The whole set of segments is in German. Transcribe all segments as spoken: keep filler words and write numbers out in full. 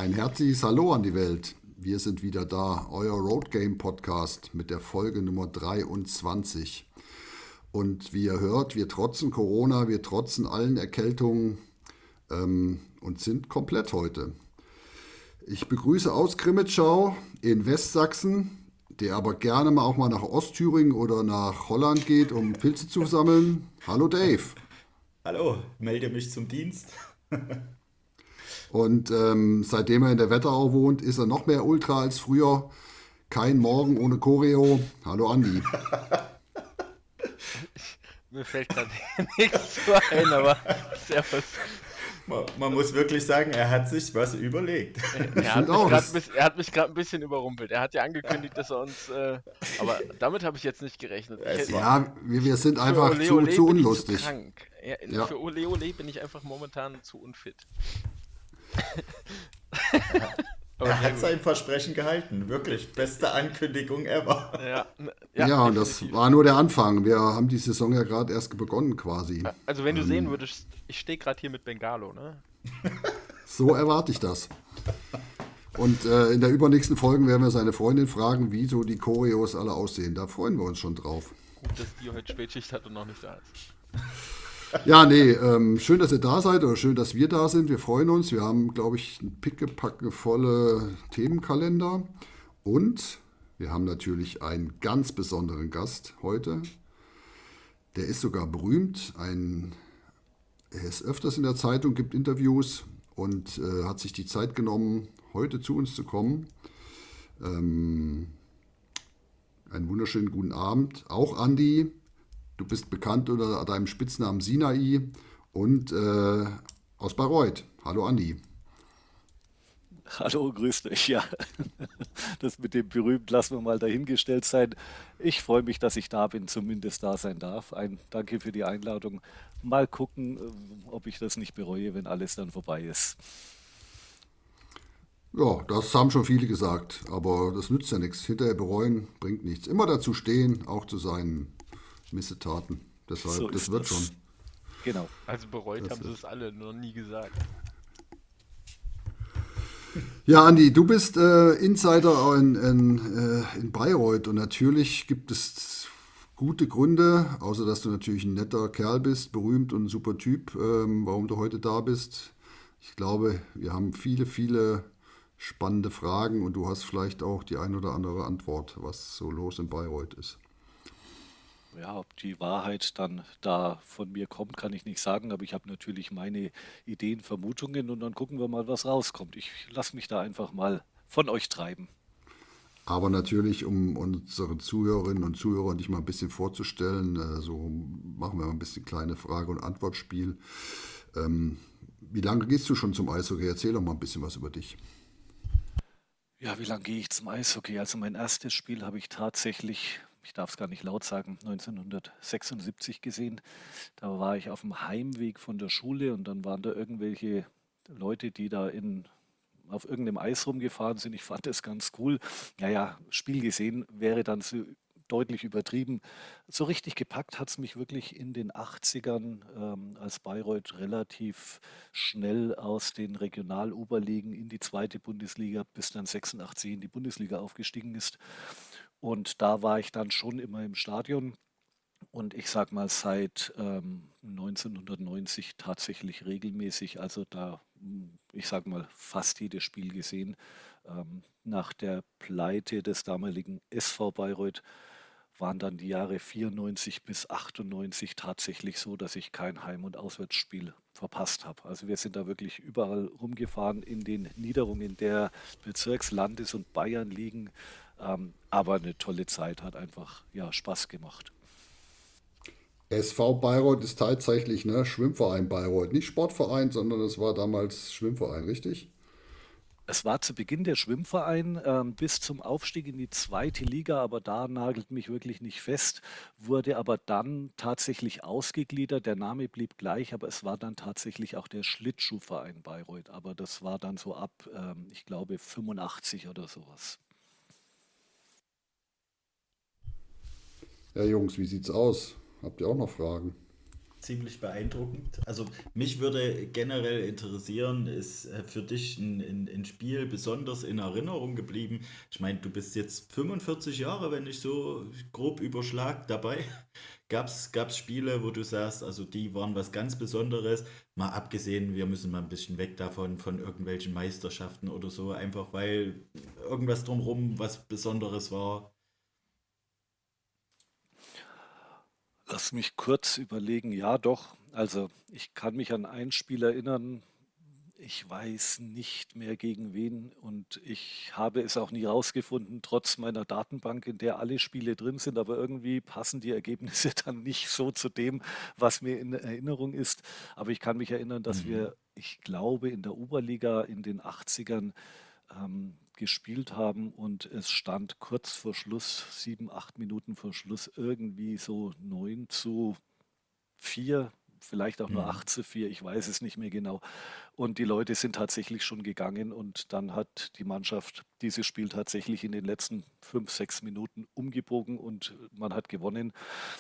Ein herzliches Hallo an die Welt. Wir sind wieder da, euer Road Game Podcast mit der Folge Nummer dreiundzwanzig. Und wie ihr hört, wir trotzen Corona, wir trotzen allen Erkältungen ähm, und sind komplett heute. Ich begrüße aus Grimmitschau in Westsachsen, der aber gerne mal auch mal nach Ostthüringen oder nach Holland geht, um Pilze zu sammeln. Hallo Dave. Hallo, melde mich zum Dienst. Und ähm, seitdem er in der Wetterau wohnt, ist er noch mehr Ultra als früher. Kein Morgen ohne Choreo. Hallo Andi. Mir fällt gerade nichts so ein, aber servus. Man, man muss wirklich sagen, er hat sich was überlegt. Er hat, mich grad, bis- er hat mich gerade ein bisschen überrumpelt. Er hat ja angekündigt, dass er uns. Äh, aber damit habe ich jetzt nicht gerechnet. Ich, Es hätte- Ja, wir, wir sind für einfach Ole zu, Ole zu bin ich unlustig. Zu krank. Ja, Ja. Für Ole Ole bin ich einfach momentan zu unfit. Aber Er sehr hat gut. sein Versprechen gehalten. Wirklich, beste Ankündigung ever. Ja, n- Ja, ja, und das definitiv. war nur der Anfang. Wir haben die Saison ja gerade erst begonnen quasi. Also wenn du sehen würdest, ich stehe gerade hier mit Bengalo, ne? So erwarte ich das. Und äh, in der übernächsten Folge werden wir seine Freundin fragen, wie so die Choreos alle aussehen. Da freuen wir uns schon drauf. Gut, dass die heute Spätschicht hat und noch nicht da ist. Ja, nee, ähm, schön, dass ihr da seid oder schön, dass wir da sind. Wir freuen uns. Wir haben, glaube ich, einen pickepackevolle Themenkalender. Und wir haben natürlich einen ganz besonderen Gast heute. Der ist sogar berühmt. Ein, er ist öfters in der Zeitung, gibt Interviews und äh, hat sich die Zeit genommen, heute zu uns zu kommen. Ähm, einen wunderschönen guten Abend. Auch Andi. Du bist bekannt unter deinem Spitznamen Sinai und äh, aus Bayreuth. Hallo Andi. Hallo, grüßt euch. Ja, das mit dem berühmt lassen wir mal dahingestellt sein. Ich freue mich, dass ich da bin, zumindest da sein darf. Ein Danke für die Einladung. Mal gucken, äh, ob ich das nicht bereue, wenn alles dann vorbei ist. Ja, das haben schon viele gesagt, aber das nützt ja nichts. Hinterher bereuen bringt nichts. Immer dazu stehen, auch zu seinen Missetaten. Deshalb, So das ist wird das. schon. Genau. Also bereut Das haben sie es alle, nur noch nie gesagt. Ja, Andi, du bist äh, Insider in, in, äh, in Bayreuth und natürlich gibt es gute Gründe, außer dass du natürlich ein netter Kerl bist, berühmt und ein super Typ, ähm, warum du heute da bist. Ich glaube, wir haben viele, viele spannende Fragen und du hast vielleicht auch die ein oder andere Antwort, was so los in Bayreuth ist. Ja, ob die Wahrheit dann da von mir kommt, kann ich nicht sagen, aber ich habe natürlich meine Ideen, Vermutungen und dann gucken wir mal, was rauskommt. Ich lasse mich da einfach mal von euch treiben. Aber natürlich, um unsere Zuhörerinnen und Zuhörer dich mal ein bisschen vorzustellen, äh, so machen wir mal ein bisschen kleine Frage- und Antwortspiel. Ähm, wie lange gehst du schon zum Eishockey? Erzähl doch mal ein bisschen was über dich. Ja, wie lange gehe ich zum Eishockey? Also mein erstes Spiel habe ich tatsächlich, ich darf es gar nicht laut sagen, neunzehnhundertsechsundsiebzig gesehen. Da war ich auf dem Heimweg von der Schule und dann waren da irgendwelche Leute, die da in, auf irgendeinem Eis rumgefahren sind. Ich fand das ganz cool. Naja, Spiel gesehen wäre dann so deutlich übertrieben. So richtig gepackt hat es mich wirklich in den achtzigern, ähm, als Bayreuth relativ schnell aus den Regionaloberligen in die zweite Bundesliga bis dann sechsundachtzig in die Bundesliga aufgestiegen ist. Und da war ich dann schon immer im Stadion und ich sag mal seit ähm, neunzehnhundertneunzig tatsächlich regelmäßig, also da, mh, ich sag mal, fast jedes Spiel gesehen. Ähm, nach der Pleite des damaligen S V Bayreuth waren dann die Jahre vierundneunzig bis achtundneunzig tatsächlich so, dass ich kein Heim- und Auswärtsspiel verpasst habe. Also wir sind da wirklich überall rumgefahren in den Niederungen der Bezirks-, Landes- und Bayernligen. Ähm, aber eine tolle Zeit, hat einfach ja, Spaß gemacht. S V Bayreuth ist tatsächlich ne Schwimmverein Bayreuth. Nicht Sportverein, sondern es war damals Schwimmverein, richtig? Es war zu Beginn der Schwimmverein ähm, bis zum Aufstieg in die zweite Liga, aber da nagelt mich wirklich nicht fest, wurde aber dann tatsächlich ausgegliedert. Der Name blieb gleich, aber es war dann tatsächlich auch der Schlittschuhverein Bayreuth. Aber das war dann so ab, ähm, ich glaube, fünfundachtzig oder sowas. Ja, Jungs, wie sieht's aus? Habt ihr auch noch Fragen? ziemlich beeindruckend. Also mich würde generell interessieren, ist äh, für dich ein, ein, ein Spiel besonders in Erinnerung geblieben? Ich meine, du bist jetzt fünfundvierzig Jahre, wenn ich so grob überschlag, dabei. Gab es Spiele, wo du sagst, also die waren was ganz Besonderes, mal abgesehen, wir müssen mal ein bisschen weg davon, von irgendwelchen Meisterschaften oder so, einfach weil irgendwas drumherum was Besonderes war. Lass mich kurz überlegen. Ja, doch. Also ich kann mich an ein Spiel erinnern. Ich weiß nicht mehr gegen wen und ich habe es auch nie rausgefunden, trotz meiner Datenbank, in der alle Spiele drin sind, aber irgendwie passen die Ergebnisse dann nicht so zu dem, was mir in Erinnerung ist. Aber ich kann mich erinnern, dass Mhm. wir, ich glaube, in der Oberliga in den achtzigern ähm, gespielt haben und es stand kurz vor Schluss, sieben, acht Minuten vor Schluss, irgendwie so neun zu vier, vielleicht auch nur Mhm. acht zu vier, ich weiß es nicht mehr genau. Und die Leute sind tatsächlich schon gegangen und dann hat die Mannschaft dieses Spiel tatsächlich in den letzten fünf, sechs Minuten umgebogen und man hat gewonnen.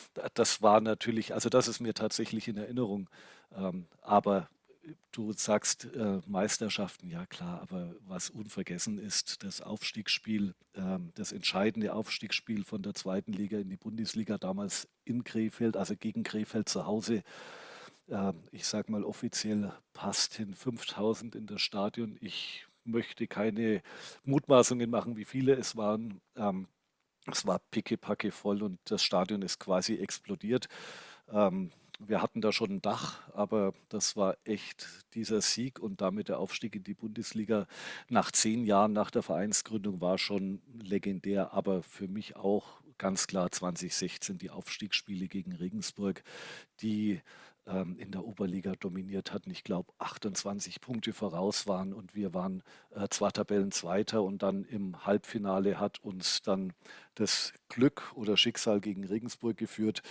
Das war natürlich, also das ist mir tatsächlich in Erinnerung. Ähm, aber du sagst äh, Meisterschaften, ja klar, aber was unvergessen ist, das Aufstiegsspiel, ähm, das entscheidende Aufstiegsspiel von der zweiten Liga in die Bundesliga damals in Krefeld, also gegen Krefeld zu Hause. Ähm, ich sage mal offiziell passten fünftausend in das Stadion. Ich möchte keine Mutmaßungen machen, wie viele es waren. Ähm, es war pickepacke voll und das Stadion ist quasi explodiert. Ähm, wir hatten da schon ein Dach, aber das war echt dieser Sieg und damit der Aufstieg in die Bundesliga nach zehn Jahren nach der Vereinsgründung war schon legendär, aber für mich auch ganz klar zwanzig sechzehn die Aufstiegsspiele gegen Regensburg, die ähm, in der Oberliga dominiert hatten. Ich glaube, achtundzwanzig Punkte voraus waren und wir waren äh, zwar Tabellenzweiter und dann im Halbfinale hat uns dann das Glück oder Schicksal gegen Regensburg geführt.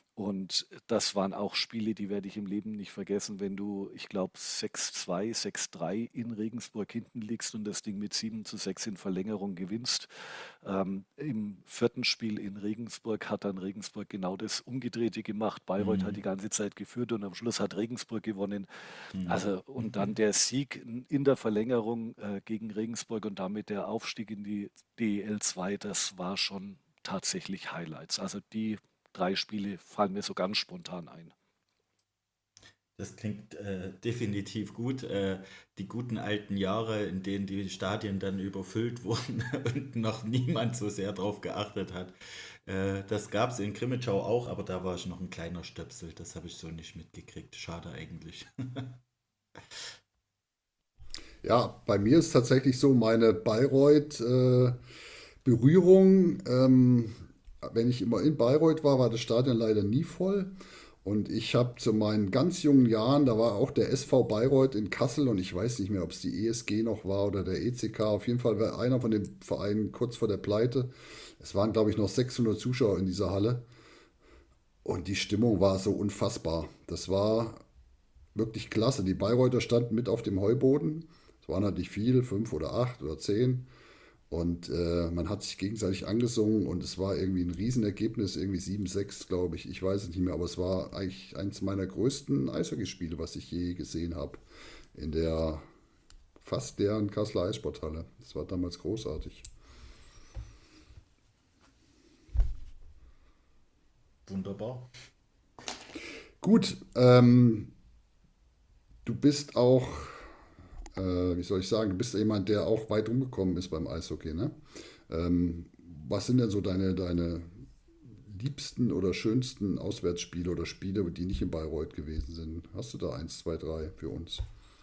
Und das waren auch Spiele, die werde ich im Leben nicht vergessen, wenn du, ich glaube, sechs zwei, sechs drei in Regensburg hinten liegst und das Ding mit sieben zu sechs in Verlängerung gewinnst. Ähm, Im vierten Spiel in Regensburg hat dann Regensburg genau das Umgedrehte gemacht. Bayreuth hat die Mhm. ganze Zeit geführt und am Schluss hat Regensburg gewonnen. Mhm. Also und dann der Sieg in der Verlängerung äh, gegen Regensburg und damit der Aufstieg in die D E L zwei, das war schon tatsächlich Highlights. Also die drei Spiele fallen mir so ganz spontan ein. Das klingt äh, definitiv gut. Äh, die guten alten Jahre, in denen die Stadien dann überfüllt wurden und noch niemand so sehr drauf geachtet hat. Äh, das gab es in Krimitschau auch, aber da war ich noch ein kleiner Stöpsel. Das habe ich so nicht mitgekriegt. Schade eigentlich. Ja, bei mir ist tatsächlich so meine Bayreuth-Berührung. Ähm, wenn ich immer in Bayreuth war, war das Stadion leider nie voll. Und ich habe zu meinen ganz jungen Jahren, da war auch der S V Bayreuth in Kassel und ich weiß nicht mehr, ob es die E S G noch war oder der E C K. Auf jeden Fall war einer von den Vereinen kurz vor der Pleite. Es waren, glaube ich, noch sechshundert Zuschauer in dieser Halle. Und die Stimmung war so unfassbar. Das war wirklich klasse. Die Bayreuther standen mit auf dem Heuboden. Es waren halt nicht viel, fünf oder acht oder zehn. Und äh, man hat sich gegenseitig angesungen und es war irgendwie ein Riesenergebnis, irgendwie sieben sechs, glaube ich. Ich weiß es nicht mehr, aber es war eigentlich eines meiner größten Eishockeyspiele, was ich je gesehen habe. In der fast leeren Kasseler Eissporthalle. Das war damals großartig. Wunderbar. Gut, ähm, du bist auch, äh, wie soll ich sagen, du bist jemand, der auch weit rumgekommen ist beim Eishockey, ne? Ähm, Was sind denn so deine, deine liebsten oder schönsten Auswärtsspiele oder Spiele, die nicht in Bayreuth gewesen sind? Hast du da eins, zwei, drei für uns?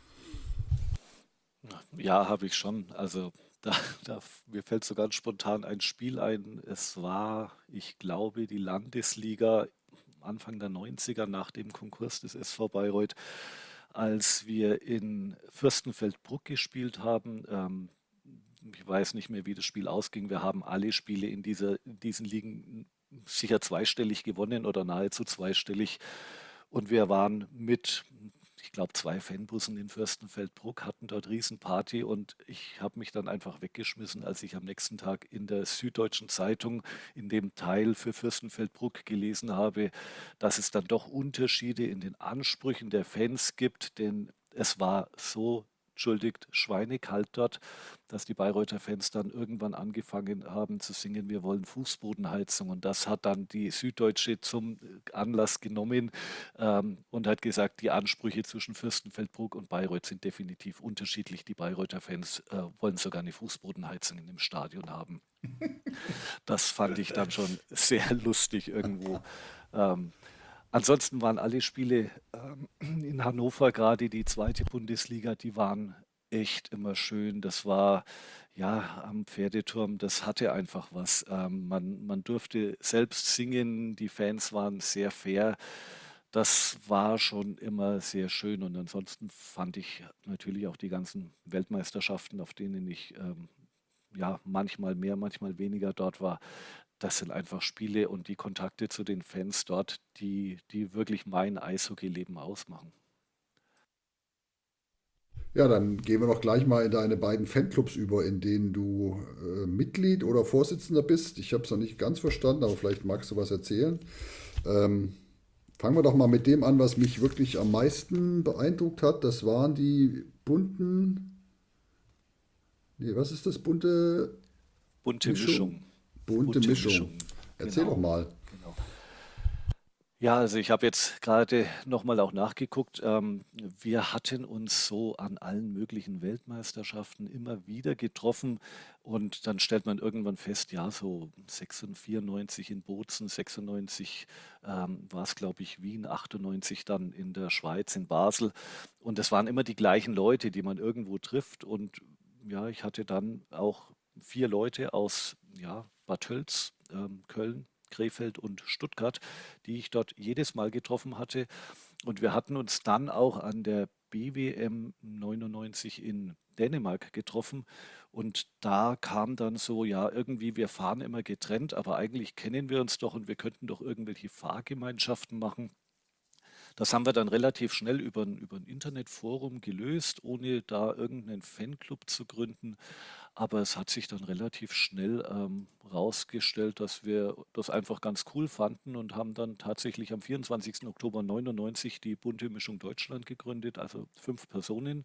Ja, habe ich schon. Also da, da, mir fällt so ganz spontan ein Spiel ein. Es war, ich glaube, die Landesliga Anfang der neunziger nach dem Konkurs des S V Bayreuth, als wir in Fürstenfeldbruck gespielt haben. Ähm, ich weiß nicht mehr, wie das Spiel ausging. Wir haben alle Spiele in dieser, in diesen Ligen sicher zweistellig gewonnen oder nahezu zweistellig. Und wir waren mit, ich ich glaube, zwei Fanbussen in Fürstenfeldbruck, hatten dort Riesenparty und ich habe mich dann einfach weggeschmissen, als ich am nächsten Tag in der Süddeutschen Zeitung in dem Teil für Fürstenfeldbruck gelesen habe, dass es dann doch Unterschiede in den Ansprüchen der Fans gibt, denn es war so, entschuldigt, schweinekalt dort, dass die Bayreuther Fans dann irgendwann angefangen haben zu singen, wir wollen Fußbodenheizung. Und das hat dann die Süddeutsche zum Anlass genommen ähm, und hat gesagt, die Ansprüche zwischen Fürstenfeldbruck und Bayreuth sind definitiv unterschiedlich. Die Bayreuther Fans äh, wollen sogar eine Fußbodenheizung in dem Stadion haben. Das fand ich dann schon sehr lustig irgendwo. Ähm, Ansonsten waren alle Spiele ähm, in Hannover, gerade die zweite Bundesliga, die waren echt immer schön. Das war ja am Pferdeturm, das hatte einfach was. Ähm, man, man durfte selbst singen, die Fans waren sehr fair. Das war schon immer sehr schön. Und ansonsten fand ich natürlich auch die ganzen Weltmeisterschaften, auf denen ich ähm, ja manchmal mehr, manchmal weniger dort war. Das sind einfach Spiele und die Kontakte zu den Fans dort, die, die wirklich mein Eishockeyleben ausmachen. Ja, dann gehen wir doch gleich mal in deine beiden Fanclubs über, in denen du äh, Mitglied oder Vorsitzender bist. Ich habe es noch nicht ganz verstanden, aber vielleicht magst du was erzählen. Ähm, fangen wir doch mal mit dem an, was mich wirklich am meisten beeindruckt hat. Das waren die bunten, nee, was ist das? Bunte Bunte Mischung? Mischung. Bunte Bunte Mischung. Mischung. Erzähl doch Genau, mal. genau. Ja, also ich habe jetzt gerade nochmal auch nachgeguckt. Ähm, wir hatten uns so an allen möglichen Weltmeisterschaften immer wieder getroffen und dann stellt man irgendwann fest, ja, so vierundneunzig in Bozen, sechsundneunzig ähm, war es, glaube ich, Wien, achtundneunzig dann in der Schweiz, in Basel. Und es waren immer die gleichen Leute, die man irgendwo trifft. Und ja, ich hatte dann auch vier Leute aus ja, Bad Tölz, ähm, Köln, Krefeld und Stuttgart, die ich dort jedes Mal getroffen hatte. Und wir hatten uns dann auch an der B W M neunundneunzig in Dänemark getroffen. Und da kam dann so, ja, irgendwie, wir fahren immer getrennt, aber eigentlich kennen wir uns doch und wir könnten doch irgendwelche Fahrgemeinschaften machen. Das haben wir dann relativ schnell über ein, über ein Internetforum gelöst, ohne da irgendeinen Fanclub zu gründen. Aber es hat sich dann relativ schnell ähm, rausgestellt, dass wir das einfach ganz cool fanden und haben dann tatsächlich am vierundzwanzigsten Oktober neunundneunzig die Bunte Mischung Deutschland gegründet, also fünf Personen.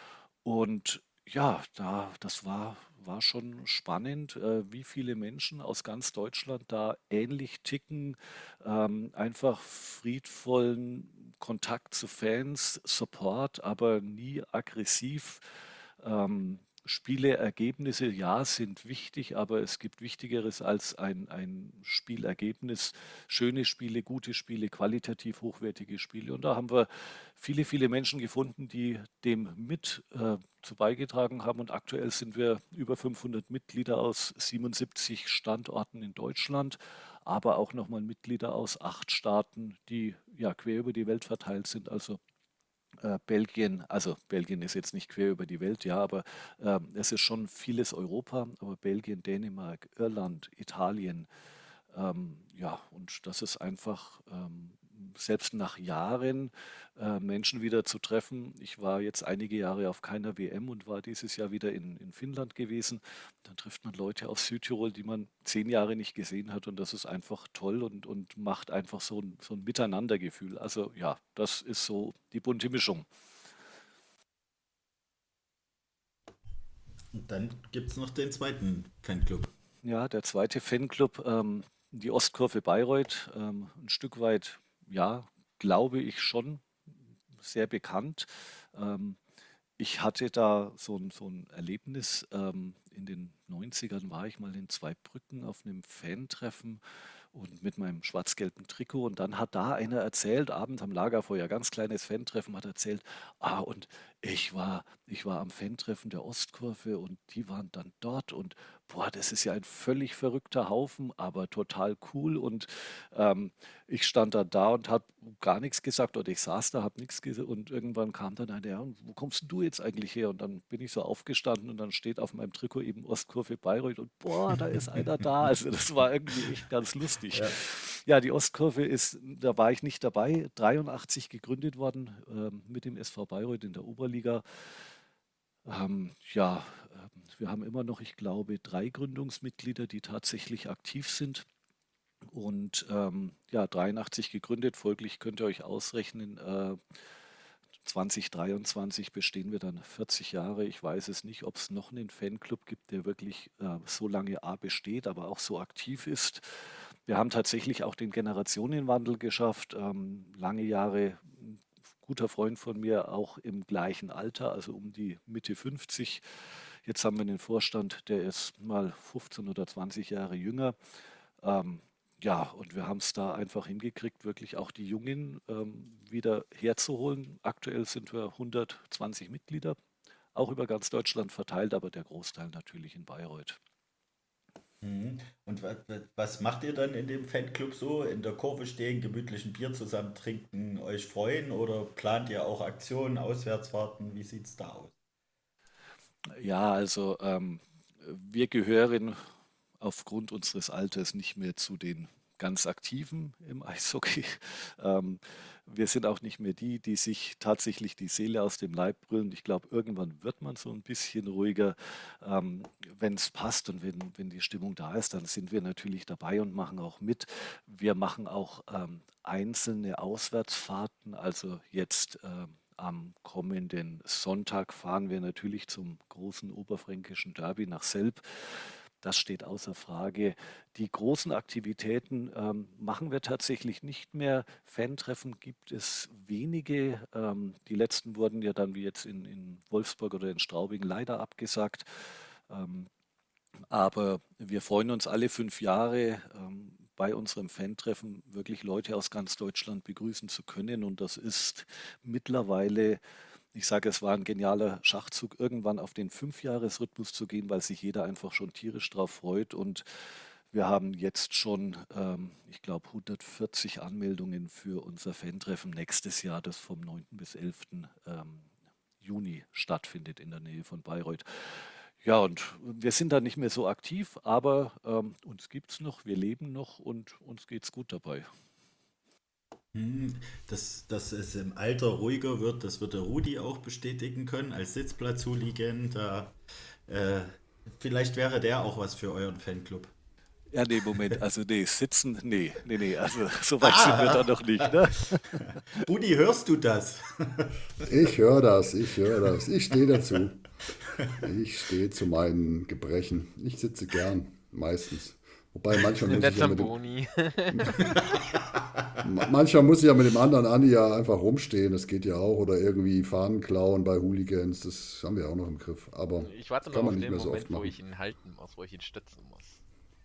Und ja, da, das war, war schon spannend, äh, wie viele Menschen aus ganz Deutschland da ähnlich ticken, ähm, einfach friedvollen Kontakt zu Fans, Support, aber nie aggressiv. Ähm, Spieleergebnisse, ja, sind wichtig, aber es gibt Wichtigeres als ein, ein Spielergebnis. Schöne Spiele, gute Spiele, qualitativ hochwertige Spiele. Und da haben wir viele, viele Menschen gefunden, die dem mit äh, zu beigetragen haben. Und aktuell sind wir über fünfhundert Mitglieder aus siebenundsiebzig Standorten in Deutschland, aber auch nochmal Mitglieder aus acht Staaten, die ja quer über die Welt verteilt sind. Also äh, Belgien, also Belgien ist jetzt nicht quer über die Welt, ja, aber ähm, es ist schon vieles Europa, aber Belgien, Dänemark, Irland, Italien, ähm, ja, und das ist einfach, ähm, selbst nach Jahren äh, Menschen wieder zu treffen. Ich war jetzt einige Jahre auf keiner W M und war dieses Jahr wieder in, in Finnland gewesen. Dann trifft man Leute aus Südtirol, die man zehn Jahre nicht gesehen hat und das ist einfach toll und, und macht einfach so ein, so ein Miteinandergefühl. Also ja, das ist so die bunte Mischung. Und dann gibt es noch den zweiten Fanclub. Ja, der zweite Fanclub, ähm, die Ostkurve Bayreuth, ähm, ein Stück weit, ja, glaube ich schon, sehr bekannt. Ähm, ich hatte da so ein, so ein Erlebnis. Ähm, in den neunzigern war ich mal in Zweibrücken auf einem Fantreffen und mit meinem schwarz-gelben Trikot. Und dann hat da einer erzählt, abends am Lagerfeuer, ganz kleines Fantreffen, hat erzählt, ah, und ich war, ich war am Fantreffen der Ostkurve und die waren dann dort und boah, das ist ja ein völlig verrückter Haufen, aber total cool. Und ähm, ich stand dann da und habe gar nichts gesagt oder ich saß da, habe nichts gesagt und irgendwann kam dann einer, ja, wo kommst denn du jetzt eigentlich her? Und dann bin ich so aufgestanden und dann steht auf meinem Trikot eben Ostkurve Bayreuth und boah, da ist einer da. Also das war irgendwie echt ganz lustig. richtig. Ja. Ja, die Ostkurve ist, da war ich nicht dabei, dreiundachtzig gegründet worden ähm, mit dem S V Bayreuth in der Oberliga. Ähm, ja, ähm, wir haben immer noch, ich glaube, drei Gründungsmitglieder, die tatsächlich aktiv sind. Und ähm, ja, dreiundachtzig gegründet, folglich könnt ihr euch ausrechnen, äh, zwanzig dreiundzwanzig bestehen wir dann vierzig Jahre. Ich weiß es nicht, ob es noch einen Fanclub gibt, der wirklich äh, so lange A besteht, aber auch so aktiv ist. Wir haben tatsächlich auch den Generationenwandel geschafft. Ähm, lange Jahre ein guter Freund von mir, auch im gleichen Alter, also um die Mitte fünfzig. Jetzt haben wir einen Vorstand, der ist mal fünfzehn oder zwanzig Jahre jünger. Ähm, ja, und wir haben es da einfach hingekriegt, wirklich auch die Jungen ähm, wieder herzuholen. Aktuell sind wir hundertzwanzig Mitglieder, auch über ganz Deutschland verteilt, aber der Großteil natürlich in Bayreuth. Mhm. Und wa- wa- was macht ihr dann in dem Fanclub so? In der Kurve stehen, gemütlich ein Bier zusammen trinken, euch freuen oder plant ihr auch Aktionen, Auswärtsfahrten? Wie sieht's da aus? Ja, also ähm, wir gehören aufgrund unseres Alters nicht mehr zu den ganz Aktiven im Eishockey. Ähm, wir sind auch nicht mehr die, die sich tatsächlich die Seele aus dem Leib brüllen. Ich glaube, irgendwann wird man so ein bisschen ruhiger. Ähm, wenn es passt und wenn, wenn die Stimmung da ist, dann sind wir natürlich dabei und machen auch mit. Wir machen auch ähm, einzelne Auswärtsfahrten. Also jetzt ähm, am kommenden Sonntag fahren wir natürlich zum großen oberfränkischen Derby nach Selb. Das steht außer Frage. Die großen Aktivitäten ähm, machen wir tatsächlich nicht mehr. Fan-Treffen gibt es wenige. Ähm, die letzten wurden ja dann wie jetzt in, in Wolfsburg oder in Straubing leider abgesagt. Ähm, aber wir freuen uns alle fünf Jahre ähm, bei unserem Fan-Treffen wirklich Leute aus ganz Deutschland begrüßen zu können. Und das ist mittlerweile, ich sage, es war ein genialer Schachzug, irgendwann auf den Fünfjahresrhythmus zu gehen, weil sich jeder einfach schon tierisch drauf freut. Und wir haben jetzt schon, ähm, ich glaube, hundertvierzig Anmeldungen für unser Fan-Treffen nächstes Jahr, das vom neunten bis elften Ähm, Juni stattfindet in der Nähe von Bayreuth. Ja, und wir sind da nicht mehr so aktiv, aber ähm, uns gibt es noch, wir leben noch und uns geht's gut dabei. Hm, dass, dass es im Alter ruhiger wird, das wird der Rudi auch bestätigen können, als Sitzplatz-Hooligan. Da, äh, vielleicht wäre der auch was für euren Fanclub. Ja, nee, Moment, also nee, sitzen, nee, nee, nee, also so weit sind wir da Ah, noch nicht, ne? Rudi, hörst du das? Ich höre das, ich höre das. Ich stehe dazu. Ich stehe zu meinen Gebrechen. Ich sitze gern, meistens. Wobei manchmal muss Der ich ja mit dem, Zamboni. ma- manchmal muss ich ja mit dem anderen Andi ja einfach rumstehen. Das geht ja auch. Oder irgendwie Fahnen klauen bei Hooligans. Das haben wir auch noch im Griff. Aber Ich warte das noch kann man auf nicht den mehr so oft Moment, wo machen. ich ihn halten muss, wo ich ihn stützen muss.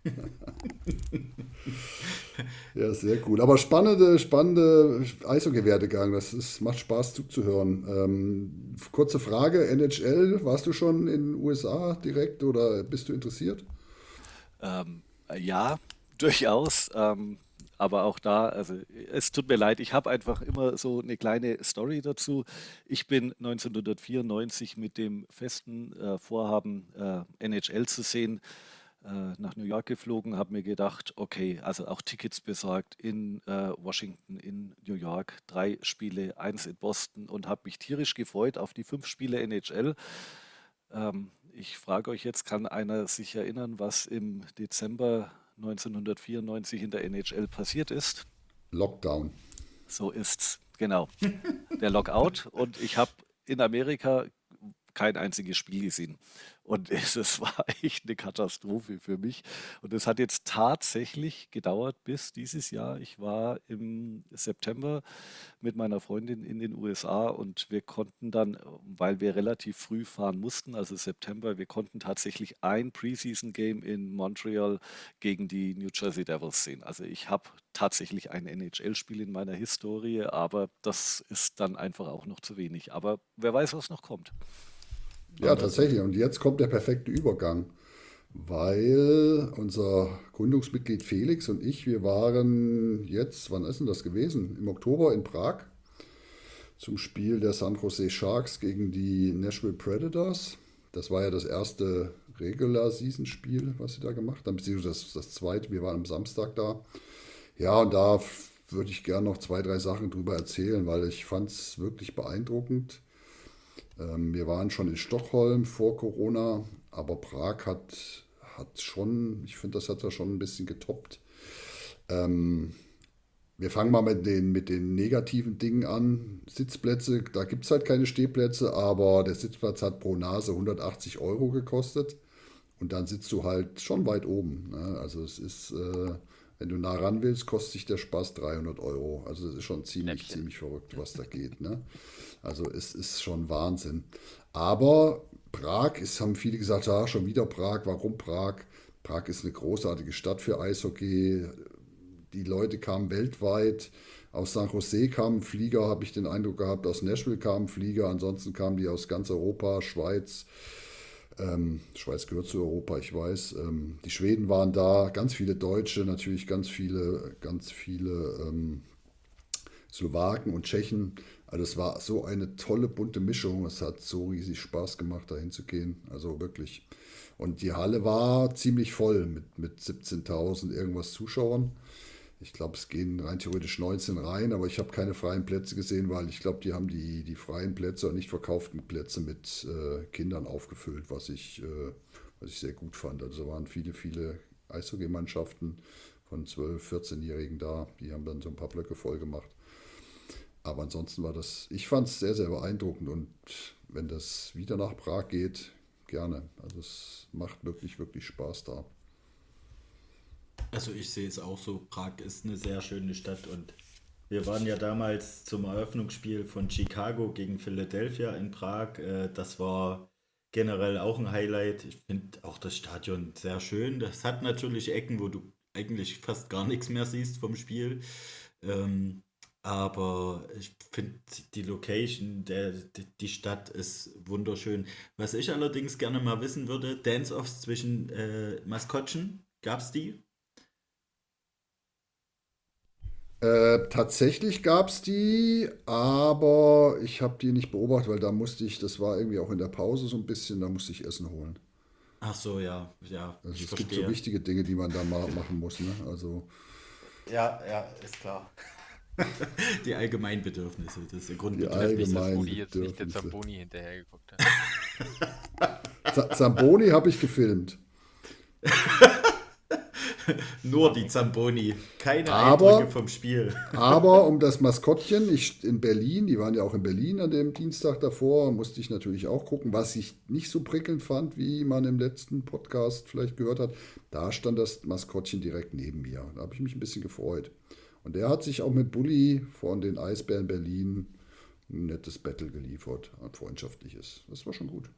Ja, sehr cool. Aber spannende, spannende Eishockey-Werdegang. Das ist, macht Spaß zuzuhören. Ähm, kurze Frage: N H L, warst du schon in den U S A direkt oder bist du interessiert? Ähm, ja, durchaus. Ähm, aber auch da, also es tut mir leid, ich habe einfach immer so eine kleine Story dazu. Ich bin neunzehnhundertvierundneunzig mit dem festen äh, Vorhaben, äh, N H L zu sehen, äh, nach New York geflogen, habe mir gedacht, okay, also auch Tickets besorgt in äh, Washington, in New York, drei Spiele, eins in Boston und habe mich tierisch gefreut auf die fünf Spiele N H L. Ähm, ich frage euch jetzt, kann einer sich erinnern, was im Dezember neunzehnhundertvierundneunzig in der N H L passiert ist? Lockdown. So ist's, genau. Der Lockout und ich habe in Amerika kein einziges Spiel gesehen. Und es, es war echt eine Katastrophe für mich. Und es hat jetzt tatsächlich gedauert bis dieses Jahr. Ich war im September mit meiner Freundin in den U S A und wir konnten dann, weil wir relativ früh fahren mussten, also September, wir konnten tatsächlich ein Preseason-Game in Montreal gegen die New Jersey Devils sehen. Also ich habe tatsächlich ein N H L-Spiel in meiner Historie, aber das ist dann einfach auch noch zu wenig. Aber wer weiß, was noch kommt. Ja, Und das, tatsächlich. Und jetzt kommt der perfekte Übergang, weil unser Gründungsmitglied Felix und ich, wir waren jetzt, wann ist denn das gewesen? Im Oktober in Prag zum Spiel der San Jose Sharks gegen die Nashville Predators. Das war ja das erste Regular-Season-Spiel, was sie da gemacht haben, beziehungsweise das, das zweite, wir waren am Samstag da. Ja, und da f- würde ich gerne noch zwei, drei Sachen drüber erzählen, weil ich fand es wirklich beeindruckend. Ähm, wir waren schon in Stockholm vor Corona, aber Prag hat, hat schon, ich finde, das hat er schon ein bisschen getoppt. Ähm, Wir fangen mal mit den, mit den negativen Dingen an. Sitzplätze, da gibt es halt keine Stehplätze, aber der Sitzplatz hat pro Nase hundertachtzig Euro gekostet. Und dann sitzt du halt schon weit oben. Ne? Also es ist, äh, wenn du nah ran willst, kostet sich der Spaß dreihundert Euro. Also das ist schon ziemlich, Schnäppchen. ziemlich verrückt, was da geht. Ne? Also es ist schon Wahnsinn. Aber Prag, es haben viele gesagt, ja, schon wieder Prag, warum Prag? Prag ist eine großartige Stadt für Eishockey. Die Leute kamen weltweit. Aus San Jose kamen Flieger, habe ich den Eindruck gehabt. Aus Nashville kamen Flieger. Ansonsten kamen die aus ganz Europa, Schweiz. Ähm, Schweiz gehört zu Europa, ich weiß. Ähm, die Schweden waren da, ganz viele Deutsche, natürlich ganz viele, ganz viele ähm, Slowaken und Tschechen. Also es war so eine tolle bunte Mischung. Es hat so riesig Spaß gemacht, da hinzugehen. Also wirklich. Und die Halle war ziemlich voll mit, mit siebzehntausend irgendwas Zuschauern. Ich glaube, es gehen rein theoretisch neunzehn rein, aber ich habe keine freien Plätze gesehen, weil ich glaube, die haben die, die freien Plätze und nicht verkauften Plätze mit äh, Kindern aufgefüllt, was ich, äh, was ich sehr gut fand. Also waren viele, viele Eishockeymannschaften von zwölf-, vierzehn-Jährigen da, die haben dann so ein paar Blöcke voll gemacht. Aber ansonsten war das, ich fand es sehr, sehr beeindruckend und wenn das wieder nach Prag geht, gerne. Also es macht wirklich, wirklich Spaß da. Also ich sehe es auch so, Prag ist eine sehr schöne Stadt und wir waren ja damals zum Eröffnungsspiel von Chicago gegen Philadelphia in Prag. Äh, Das war generell auch ein Highlight. Ich finde auch das Stadion sehr schön. Das hat natürlich Ecken, wo du eigentlich fast gar nichts mehr siehst vom Spiel. Ähm, aber ich finde die Location, der, die die Stadt ist wunderschön. Was ich allerdings gerne mal wissen würde, Dance-Offs zwischen äh, Maskottchen, gab's die? Äh, tatsächlich gab es die, aber ich habe die nicht beobachtet, weil da musste ich, das war irgendwie auch in der Pause so ein bisschen, da musste ich Essen holen. Ach so, ja, ja, Also ich es gibt so verstehe. wichtige Dinge, die man da ma machen muss, ne? Also Ja, ja, ist klar. Die Allgemeinbedürfnisse, das die Grundbedürfnisse. Wo allgemeinen die jetzt nicht der Bedürfnisse. Zamboni hinterhergeguckt hat. Z Zamboni habe ich gefilmt. Nur die Zamboni, keine Eindrücke Aber vom Spiel. Aber um das Maskottchen, ich in Berlin, die waren ja auch in Berlin an dem Dienstag davor, musste ich natürlich auch gucken, was ich nicht so prickelnd fand, wie man im letzten Podcast vielleicht gehört hat. Da stand das Maskottchen direkt neben mir. Da habe ich mich ein bisschen gefreut. Und der hat sich auch mit Bulli von den Eisbären Berlin ein nettes Battle geliefert, ein freundschaftliches. Das war schon gut.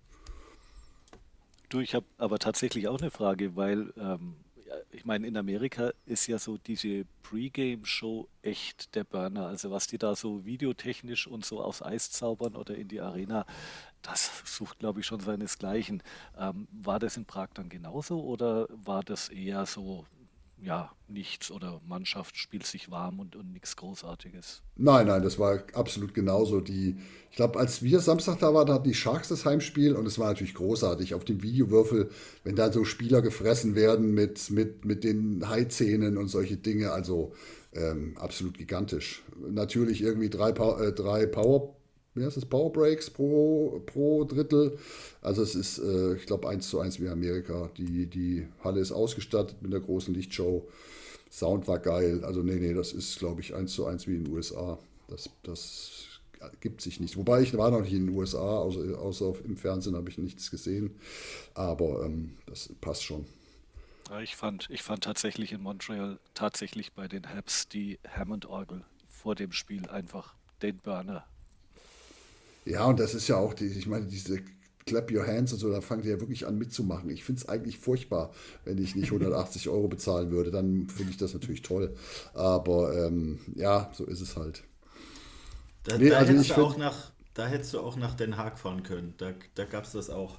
Du, ich habe aber tatsächlich auch eine Frage, weil ähm, ja, ich meine, in Amerika ist ja so diese Pre-Game-Show echt der Burner. Also was die da so videotechnisch und so aufs Eis zaubern oder in die Arena, das sucht, glaube ich, schon seinesgleichen. Ähm, war das in Prag dann genauso oder war das eher so, ja, nichts oder Mannschaft spielt sich warm und, und nichts Großartiges? Nein, nein, das war absolut genauso. Die, ich glaube, als wir Samstag da waren, hatten die Sharks das Heimspiel und es war natürlich großartig. Auf dem Videowürfel, wenn da so Spieler gefressen werden mit, mit, mit den Haizähnen und solche Dinge, also ähm, absolut gigantisch. Natürlich irgendwie drei, Pow- äh, drei Power, wie heißt das, Power Breaks pro, pro Drittel. Also es ist, äh, ich glaube, eins zu eins wie Amerika. Die, die Halle ist ausgestattet mit einer großen Lichtshow. Sound war geil. Also nee, nee, das ist, glaube ich, eins zu eins wie in den U S A. Das, das gibt sich nicht. Wobei ich war noch nicht in den U S A, außer, außer im Fernsehen habe ich nichts gesehen. Aber ähm, das passt schon. Ja, ich fand, ich fand tatsächlich in Montreal, tatsächlich bei den Habs die Hammond-Orgel vor dem Spiel einfach den Burner. Ja, und das ist ja auch, die, ich meine, diese Clap Your Hands und so, da fangen die ja wirklich an mitzumachen. Ich finde es eigentlich furchtbar, wenn ich nicht hundertachtzig Euro bezahlen würde. Dann finde ich das natürlich toll. Aber ähm, ja, so ist es halt. Da, Nee, da also hättest ich du finde, auch nach, da hättest du auch nach Den Haag fahren können. Da, da gab es das auch.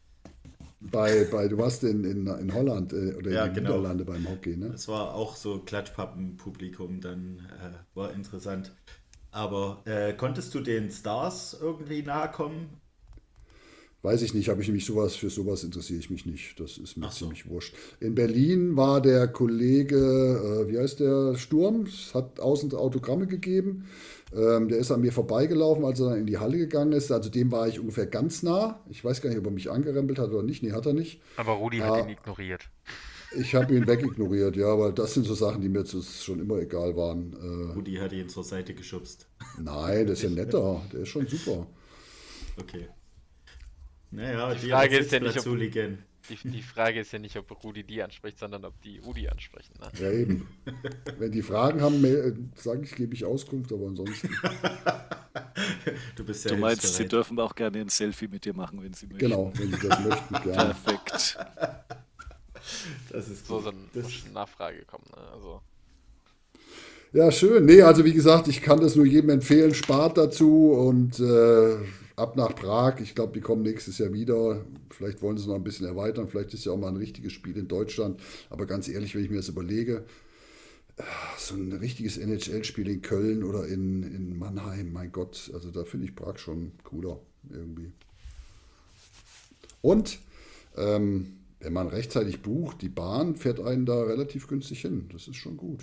bei, bei, du warst in, in, in Holland äh, oder in Ja, den genau. Niederlanden beim Hockey, ne? Es war auch so Klatschpappenpublikum, dann äh, war interessant. Aber äh, konntest du den Stars irgendwie nahe kommen? Weiß ich nicht, habe ich mich sowas, für sowas interessiere ich mich nicht. Das ist mir Ach so. ziemlich wurscht. In Berlin war der Kollege, äh, wie heißt der, Sturm, es hat außen Autogramme gegeben. Ähm, der ist an mir vorbeigelaufen, als er dann in die Halle gegangen ist. Also dem war ich ungefähr ganz nah. Ich weiß gar nicht, ob er mich angerempelt hat oder nicht. Nee, hat er nicht. Aber Rudi hat Ah, ihn ignoriert. ich habe ihn wegignoriert, ja, aber das sind so Sachen, die mir zu- schon immer egal waren. Rudi hat ihn zur Seite geschubst. Äh, nein, der ist ja netter, der ist schon super. Okay. Naja, Die dir Frage wird ist ja nicht, Sitzplatz ob zuliegen. die, die Frage ist ja nicht, ob Rudi die anspricht, sondern ob die Rudi ansprechen. Ne? Ja, eben. Wenn die Fragen haben, sage ich, gebe ich Auskunft, aber ansonsten. Du bist ja Du meinst, sie hilfsbereit. dürfen auch gerne ein Selfie mit dir machen, wenn sie möchten. Genau, wenn Sie das möchten, gerne. Perfekt. Das ist So gut. so eine Das, Nachfrage kommen. Ne? Also, Ja, schön. Nee, also wie gesagt, ich kann das nur jedem empfehlen. Spart dazu und äh, ab nach Prag. Ich glaube, die kommen nächstes Jahr wieder. Vielleicht wollen sie es noch ein bisschen erweitern. Vielleicht ist ja auch mal ein richtiges Spiel in Deutschland. Aber ganz ehrlich, wenn ich mir das überlege, so ein richtiges N H L-Spiel in Köln oder in, in Mannheim, mein Gott, also da finde ich Prag schon cooler irgendwie. Und ähm, wenn man rechtzeitig bucht, die Bahn fährt einen da relativ günstig hin. Das ist schon gut.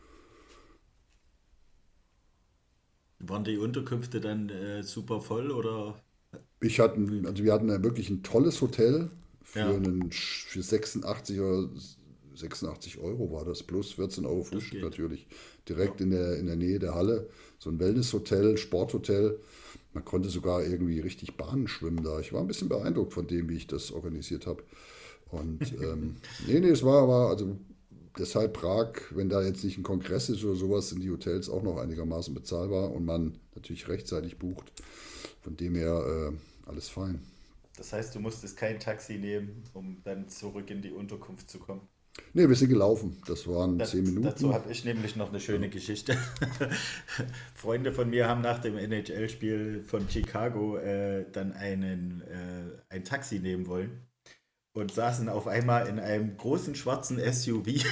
waren die Unterkünfte dann äh, super voll oder? Ich hatten, also wir hatten ja wirklich ein tolles Hotel für, Ja, einen, Sch- für sechsundachtzig oder sechsundachtzig Euro war das, plus vierzehn Euro das Frühstück geht. natürlich, Ja. direkt in der, in der Nähe der Halle. So ein Wellnesshotel, Sporthotel. Man konnte sogar irgendwie richtig Bahnen schwimmen da. Ich war ein bisschen beeindruckt von dem, wie ich das organisiert habe. Und ähm, nee, nee, es war aber, also deshalb Prag, wenn da jetzt nicht ein Kongress ist oder sowas, sind die Hotels auch noch einigermaßen bezahlbar und man natürlich rechtzeitig bucht. Von dem her äh, alles fein. Das heißt, du musstest kein Taxi nehmen, um dann zurück in die Unterkunft zu kommen. Nee, wir sind gelaufen. Das waren Da, zehn dazu Minuten. habe ich nämlich noch eine schöne Geschichte. Freunde von mir haben nach dem N H L-Spiel von Chicago äh, dann einen, äh, ein Taxi nehmen wollen und saßen auf einmal in einem großen schwarzen S U V.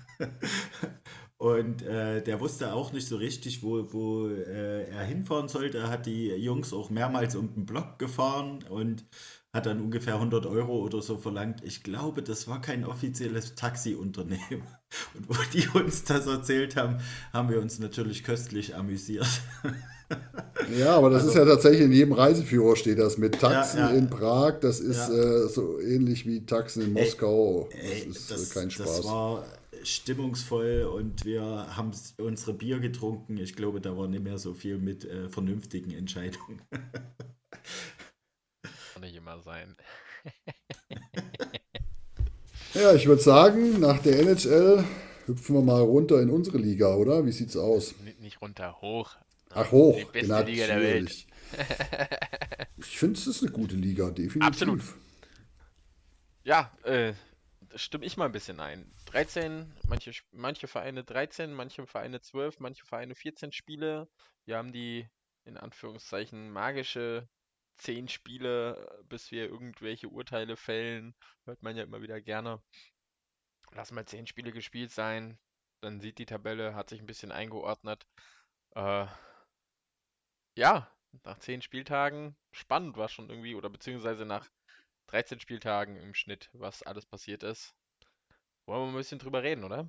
Und äh, der wusste auch nicht so richtig, wo, wo äh, er hinfahren sollte. Er hat die Jungs auch mehrmals um den Block gefahren und hat dann ungefähr hundert Euro oder so verlangt. Ich glaube, das war kein offizielles Taxiunternehmen. Und wo die uns das erzählt haben, haben wir uns natürlich köstlich amüsiert. Ja, aber das ist ja Also, tatsächlich in jedem Reiseführer steht das mit ja, Taxen in ja, Prag. Das ist ja. äh, so ähnlich wie Taxen in Ey, Moskau. Das ey, ist äh, das, kein das Spaß. war stimmungsvoll und wir haben s- unsere Bier getrunken. Ich glaube, da war nicht mehr so viel mit äh, vernünftigen Entscheidungen. kann nicht immer sein. Ja, ich würde sagen, nach der N H L hüpfen wir mal runter in unsere Liga, oder? Wie sieht's aus? N nicht runter, hoch. Ach, Ne? Die hoch, beste Liga der Welt. natürlich. Ich finde, es ist eine gute Liga, Absolut. definitiv. Ja, äh, da stimme ich mal ein bisschen ein. dreizehn, manche, Sp- manche Vereine dreizehn, manche Vereine zwölf, manche Vereine vierzehn Spiele. Wir haben die, in Anführungszeichen, magische zehn Spiele, äh, bis wir irgendwelche Urteile fällen. Hört man ja immer wieder gerne. Lass mal zehn Spiele gespielt sein. Dann sieht die Tabelle, hat sich ein bisschen eingeordnet. Äh, ja, nach zehn Spieltagen, spannend war schon irgendwie, oder beziehungsweise nach dreizehn Spieltagen im Schnitt, was alles passiert ist. Wollen wir mal ein bisschen drüber reden, oder?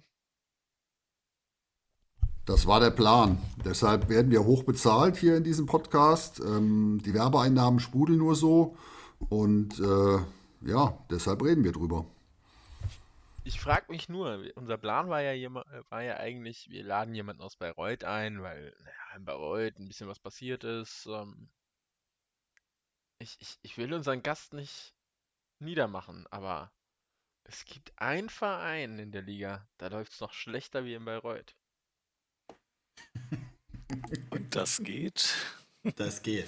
Das war der Plan. Deshalb werden wir hoch bezahlt hier in diesem Podcast. Ähm, die Werbeeinnahmen sprudeln nur so. Und äh, ja, deshalb reden wir drüber. Ich frage mich nur, wir- unser Plan war ja, jema- äh, war ja eigentlich, wir laden jemanden aus Bayreuth ein, weil naja, in Bayreuth ein bisschen was passiert ist. Ähm, ich, ich, ich will unseren Gast nicht niedermachen, aber es gibt einen Verein in der Liga, da läuft es noch schlechter wie in Bayreuth. Und das geht. Das geht.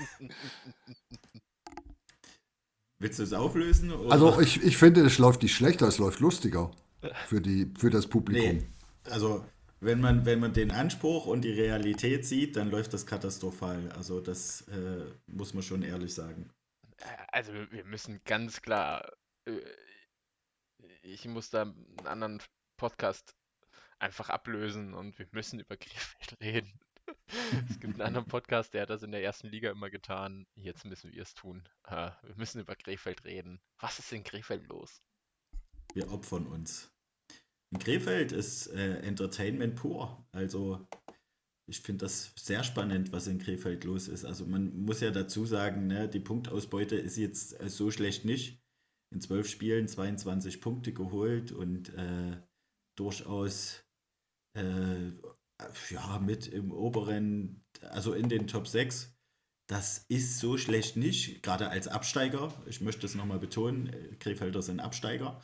Willst du es auflösen Also oder? ich, ich finde, es läuft nicht schlechter, es läuft lustiger für, die, für das Publikum. Nee. Also, wenn man, wenn man den Anspruch und die Realität sieht, dann läuft das katastrophal. Also, das äh, muss man schon ehrlich sagen. Äh, Also wir, wir müssen ganz klar, äh, ich muss da einen anderen Podcast einfach ablösen und wir müssen über Krefeld reden. Es gibt einen anderen Podcast, der hat das in der ersten Liga immer getan. Jetzt müssen wir es tun. Äh, wir müssen über Krefeld reden. Was ist in Krefeld los? Wir opfern uns. In Krefeld ist äh, Entertainment pur. Also ich finde das sehr spannend, was in Krefeld los ist. Also man muss ja dazu sagen, ne, die Punktausbeute ist jetzt äh, so schlecht nicht. In zwölf Spielen zweiundzwanzig Punkte geholt und äh, durchaus äh, ja, mit im oberen, also in den Top sechs. Das ist so schlecht nicht, gerade als Absteiger. Ich möchte es nochmal betonen, äh, Krefelder sind Absteiger.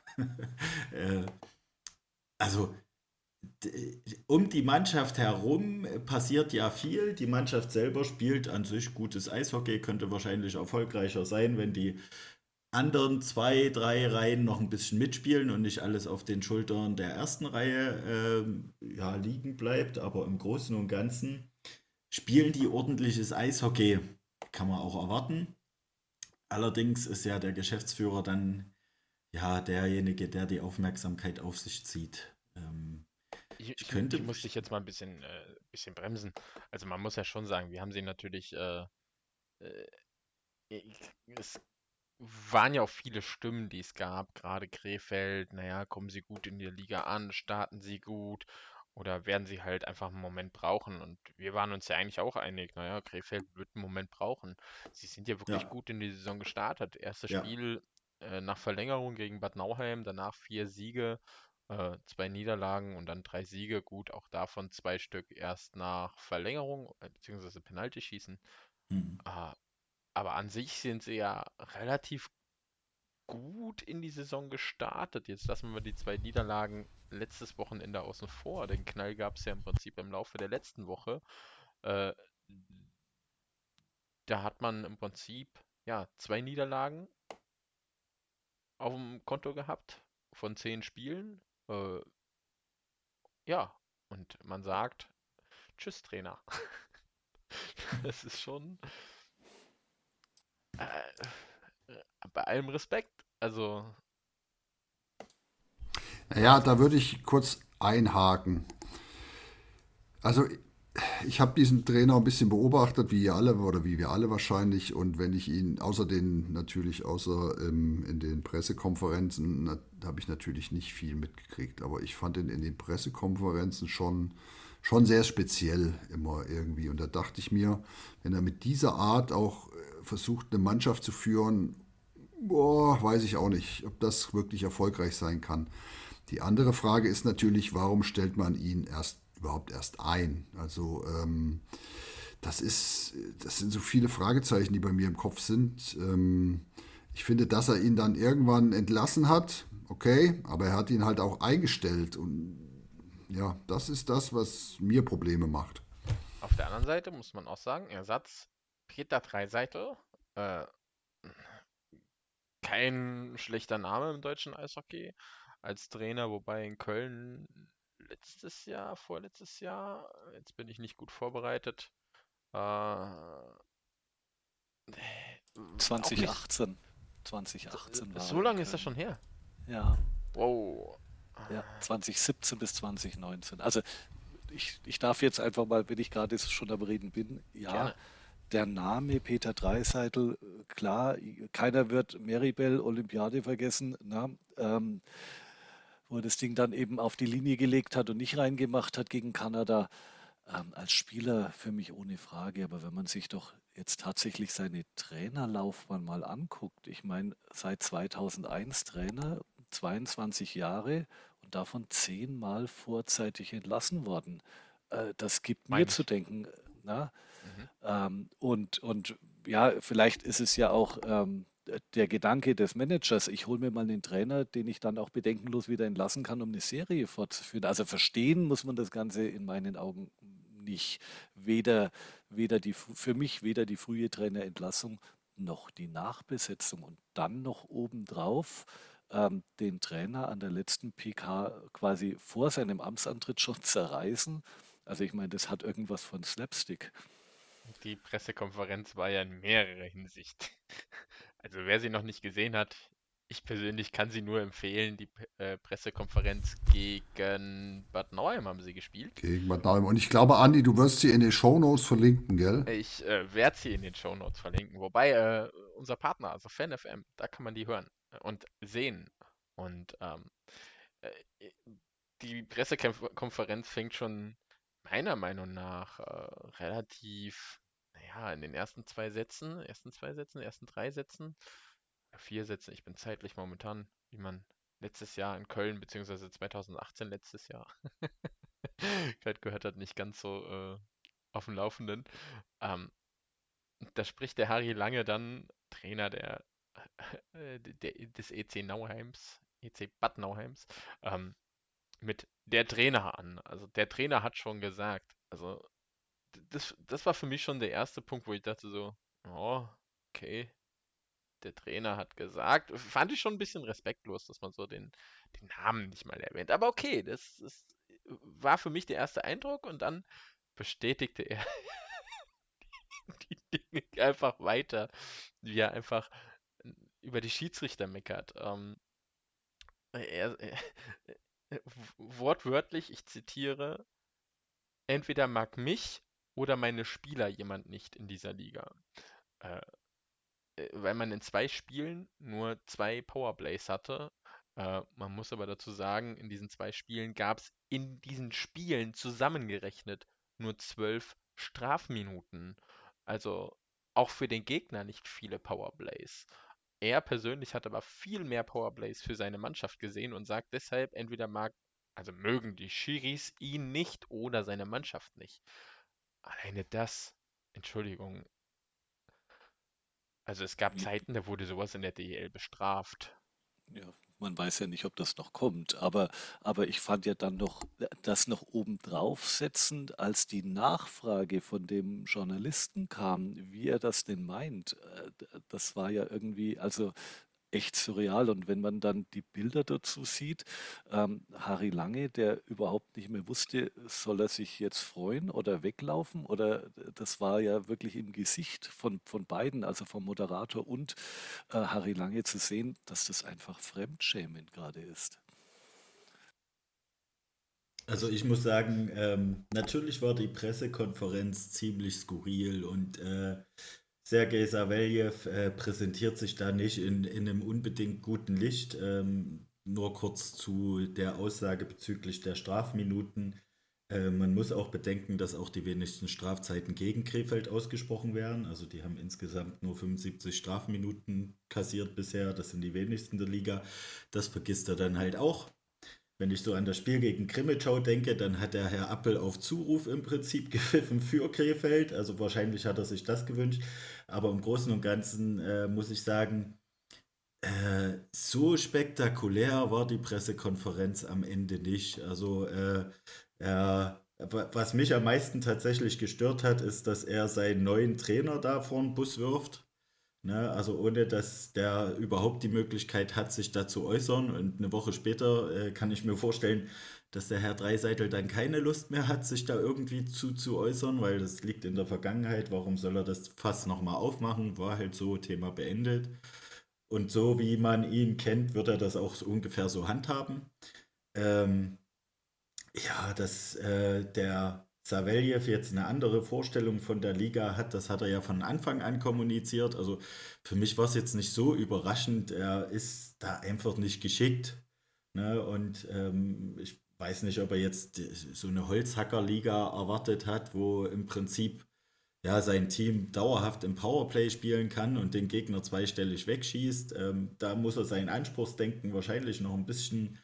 äh, also d- um die Mannschaft herum passiert ja viel. Die Mannschaft selber spielt an sich gutes Eishockey, könnte wahrscheinlich erfolgreicher sein, wenn die anderen zwei, drei Reihen noch ein bisschen mitspielen und nicht alles auf den Schultern der ersten Reihe ähm, ja, liegen bleibt. Aber im Großen und Ganzen spielen die ordentliches Eishockey, kann man auch erwarten. Allerdings ist ja der Geschäftsführer dann ja derjenige, der die Aufmerksamkeit auf sich zieht. Ähm, Ich, ich ich, ich könnte, muss dich jetzt mal ein bisschen, äh, bisschen bremsen. Also man muss ja schon sagen, wir haben sie natürlich, äh, äh, es waren ja auch viele Stimmen, die es gab, gerade Krefeld, naja, kommen sie gut in die Liga an, starten sie gut oder werden sie halt einfach einen Moment brauchen? Und wir waren uns ja eigentlich auch einig, naja, Krefeld wird einen Moment brauchen. Sie sind ja wirklich ja, gut in die Saison gestartet. Erstes ja, Spiel äh, nach Verlängerung gegen Bad Nauheim, danach vier Siege, äh, zwei Niederlagen und dann drei Siege. Gut, auch davon zwei Stück erst nach Verlängerung, äh, beziehungsweise Penaltyschießen. hm, Äh, aber an sich sind sie ja relativ gut in die Saison gestartet. Jetzt lassen wir die zwei Niederlagen letztes Wochenende außen vor. Den Knall gab es ja im Prinzip im Laufe der letzten Woche. Äh, Da hat man im Prinzip ja zwei Niederlagen auf dem Konto gehabt von zehn Spielen. Äh, ja, und man sagt, tschüss Trainer. Das ist schon äh, bei allem Respekt. Also, Ja, da würde ich kurz einhaken. Also ich habe diesen Trainer ein bisschen beobachtet, wie ihr alle oder wie wir alle wahrscheinlich. Und wenn ich ihn, außer den natürlich, außer ähm, in den Pressekonferenzen, habe ich natürlich nicht viel mitgekriegt. Aber ich fand ihn in den Pressekonferenzen schon, schon sehr speziell immer irgendwie. Und da dachte ich mir, wenn er mit dieser Art auch äh, versucht, eine Mannschaft zu führen, boah, weiß ich auch nicht, ob das wirklich erfolgreich sein kann. Die andere Frage ist natürlich, warum stellt man ihn erst überhaupt erst ein? Also ähm, das ist, das sind so viele Fragezeichen, die bei mir im Kopf sind. Ähm, ich finde, dass er ihn dann irgendwann entlassen hat, okay, aber er hat ihn halt auch eingestellt und ja, das ist das, was mir Probleme macht. auf der anderen Seite muss man auch sagen, Ersatz Peter Dreiseitel, äh, kein schlechter Name im deutschen Eishockey als Trainer, wobei in Köln letztes Jahr, vorletztes Jahr, jetzt bin ich nicht gut vorbereitet, äh, auch nicht, zwanzig achtzehn. zwanzig achtzehn war so er in lange ist das Köln. schon her. Ja, Wow. ja, zwanzig siebzehn bis zwanzig neunzehn. Also ich, ich darf jetzt einfach mal, wenn ich gerade schon am Reden bin, ja, Gerne. der Name Peter Dreiseitel, äh, klar, keiner wird Meribel Olympiade vergessen, na, ähm, wo er das Ding dann eben auf die Linie gelegt hat und nicht reingemacht hat gegen Kanada. Ähm, als Spieler für mich ohne Frage, aber wenn man sich doch jetzt tatsächlich seine Trainerlaufbahn mal anguckt, ich meine, seit zweitausendeins Trainer, zweiundzwanzig Jahre und davon zehnmal vorzeitig entlassen worden. Äh, das gibt mir Meine zu ich. denken. Na? Mhm. Ähm, und, und ja, vielleicht ist es ja auch ähm, der Gedanke des Managers, ich hole mir mal einen Trainer, den ich dann auch bedenkenlos wieder entlassen kann, um eine Serie fortzuführen. Also verstehen muss man das Ganze in meinen Augen nicht. Weder, weder die, für mich weder die frühe Trainerentlassung noch die Nachbesetzung und dann noch obendrauf ähm, den Trainer an der letzten P K quasi vor seinem Amtsantritt schon zerreißen. Also ich meine, das hat irgendwas von Slapstick. Die Pressekonferenz war ja in mehrerer Hinsicht. Also wer sie noch nicht gesehen hat, Ich persönlich kann sie nur empfehlen. Die P- äh, Pressekonferenz gegen Bad Nauheim haben sie gespielt. Gegen Bad Nauheim. Und ich glaube, Andi, du wirst sie in den Shownotes verlinken, gell? Ich äh, werde sie in den Shownotes verlinken. Wobei äh, unser Partner, also FanF M, da kann man die hören und sehen. Und ähm, äh, die Pressekonferenz fängt schon meiner Meinung nach äh, relativ, naja, in den ersten zwei Sätzen, ersten zwei Sätzen, ersten drei Sätzen, ja, vier Sätzen. Ich bin zeitlich momentan, wie man letztes Jahr in Köln, beziehungsweise zweitausendachtzehn letztes Jahr, gerade gehört hat, nicht ganz so äh, auf dem Laufenden. Ähm, Da spricht der Harry Lange dann, Trainer der, äh, der, des E C Nauheims, E C Bad Nauheims, ähm, mit der Trainer an. Also der Trainer hat schon gesagt, also das, das war für mich schon der erste Punkt, wo ich dachte so, oh, okay, der Trainer hat gesagt. Fand ich schon ein bisschen respektlos, dass man so den, den Namen nicht mal erwähnt. Aber okay, das, das war für mich der erste Eindruck und dann bestätigte er die Dinge einfach weiter, wie er einfach über die Schiedsrichter meckert. Ähm, er, er, wortwörtlich, ich zitiere, entweder mag mich oder meine Spieler jemand nicht in dieser Liga. Äh, äh, Weil man in zwei Spielen nur zwei Powerplays hatte. Äh, man muss aber dazu sagen, in diesen zwei Spielen gab es in diesen Spielen zusammengerechnet nur zwölf Strafminuten. Also auch für den Gegner nicht viele Powerplays. Er persönlich hat aber viel mehr Powerplays für seine Mannschaft gesehen und sagt deshalb, entweder mag, also mögen die Schiris ihn nicht oder seine Mannschaft nicht. Alleine das, Entschuldigung, also es gab Zeiten, da wurde sowas in der D E L bestraft. Ja, man weiß ja nicht, ob das noch kommt, aber, aber ich fand ja dann noch äh, das noch obendrauf setzend, als die Nachfrage von dem Journalisten kam, wie er das denn meint. äh, d- Das war ja irgendwie, also echt surreal. Und wenn man dann die Bilder dazu sieht, ähm, Harry Lange, der überhaupt nicht mehr wusste, soll er sich jetzt freuen oder weglaufen, oder das war ja wirklich im Gesicht von, von beiden, also vom Moderator und äh, Harry Lange zu sehen, dass das einfach fremdschämend gerade ist. Also ich muss sagen, ähm, natürlich war die Pressekonferenz ziemlich skurril und äh, Sergei Savelyev äh, präsentiert sich da nicht in, in einem unbedingt guten Licht. Ähm, nur kurz zu der Aussage bezüglich der Strafminuten. Äh, man muss auch bedenken, dass auch die wenigsten Strafzeiten gegen Krefeld ausgesprochen werden. Also die haben insgesamt nur fünfundsiebzig Strafminuten kassiert bisher. Das sind die wenigsten der Liga. Das vergisst er dann halt auch. Wenn ich so an das Spiel gegen Krimitschau denke, dann hat der Herr Appel auf Zuruf im Prinzip gepfiffen für Krefeld. Also wahrscheinlich hat er sich das gewünscht. Aber im Großen und Ganzen äh, muss ich sagen, äh, so spektakulär war die Pressekonferenz am Ende nicht. Also äh, er, was mich am meisten tatsächlich gestört hat, ist, dass er seinen neuen Trainer da vor den Bus wirft. Ne, also ohne dass der überhaupt die Möglichkeit hat, sich da zu äußern. Und eine Woche später äh, kann ich mir vorstellen, dass der Herr Dreiseitel dann keine Lust mehr hat, sich da irgendwie zu, zu äußern, weil das liegt in der Vergangenheit. Warum soll er das Fass nochmal aufmachen? War halt so, Thema beendet. Und so wie man ihn kennt, wird er das auch so ungefähr so handhaben. Ähm, ja, dass äh, der Savelyev jetzt eine andere Vorstellung von der Liga hat, das hat er ja von Anfang an kommuniziert. Also für mich war es jetzt nicht so überraschend. Er ist da einfach nicht geschickt. Ne? Und ähm, ich weiß nicht, ob er jetzt so eine Holzhacker-Liga erwartet hat, wo im Prinzip ja, sein Team dauerhaft im Powerplay spielen kann und den Gegner zweistellig wegschießt. Ähm, da muss er sein Anspruchsdenken wahrscheinlich noch ein bisschen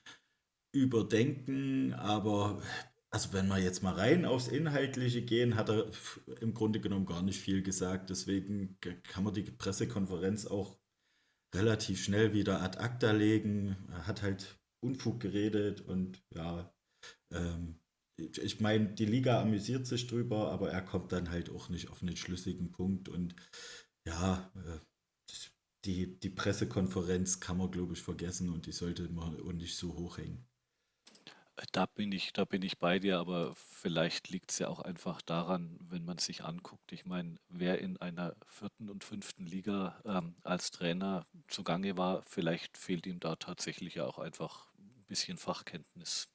überdenken, aber also wenn wir jetzt mal rein aufs Inhaltliche gehen, hat er im Grunde genommen gar nicht viel gesagt. Deswegen kann man die Pressekonferenz auch relativ schnell wieder ad acta legen. Er hat halt Unfug geredet und ja, ähm, ich meine, die Liga amüsiert sich drüber, aber er kommt dann halt auch nicht auf einen schlüssigen Punkt und ja, äh, die, die Pressekonferenz kann man, glaube ich, vergessen und die sollte man auch nicht so hochhängen. Da bin ich, da bin ich bei dir, aber vielleicht liegt es ja auch einfach daran, wenn man sich anguckt. Ich meine, wer in einer vierten und fünften Liga ähm, als Trainer zugange war, vielleicht fehlt ihm da tatsächlich ja auch einfach ein bisschen Fachkenntnis.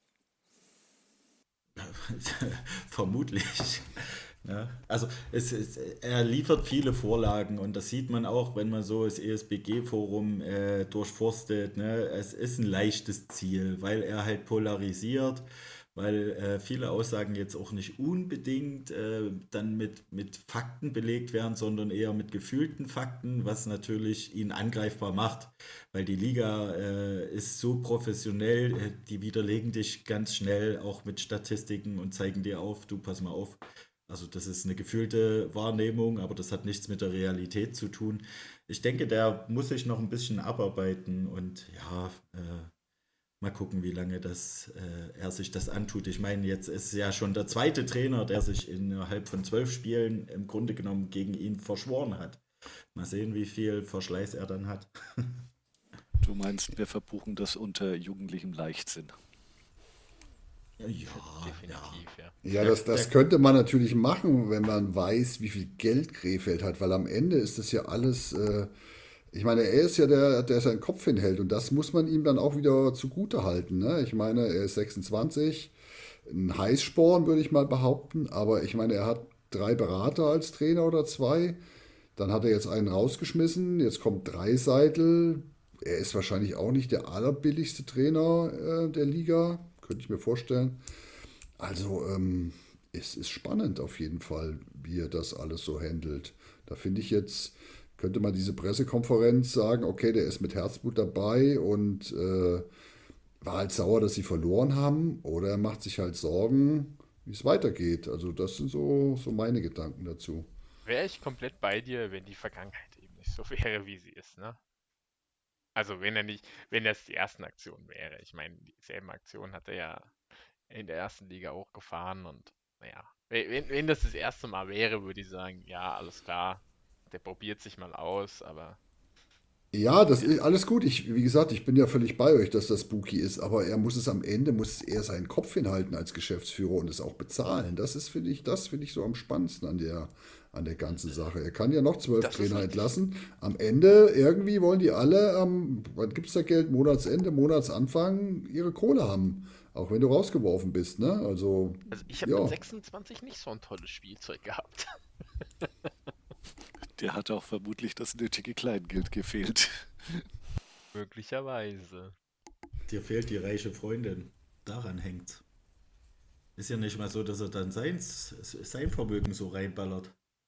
Vermutlich. Ja, also es, es, er liefert viele Vorlagen und das sieht man auch, wenn man so das E S B G-Forum äh, durchforstet. Ne? Es ist ein leichtes Ziel, weil er halt polarisiert, weil äh, viele Aussagen jetzt auch nicht unbedingt äh, dann mit, mit Fakten belegt werden, sondern eher mit gefühlten Fakten, was natürlich ihn angreifbar macht, weil die Liga äh, ist so professionell, äh, die widerlegen dich ganz schnell auch mit Statistiken und zeigen dir auf, du pass mal auf. Also das ist eine gefühlte Wahrnehmung, aber das hat nichts mit der Realität zu tun. Ich denke, der muss sich noch ein bisschen abarbeiten und ja, äh, mal gucken, wie lange das, äh, er sich das antut. Ich meine, jetzt ist ja schon der zweite Trainer, der sich innerhalb von zwölf Spielen im Grunde genommen gegen ihn verschworen hat. Mal sehen, wie viel Verschleiß er dann hat. Du meinst, wir verbuchen das unter jugendlichem Leichtsinn. Ja, ja, Definitiv, ja. Ja, Der, das, der, das könnte man natürlich machen, wenn man weiß, wie viel Geld Krefeld hat, weil am Ende ist das ja alles, äh, ich meine, er ist ja der, der seinen Kopf hinhält und das muss man ihm dann auch wieder zugute halten. Ne? Ich meine, er ist sechsundzwanzig, ein Heißsporn würde ich mal behaupten, aber ich meine, er hat drei Berater als Trainer oder zwei, dann hat er jetzt einen rausgeschmissen, jetzt kommt Dreiseitel, er ist wahrscheinlich auch nicht der allerbilligste Trainer äh, der Liga, könnte ich mir vorstellen. Also, ähm, es ist spannend auf jeden Fall, wie er das alles so handelt. Da finde ich jetzt, könnte man diese Pressekonferenz sagen, okay, der ist mit Herzblut dabei und äh, war halt sauer, dass sie verloren haben, oder er macht sich halt Sorgen, wie es weitergeht. Also, das sind so, so meine Gedanken dazu. Wäre ich komplett bei dir, wenn die Vergangenheit eben nicht so wäre, wie sie ist, ne? Also wenn er nicht, wenn das die ersten Aktionen wäre. Ich meine, dieselben Aktionen hat er ja in der ersten Liga auch gefahren und naja, we- wenn, wenn das das erste Mal wäre, würde ich sagen, ja, alles klar, der probiert sich mal aus, aber Ja, das ist jetzt, alles gut. Ich, wie gesagt, ich bin ja völlig bei euch, dass das spooky ist, aber er muss es am Ende, muss er seinen Kopf hinhalten als Geschäftsführer und es auch bezahlen. Das ist, finde ich, das finde ich so am spannendsten an der, an der ganzen Sache. Er kann ja noch zwölf das ist Trainer richtig. entlassen. Am Ende, irgendwie wollen die alle am, wann gibt es da Geld? Monatsende, Monatsanfang ihre Kohle haben. Auch wenn du rausgeworfen bist, ne? Also, Also ich habe mit ja. sechsundzwanzig nicht so ein tolles Spielzeug gehabt. Der hat auch vermutlich das nötige Kleingeld gefehlt. Möglicherweise. dir fehlt die reiche Freundin. Daran hängt's. Ist ja nicht mal so, dass er dann seins, sein Vermögen so reinballert.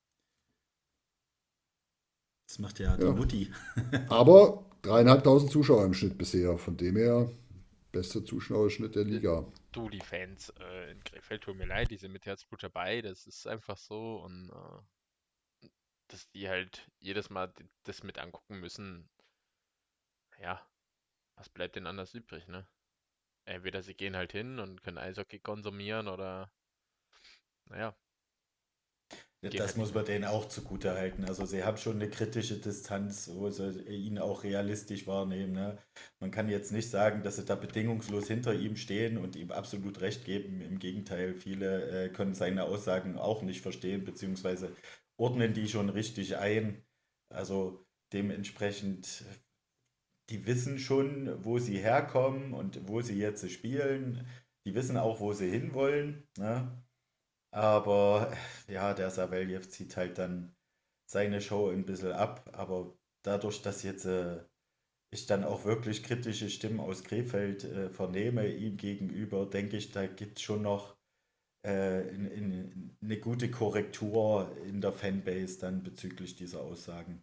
Das macht ja die Ja. Mutti. Aber dreieinhalbtausend Zuschauer im Schnitt bisher. Von dem her, bester Zuschauerschnitt der Äh, Liga. Du, die Fans äh, in Krefeld, tut mir leid, die sind mit Herzblut dabei, das ist einfach so und äh, dass die halt jedes Mal d- das mit angucken müssen, ja, was bleibt denn anders übrig, ne? Entweder sie gehen halt hin und können Eishockey konsumieren oder, naja, gehen Das halt nicht muss mehr. man denen auch zugute halten. Also sie haben schon eine kritische Distanz, wo sie ihn auch realistisch wahrnehmen. Ne? Man kann jetzt nicht sagen, dass sie da bedingungslos hinter ihm stehen und ihm absolut recht geben. Im Gegenteil, viele äh, können seine Aussagen auch nicht verstehen, beziehungsweise ordnen die schon richtig ein. Also dementsprechend, die wissen schon, wo sie herkommen und wo sie jetzt spielen. Die wissen auch, wo sie hinwollen. Ne? Aber ja, der Saveljev zieht halt dann seine Show ein bisschen ab. Aber dadurch, dass jetzt äh, ich dann auch wirklich kritische Stimmen aus Krefeld äh, vernehme ihm gegenüber, denke ich, da gibt es schon noch äh, in, in, eine gute Korrektur in der Fanbase dann bezüglich dieser Aussagen.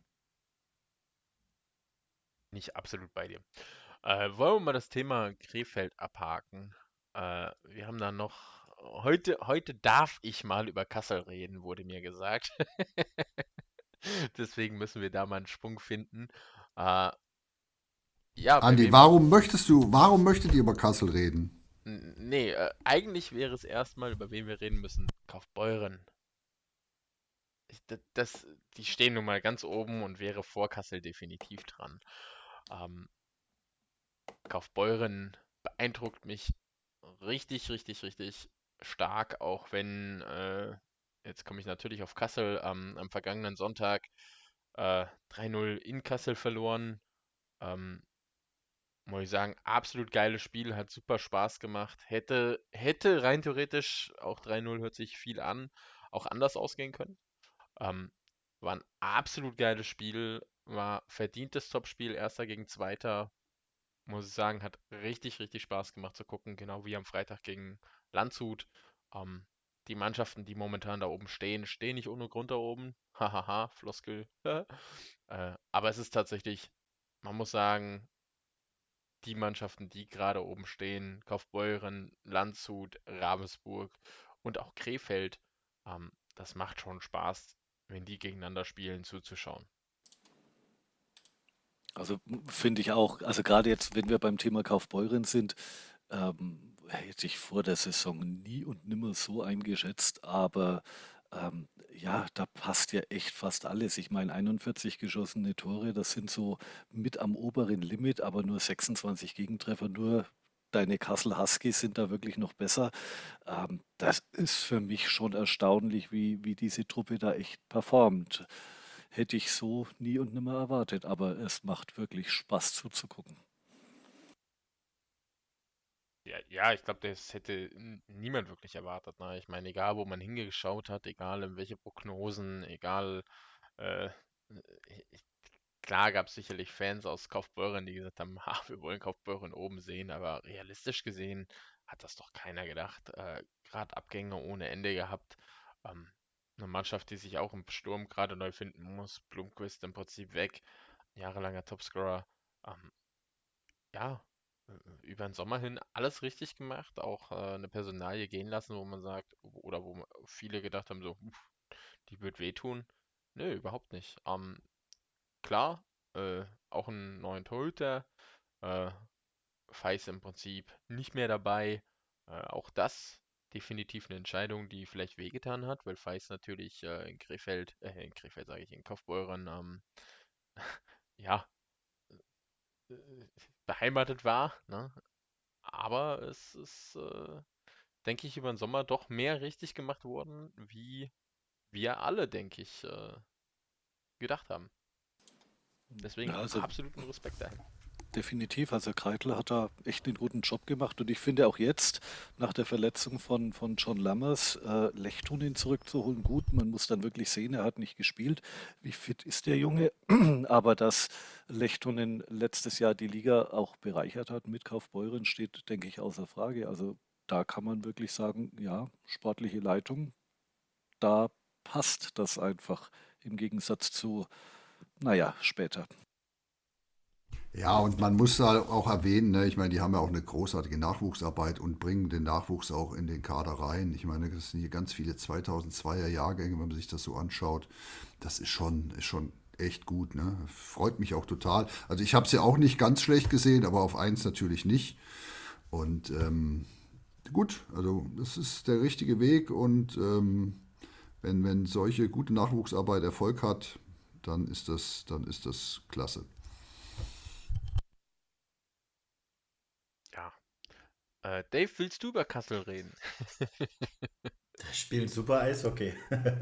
Nicht absolut bei dir. Äh, wollen wir mal das Thema Krefeld abhaken? Äh, wir haben da noch, heute, heute darf ich mal über Kassel reden, wurde mir gesagt. Deswegen müssen wir da mal einen Sprung finden. Äh, ja, bei Andi, wem? warum möchtest du, warum möchtet ihr über Kassel reden? N- Nee, äh, eigentlich wäre es erstmal, über wen wir reden müssen. Kaufbeuren. Ich, d- das, die stehen nun mal ganz oben und wäre vor Kassel definitiv dran. Ähm, Kaufbeuren beeindruckt mich richtig, richtig, richtig stark, auch wenn, äh, jetzt komme ich natürlich auf Kassel, am am vergangenen Sonntag äh, drei null in Kassel verloren. Ähm, muss ich sagen, absolut geiles Spiel, hat super Spaß gemacht. Hätte, hätte rein theoretisch, auch drei null hört sich viel an, auch anders ausgehen können. Ähm, war ein absolut geiles Spiel, war verdientes Topspiel, Erster gegen Zweiter. Muss ich sagen, hat richtig, richtig Spaß gemacht zu gucken, genau wie am Freitag gegen Landshut. Ähm, die Mannschaften, die momentan da oben stehen, stehen nicht ohne Grund da oben. Hahaha, Floskel. äh, aber es ist tatsächlich, man muss sagen, die Mannschaften, die gerade oben stehen, Kaufbeuren, Landshut, Ravensburg und auch Krefeld, ähm, das macht schon Spaß, wenn die gegeneinander spielen, zuzuschauen. Also m- finde ich auch, also gerade jetzt, wenn wir beim Thema Kaufbeuren sind, ähm, hätte ich vor der Saison nie und nimmer so eingeschätzt, aber ähm, ja, da passt ja echt fast alles. Ich meine, einundvierzig geschossene Tore, das sind so mit am oberen Limit, aber nur sechsundzwanzig Gegentreffer, nur deine Kassel Huskies sind da wirklich noch besser. Ähm, das ist für mich schon erstaunlich, wie, wie diese Truppe da echt performt. Hätte ich so nie und nimmer erwartet, aber es macht wirklich Spaß zuzugucken. Ja, ja, ich glaube, das hätte n- niemand wirklich erwartet. Ne? Ich meine, egal wo man hingeschaut hat, egal in welche Prognosen, egal, äh, ich, klar gab es sicherlich Fans aus Kaufbeuren, die gesagt haben, ha, wir wollen Kaufbeuren oben sehen, aber realistisch gesehen hat das doch keiner gedacht. Äh, gerade Abgänge ohne Ende gehabt. Ähm, eine Mannschaft, die sich auch im Sturm gerade neu finden muss. Blomqvist im Prinzip weg, jahrelanger Topscorer. Ähm, ja, äh, über den Sommer hin alles richtig gemacht, auch äh, eine Personalie gehen lassen, wo man sagt, oder wo ma- viele gedacht haben, so, "Uff, die wird wehtun." Nö, überhaupt nicht. Ähm, klar, äh, auch einen neuen Torhüter, äh, Feis im Prinzip nicht mehr dabei. Äh, auch das definitiv eine Entscheidung, die vielleicht wehgetan hat, weil Feis natürlich äh, in Krefeld, äh, in Krefeld sage ich, in Kaufbeuren, ähm, ja, äh, beheimatet war, ne? Aber es ist, äh, denke ich, über den Sommer doch mehr richtig gemacht worden, wie wir alle, denke ich, äh, gedacht haben. Ja, Deswegen also absoluten Respekt dahin. definitiv. Also Kreitl hat da echt einen guten Job gemacht und ich finde auch jetzt nach der Verletzung von, von John Lammers äh, Lechtunin zurückzuholen gut. Man muss dann wirklich sehen, er hat nicht gespielt. Wie fit ist der Junge? Aber dass Lechtunin letztes Jahr die Liga auch bereichert hat mit Kaufbeuren, steht, denke ich, außer Frage. Also da kann man wirklich sagen, ja, sportliche Leitung, da passt das einfach im Gegensatz zu, naja, später. Ja, und man muss da auch erwähnen, ne, ich meine, die haben ja auch eine großartige Nachwuchsarbeit und bringen den Nachwuchs auch in den Kader rein. Ich meine, das sind hier ganz viele zweitausendzweier Jahrgänge, wenn man sich das so anschaut. Das ist schon, ist schon echt gut, ne? Freut mich auch total. Also ich habe es ja auch nicht ganz schlecht gesehen, aber auf eins natürlich nicht. Und ähm, gut, also das ist der richtige Weg und ähm, wenn, wenn solche gute Nachwuchsarbeit Erfolg hat, dann ist das, dann ist das klasse. Ja. Äh, Dave, willst du über Kassel reden? Spielen super Eishockey.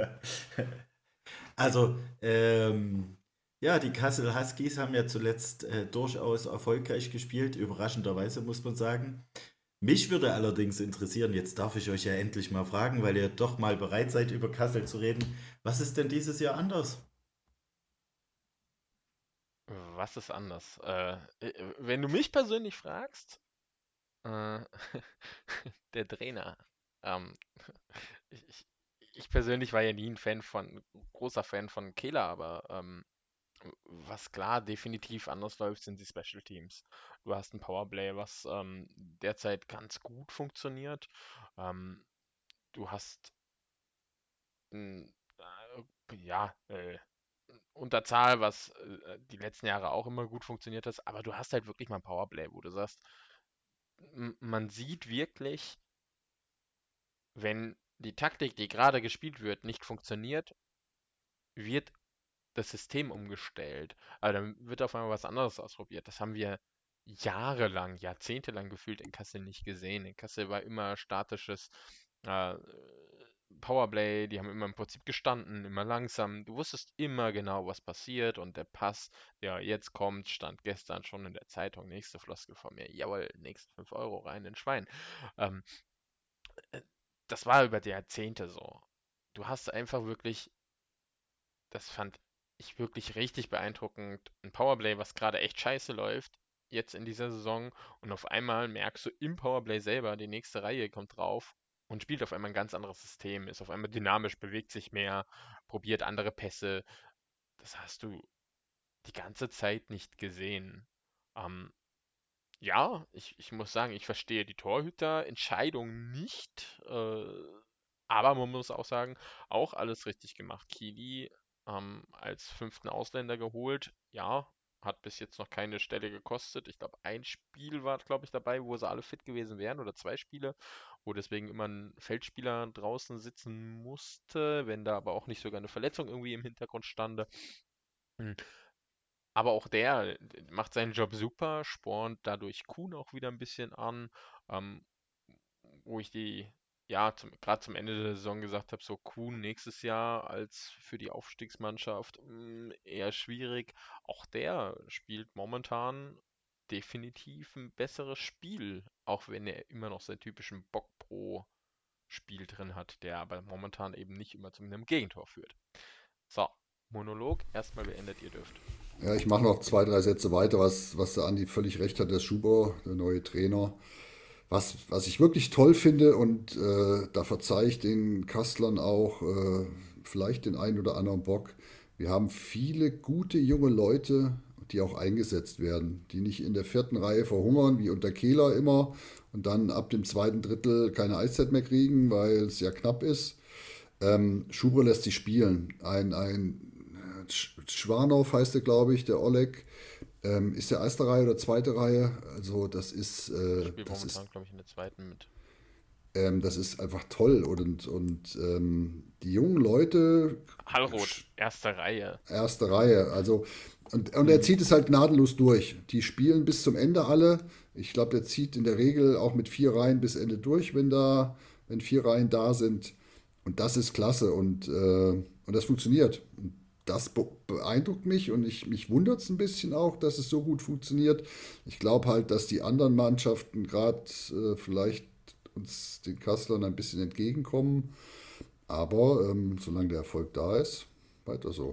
Also, ähm, ja, die Kassel Huskies haben ja zuletzt äh, durchaus erfolgreich gespielt, überraschenderweise muss man sagen. Mich würde allerdings interessieren, jetzt darf ich euch ja endlich mal fragen, weil ihr doch mal bereit seid, über Kassel zu reden. Was ist denn dieses Jahr anders? Was ist anders? Äh, äh, wenn du mich persönlich fragst, äh, der Trainer. Ähm, ich, ich, ich persönlich war ja nie ein Fan von, großer Fan von Kehler, aber ähm, was klar definitiv anders läuft, sind die Special Teams. Du hast ein Powerplay, was ähm, derzeit ganz gut funktioniert. Ähm, du hast ein, äh, ja, äh, Unterzahl, was äh, die letzten Jahre auch immer gut funktioniert hat, aber du hast halt wirklich mal ein Powerplay, wo du sagst, m- man sieht wirklich, wenn die Taktik, die gerade gespielt wird, nicht funktioniert, wird das System umgestellt. Aber dann wird auf einmal was anderes ausprobiert. Das haben wir jahrelang, jahrzehntelang gefühlt in Kassel nicht gesehen. In Kassel war immer statisches äh, Powerplay, die haben immer im Prinzip gestanden, immer langsam. Du wusstest immer genau, was passiert und der Pass, der jetzt kommt, stand gestern schon in der Zeitung. Nächste Floskel von mir. Jawohl, nächste fünf Euro rein in Schwein. Ähm, äh, Das war über die Jahrzehnte so. Du hast einfach wirklich, das fand ich wirklich richtig beeindruckend, ein Powerplay, was gerade echt scheiße läuft, jetzt in dieser Saison und auf einmal merkst du im Powerplay selber, die nächste Reihe kommt drauf und spielt auf einmal ein ganz anderes System, ist auf einmal dynamisch, bewegt sich mehr, probiert andere Pässe. Das hast du die ganze Zeit nicht gesehen. Ähm, ja, ich, ich muss sagen, ich verstehe die Torhüterentscheidung nicht, äh, aber man muss auch sagen, auch alles richtig gemacht. Kili ähm, als fünften Ausländer geholt, ja, hat bis jetzt noch keine Stelle gekostet. Ich glaube, ein Spiel war, glaube ich, dabei, wo sie alle fit gewesen wären oder zwei Spiele, wo deswegen immer ein Feldspieler draußen sitzen musste, wenn da aber auch nicht sogar eine Verletzung irgendwie im Hintergrund stande. Hm. Aber auch der äh, macht seinen Job super, spornt dadurch Kuhn auch wieder ein bisschen an, ähm, wo ich die, ja, zum, gerade zum Ende der Saison gesagt habe, so Kuhn nächstes Jahr als für die Aufstiegsmannschaft mh, eher schwierig. Auch der spielt momentan definitiv ein besseres Spiel, auch wenn er immer noch seinen typischen Bock-Pro-Spiel drin hat, der aber momentan eben nicht immer zu einem Gegentor führt. So, Monolog erstmal beendet, ihr dürft. Ja, ich mache noch zwei, drei Sätze weiter, was, was der Andi völlig recht hat, der Schuber, der neue Trainer. Was, was ich wirklich toll finde, und äh, da verzeihe ich den Kastlern auch äh, vielleicht den einen oder anderen Bock, wir haben viele gute junge Leute, die auch eingesetzt werden, die nicht in der vierten Reihe verhungern, wie unter Kehler immer, und dann ab dem zweiten Drittel keine Eiszeit mehr kriegen, weil es ja knapp ist. Ähm, Schuber lässt sie spielen. Ein, ein äh, Schwanow heißt er, glaube ich, der Oleg. Ähm, ist der erste Reihe oder zweite Reihe? Also das ist, äh, Spielt das ist momentan, glaube ich, in der zweiten mit. ähm, das ist einfach toll. Und, und ähm, die jungen Leute, Hallroth, erste Reihe. erste Reihe, also und, und er zieht es halt gnadenlos durch. Die spielen bis zum Ende alle. Ich glaube, der zieht in der Regel auch mit vier Reihen bis Ende durch, wenn da, wenn vier Reihen da sind. Und das ist klasse und, äh, und das funktioniert. Und das be beeindruckt mich und ich, mich wundert es ein bisschen auch, dass es so gut funktioniert. Ich glaube halt, dass die anderen Mannschaften gerade äh, vielleicht uns den Kasslern ein bisschen entgegenkommen. Aber ähm, solange der Erfolg da ist, weiter so.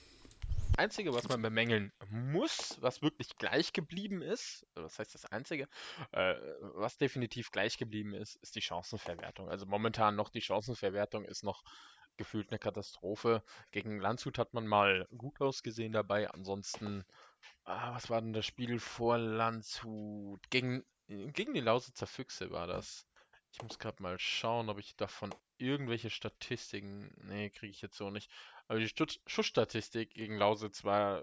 Einzige, was man bemängeln muss, was wirklich gleich geblieben ist, was heißt das Einzige, äh, was definitiv gleich geblieben ist, ist die Chancenverwertung. Also momentan noch die Chancenverwertung ist noch gefühlt eine Katastrophe. Gegen Landshut hat man mal gut ausgesehen dabei. Ansonsten, ah, was war denn das Spiel vor Landshut? Gegen, gegen die Lausitzer Füchse war das. Ich muss gerade mal schauen, ob ich davon irgendwelche Statistiken. Nee, kriege ich jetzt so nicht. Aber die Stutz- Schussstatistik gegen Lausitz war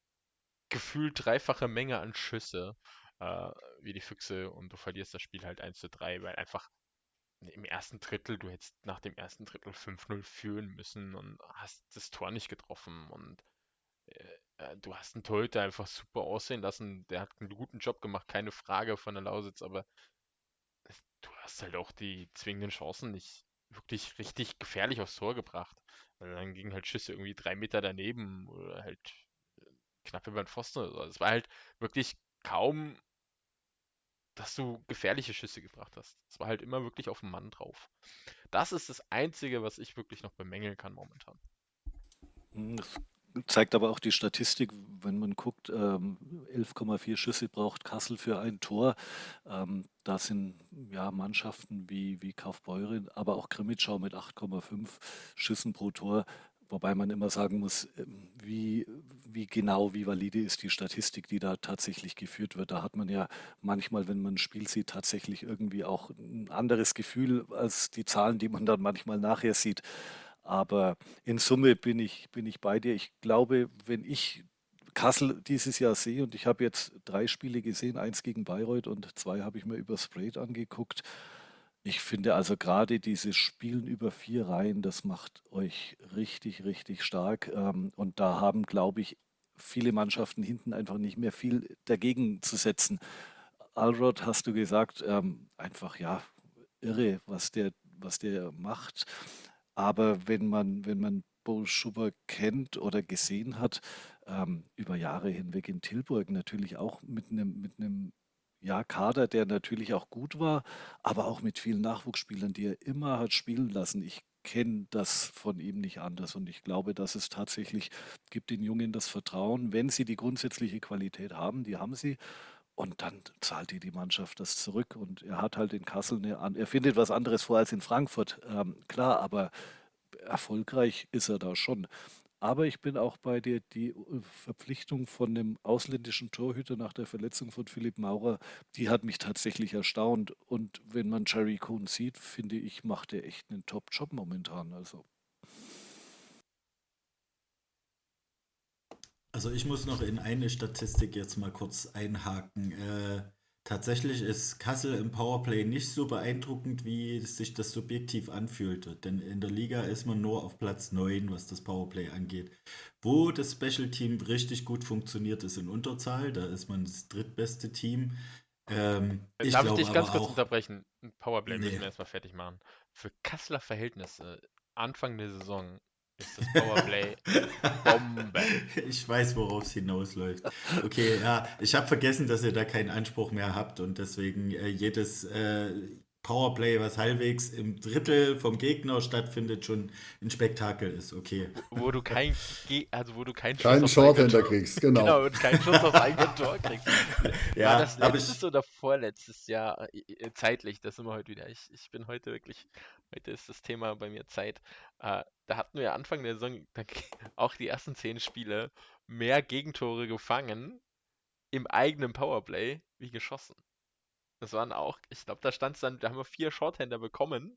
gefühlt dreifache Menge an Schüsse äh, wie die Füchse und du verlierst das Spiel halt eins zu drei, weil einfach im ersten Drittel, du hättest nach dem ersten Drittel fünf null führen müssen und hast das Tor nicht getroffen und äh, äh, du hast einen Torhüter einfach super aussehen lassen. Der hat einen guten Job gemacht, keine Frage von der Lausitz, aber es- du hast halt auch die zwingenden Chancen nicht wirklich richtig gefährlich aufs Tor gebracht. Weil dann gingen halt Schüsse irgendwie drei Meter daneben oder halt knapp über den Pfosten oder so. Es war halt wirklich kaum, dass du gefährliche Schüsse gebracht hast. Es war halt immer wirklich auf den Mann drauf. Das ist das Einzige, was ich wirklich noch bemängeln kann momentan. Hm, Das zeigt aber auch die Statistik, wenn man guckt, ähm, elf Komma vier Schüsse braucht Kassel für ein Tor. Ähm, da sind ja Mannschaften wie, wie Kaufbeuren, aber auch Grimmitschau mit acht Komma fünf Schüssen pro Tor. Wobei man immer sagen muss, ähm, wie, wie genau, wie valide ist die Statistik, die da tatsächlich geführt wird. Da hat man ja manchmal, wenn man ein Spiel sieht, tatsächlich irgendwie auch ein anderes Gefühl als die Zahlen, die man dann manchmal nachher sieht. Aber in Summe bin ich, bin ich bei dir. Ich glaube, wenn ich Kassel dieses Jahr sehe, und ich habe jetzt drei Spiele gesehen, eins gegen Bayreuth und zwei habe ich mir über Sprayed angeguckt. Ich finde also gerade dieses Spielen über vier Reihen, das macht euch richtig, richtig stark. Ähm, Und da haben, glaube ich, viele Mannschaften hinten einfach nicht mehr viel dagegen zu setzen. Alrod, hast du gesagt, ähm, einfach ja, irre, was der, was der macht. Aber wenn man, wenn man Bo Schubber kennt oder gesehen hat, ähm, über Jahre hinweg in Tilburg, natürlich auch mit einem mit einem ja, Kader, der natürlich auch gut war, aber auch mit vielen Nachwuchsspielern, die er immer hat spielen lassen. Ich kenne das von ihm nicht anders und ich glaube, dass es tatsächlich gibt den Jungen das Vertrauen, wenn sie die grundsätzliche Qualität haben, die haben sie, und dann zahlt dir die Mannschaft das zurück. Und er hat halt in Kassel eine, an- er findet was anderes vor als in Frankfurt, ähm, klar, aber erfolgreich ist er da schon. Aber ich bin auch bei dir, die äh, Verpflichtung von dem ausländischen Torhüter nach der Verletzung von Philipp Maurer, die hat mich tatsächlich erstaunt. Und wenn man Jerry Cohn sieht, finde ich, macht er echt einen Top-Job momentan. Also, Also ich muss noch in eine Statistik jetzt mal kurz einhaken. Äh, tatsächlich ist Kassel im Powerplay nicht so beeindruckend, wie sich das subjektiv anfühlte. Denn in der Liga ist man nur auf Platz neun, was das Powerplay angeht. Wo das Special Team richtig gut funktioniert, ist in Unterzahl. Da ist man das drittbeste Team. Ähm, ich Darf ich glaube dich ganz aber kurz auch, unterbrechen? Ein Powerplay müssen nee. wir erstmal fertig machen. Für Kasseler Verhältnisse, Anfang der Saison, ist das Powerplay Bombe. Ich weiß, worauf es hinausläuft. Okay, ja, ich habe vergessen, dass ihr da keinen Anspruch mehr habt und deswegen äh, jedes äh, Powerplay, was halbwegs im Drittel vom Gegner stattfindet, schon ein Spektakel ist. Okay. Wo, wo du kein, Ge also wo du keinen Schuss Keinen aufs eigene Shorthander Tor, kriegst, genau. genau, und keinen Schuss aufs eigene Tor kriegst. Le- War Ja, das habe letztes ich. oder vorletztes Jahr äh, äh, zeitlich? Das sind wir heute wieder. Ich, ich bin heute wirklich, heute ist das Thema bei mir Zeit. Äh, da hatten wir Anfang der Saison da, auch die ersten zehn Spiele mehr Gegentore gefangen im eigenen Powerplay wie geschossen. Das waren auch, ich glaube, da stand es dann, da haben wir vier Shorthander bekommen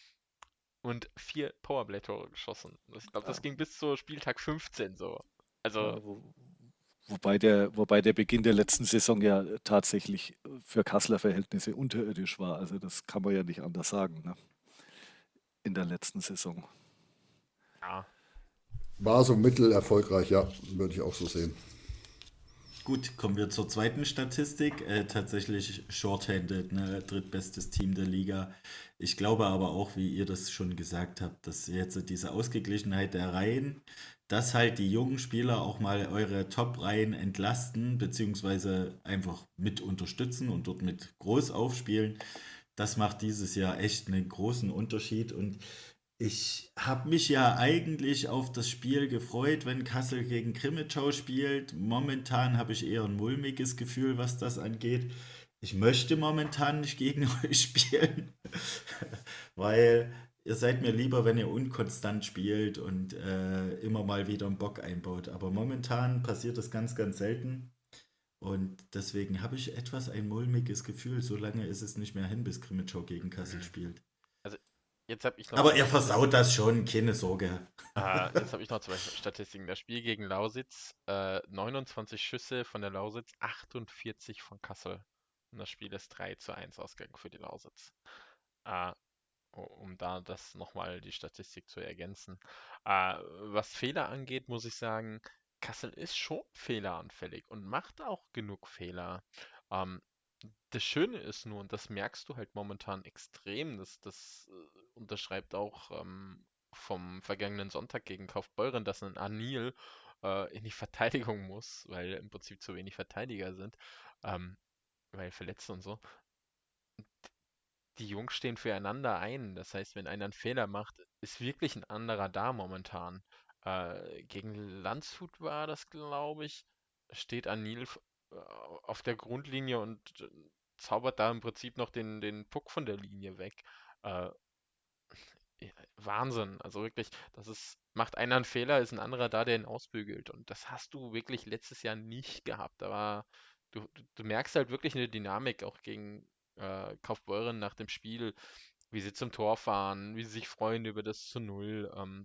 und vier Powerplay-Tore geschossen. Ich glaube, das ja, ging bis zu Spieltag fünfzehn so. Also, ja, wo, wobei der, wobei der Beginn der letzten Saison ja tatsächlich für Kasseler Verhältnisse unterirdisch war. Also das kann man ja nicht anders sagen, ne? In der letzten Saison. ja, War so mittel erfolgreich, ja, würde ich auch so sehen. Gut, kommen wir zur zweiten Statistik. Äh, tatsächlich shorthanded, ne, drittbestes Team der Liga. Ich glaube aber auch, wie ihr das schon gesagt habt, dass jetzt diese Ausgeglichenheit der Reihen, dass halt die jungen Spieler auch mal eure Top-Reihen entlasten, beziehungsweise einfach mit unterstützen und dort mit groß aufspielen, das macht dieses Jahr echt einen großen Unterschied. Und ich habe mich ja eigentlich auf das Spiel gefreut, wenn Kassel gegen Krimitschau spielt. Momentan habe ich eher ein mulmiges Gefühl, was das angeht. Ich möchte momentan nicht gegen euch spielen, weil ihr seid mir lieber, wenn ihr unkonstant spielt und äh, immer mal wieder einen Bock einbaut. Aber momentan passiert das ganz, ganz selten. Und deswegen habe ich etwas ein mulmiges Gefühl. So lange ist es nicht mehr hin, bis Krimitschau gegen Kassel mhm. spielt. Also jetzt habe ich noch Aber zwei ihr Statistiken. versaut das schon, keine Sorge. Äh, jetzt habe ich noch zwei Statistiken. Das Spiel gegen Lausitz, äh, neunundzwanzig Schüsse von der Lausitz, achtundvierzig von Kassel. Und das Spiel ist drei zu eins ausgegangen für die Lausitz. Äh, u- um da das nochmal die Statistik zu ergänzen. Äh, was Fehler angeht, muss ich sagen, Kassel ist schon fehleranfällig und macht auch genug Fehler. Ähm, Das Schöne ist nur, und das merkst du halt momentan extrem, das, das äh, unterschreibt auch ähm, vom vergangenen Sonntag gegen Kaufbeuren, dass ein Anil äh, in die Verteidigung muss, weil im Prinzip zu wenig Verteidiger sind, ähm, weil Verletzte und so. Die Jungs stehen füreinander ein. Das heißt, wenn einer einen Fehler macht, ist wirklich ein anderer da momentan. Äh, gegen Landshut war das, glaube ich, steht Anil f- äh, auf der Grundlinie und äh, zaubert da im Prinzip noch den, den Puck von der Linie weg. Äh, ja, Wahnsinn. Also wirklich, das ist, macht einer einen Fehler, ist ein anderer da, der ihn ausbügelt. Und das hast du wirklich letztes Jahr nicht gehabt. Da war, du, du, du merkst halt wirklich eine Dynamik auch gegen äh, Kaufbeuren nach dem Spiel, wie sie zum Tor fahren, wie sie sich freuen über das zu Null. Ähm,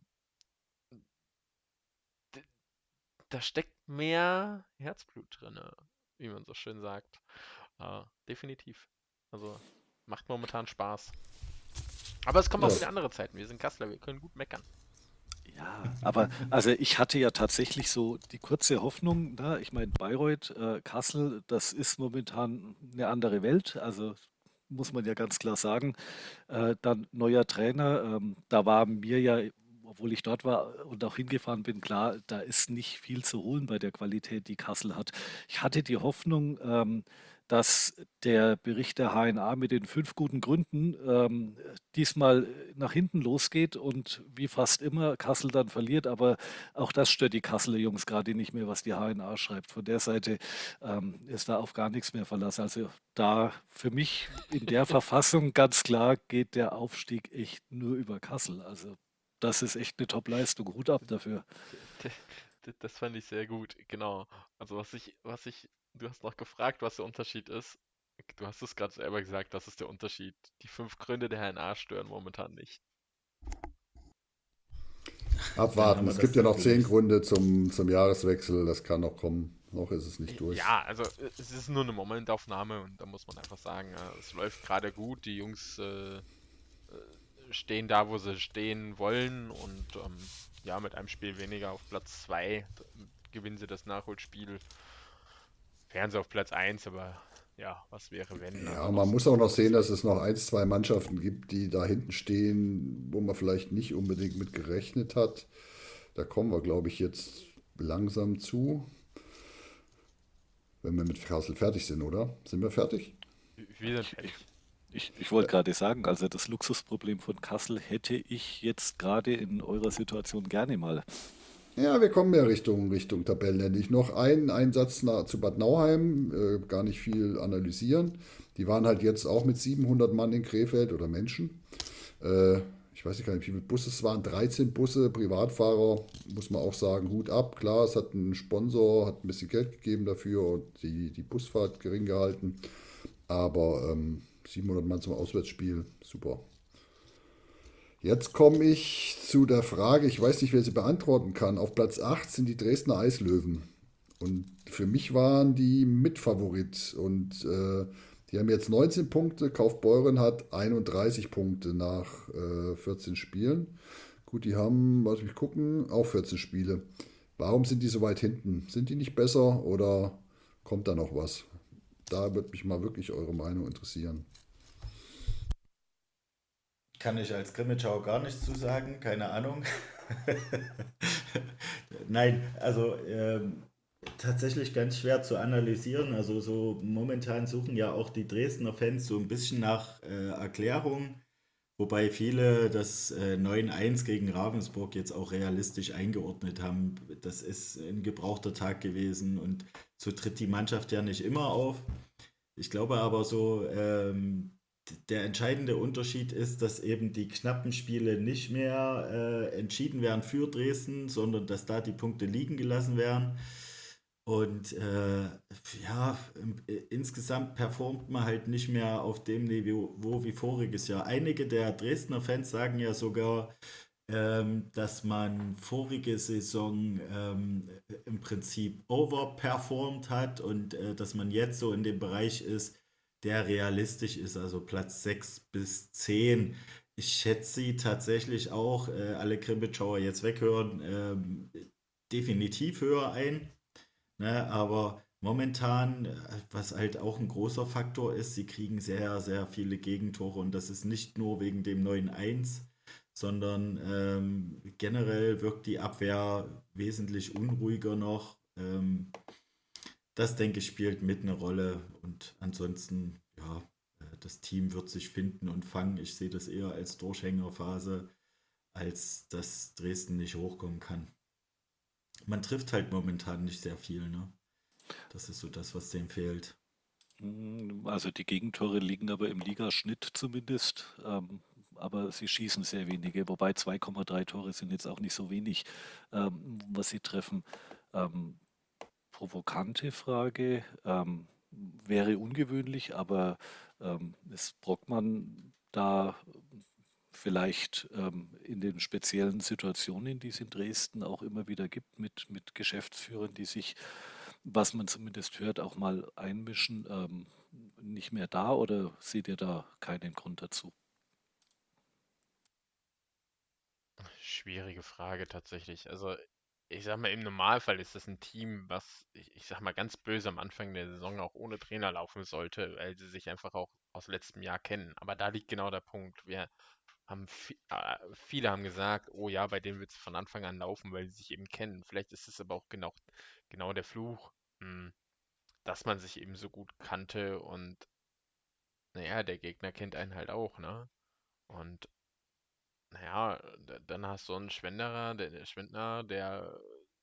d- Da steckt mehr Herzblut drin, wie man so schön sagt. Äh, definitiv. Also macht momentan Spaß. Aber es kommen auch Ja, wieder andere Zeiten. Wir sind Kassler, wir können gut meckern. Ja, aber also ich hatte ja tatsächlich so die kurze Hoffnung, ne? Ich meine, Bayreuth, äh, Kassel, das ist momentan eine andere Welt. Also muss man ja ganz klar sagen. Äh, dann neuer Trainer. Ähm, da war mir ja, obwohl ich dort war und auch hingefahren bin, klar, da ist nicht viel zu holen bei der Qualität, die Kassel hat. Ich hatte die Hoffnung, ähm, dass der Bericht der H N A mit den fünf guten Gründen ähm, diesmal nach hinten losgeht und wie fast immer Kassel dann verliert. Aber auch das stört die Kasseler Jungs gerade nicht mehr, was die H N A schreibt. Von der Seite ähm, ist da auf gar nichts mehr Verlass. Also da für mich in der Verfassung ganz klar geht der Aufstieg echt nur über Kassel. Also das ist echt eine Top-Leistung. Hut ab dafür. D- d- Das fand ich sehr gut, genau. Also was ich, was ich, du hast noch gefragt, was der Unterschied ist. Du hast es gerade selber gesagt, das ist der Unterschied. Die fünf Gründe der H N A stören momentan nicht. Dann Abwarten. haben wir Es gibt das ja doch noch zehn gelöst. Gründe zum, zum Jahreswechsel. Das kann noch kommen. Noch ist es nicht durch. Ja, also äh, es ist nur eine Momentaufnahme und da muss man einfach sagen, äh, es läuft gerade gut. Die Jungs äh, äh, stehen da, wo sie stehen wollen und ähm, ja, mit einem Spiel weniger auf Platz zwei gewinnen sie das Nachholspiel. Wären sie auf Platz eins, aber ja, was wäre wenn? Also Ja, noch man sind muss auch noch noch sehen, dass zwei. es noch ein, zwei Mannschaften gibt, die da hinten stehen, wo man vielleicht nicht unbedingt mit gerechnet hat. Da kommen wir, glaube ich, jetzt langsam zu, wenn wir mit Kassel fertig sind, oder? Sind wir fertig? Wir sind Ich, ich, fertig. ich, ich wollte gerade sagen, also das Luxusproblem von Kassel hätte ich jetzt gerade in eurer Situation gerne mal. Ja, wir kommen ja Richtung, Richtung Tabellenende. Ich noch einen Einsatz nach, zu Bad Nauheim, äh, gar nicht viel analysieren. Die waren halt jetzt auch mit siebenhundert Mann in Krefeld oder Menschen. Äh, ich weiß nicht gar nicht, wie viele Busse es waren. dreizehn Busse, Privatfahrer, muss man auch sagen, Hut ab. Klar, es hat einen Sponsor, hat ein bisschen Geld gegeben dafür und die, die Busfahrt gering gehalten. Aber ähm, siebenhundert Mann zum Auswärtsspiel, super. Jetzt komme ich zu der Frage, ich weiß nicht, wer sie beantworten kann. Auf Platz acht sind die Dresdner Eislöwen. Und für mich waren die Mitfavorit. Und äh, die haben jetzt neunzehn Punkte. Kaufbeuren hat einunddreißig Punkte nach äh, vierzehn Spielen. Gut, die haben, lass mich gucken, auch vierzehn Spiele. Warum sind die so weit hinten? Sind die nicht besser oder kommt da noch was? Da würde mich mal wirklich eure Meinung interessieren. Kann ich als Grimmitschau gar nichts zu sagen, keine Ahnung. Nein, also ähm, tatsächlich ganz schwer zu analysieren. Also so momentan suchen ja auch die Dresdner Fans so ein bisschen nach äh, Erklärung, wobei viele das äh, neun eins gegen Ravensburg jetzt auch realistisch eingeordnet haben. Das ist ein gebrauchter Tag gewesen und so tritt die Mannschaft ja nicht immer auf. Ich glaube aber so, ähm, der entscheidende Unterschied ist, dass eben die knappen Spiele nicht mehr äh, entschieden werden für Dresden, sondern dass da die Punkte liegen gelassen werden. Und äh, ja, im, äh, insgesamt performt man halt nicht mehr auf dem Niveau wie voriges Jahr. Einige der Dresdner Fans sagen ja sogar, ähm, dass man vorige Saison ähm, im Prinzip overperformed hat und äh, dass man jetzt so in dem Bereich ist, der realistisch ist, also Platz sechs bis zehn. Ich schätze sie tatsächlich auch, äh, alle Krimbitschauer jetzt weghören, ähm, definitiv höher ein. Ne? Aber momentan, äh, was halt auch ein großer Faktor ist, sie kriegen sehr, sehr viele Gegentore und das ist nicht nur wegen dem neun eins, sondern ähm, generell wirkt die Abwehr wesentlich unruhiger noch. Ähm, das, denke ich, spielt mit eine Rolle und ansonsten, ja, äh, das Team wird sich finden und fangen. Ich sehe das eher als Durchhängerphase, als dass Dresden nicht hochkommen kann. Man trifft halt momentan nicht sehr viel, ne? Das ist so das, was dem fehlt. Mm, Also die Gegentore liegen aber im Ligaschnitt zumindest, ähm, aber sie schießen sehr wenige, wobei zwei Komma drei Tore sind jetzt auch nicht so wenig, ähm, was sie treffen. Ähm, Provokante Frage, ähm, wäre ungewöhnlich, aber ähm, ist Brockmann da vielleicht ähm, in den speziellen Situationen, die es in Dresden auch immer wieder gibt, mit, mit Geschäftsführern, die sich, was man zumindest hört, auch mal einmischen, ähm, nicht mehr da oder seht ihr da keinen Grund dazu? Schwierige Frage tatsächlich. Also, ich sag mal, im Normalfall ist das ein Team, was, ich, ich sag mal, ganz böse am Anfang der Saison auch ohne Trainer laufen sollte, weil sie sich einfach auch aus letztem Jahr kennen. Aber da liegt genau der Punkt. Wir haben vi- äh, viele haben gesagt, oh ja, bei denen wird es von Anfang an laufen, weil sie sich eben kennen. Vielleicht ist es aber auch genau, genau der Fluch, hm, dass man sich eben so gut kannte und naja, der Gegner kennt einen halt auch, ne? Und naja, d- dann hast du einen Schwenderer, der, der Schwindner, der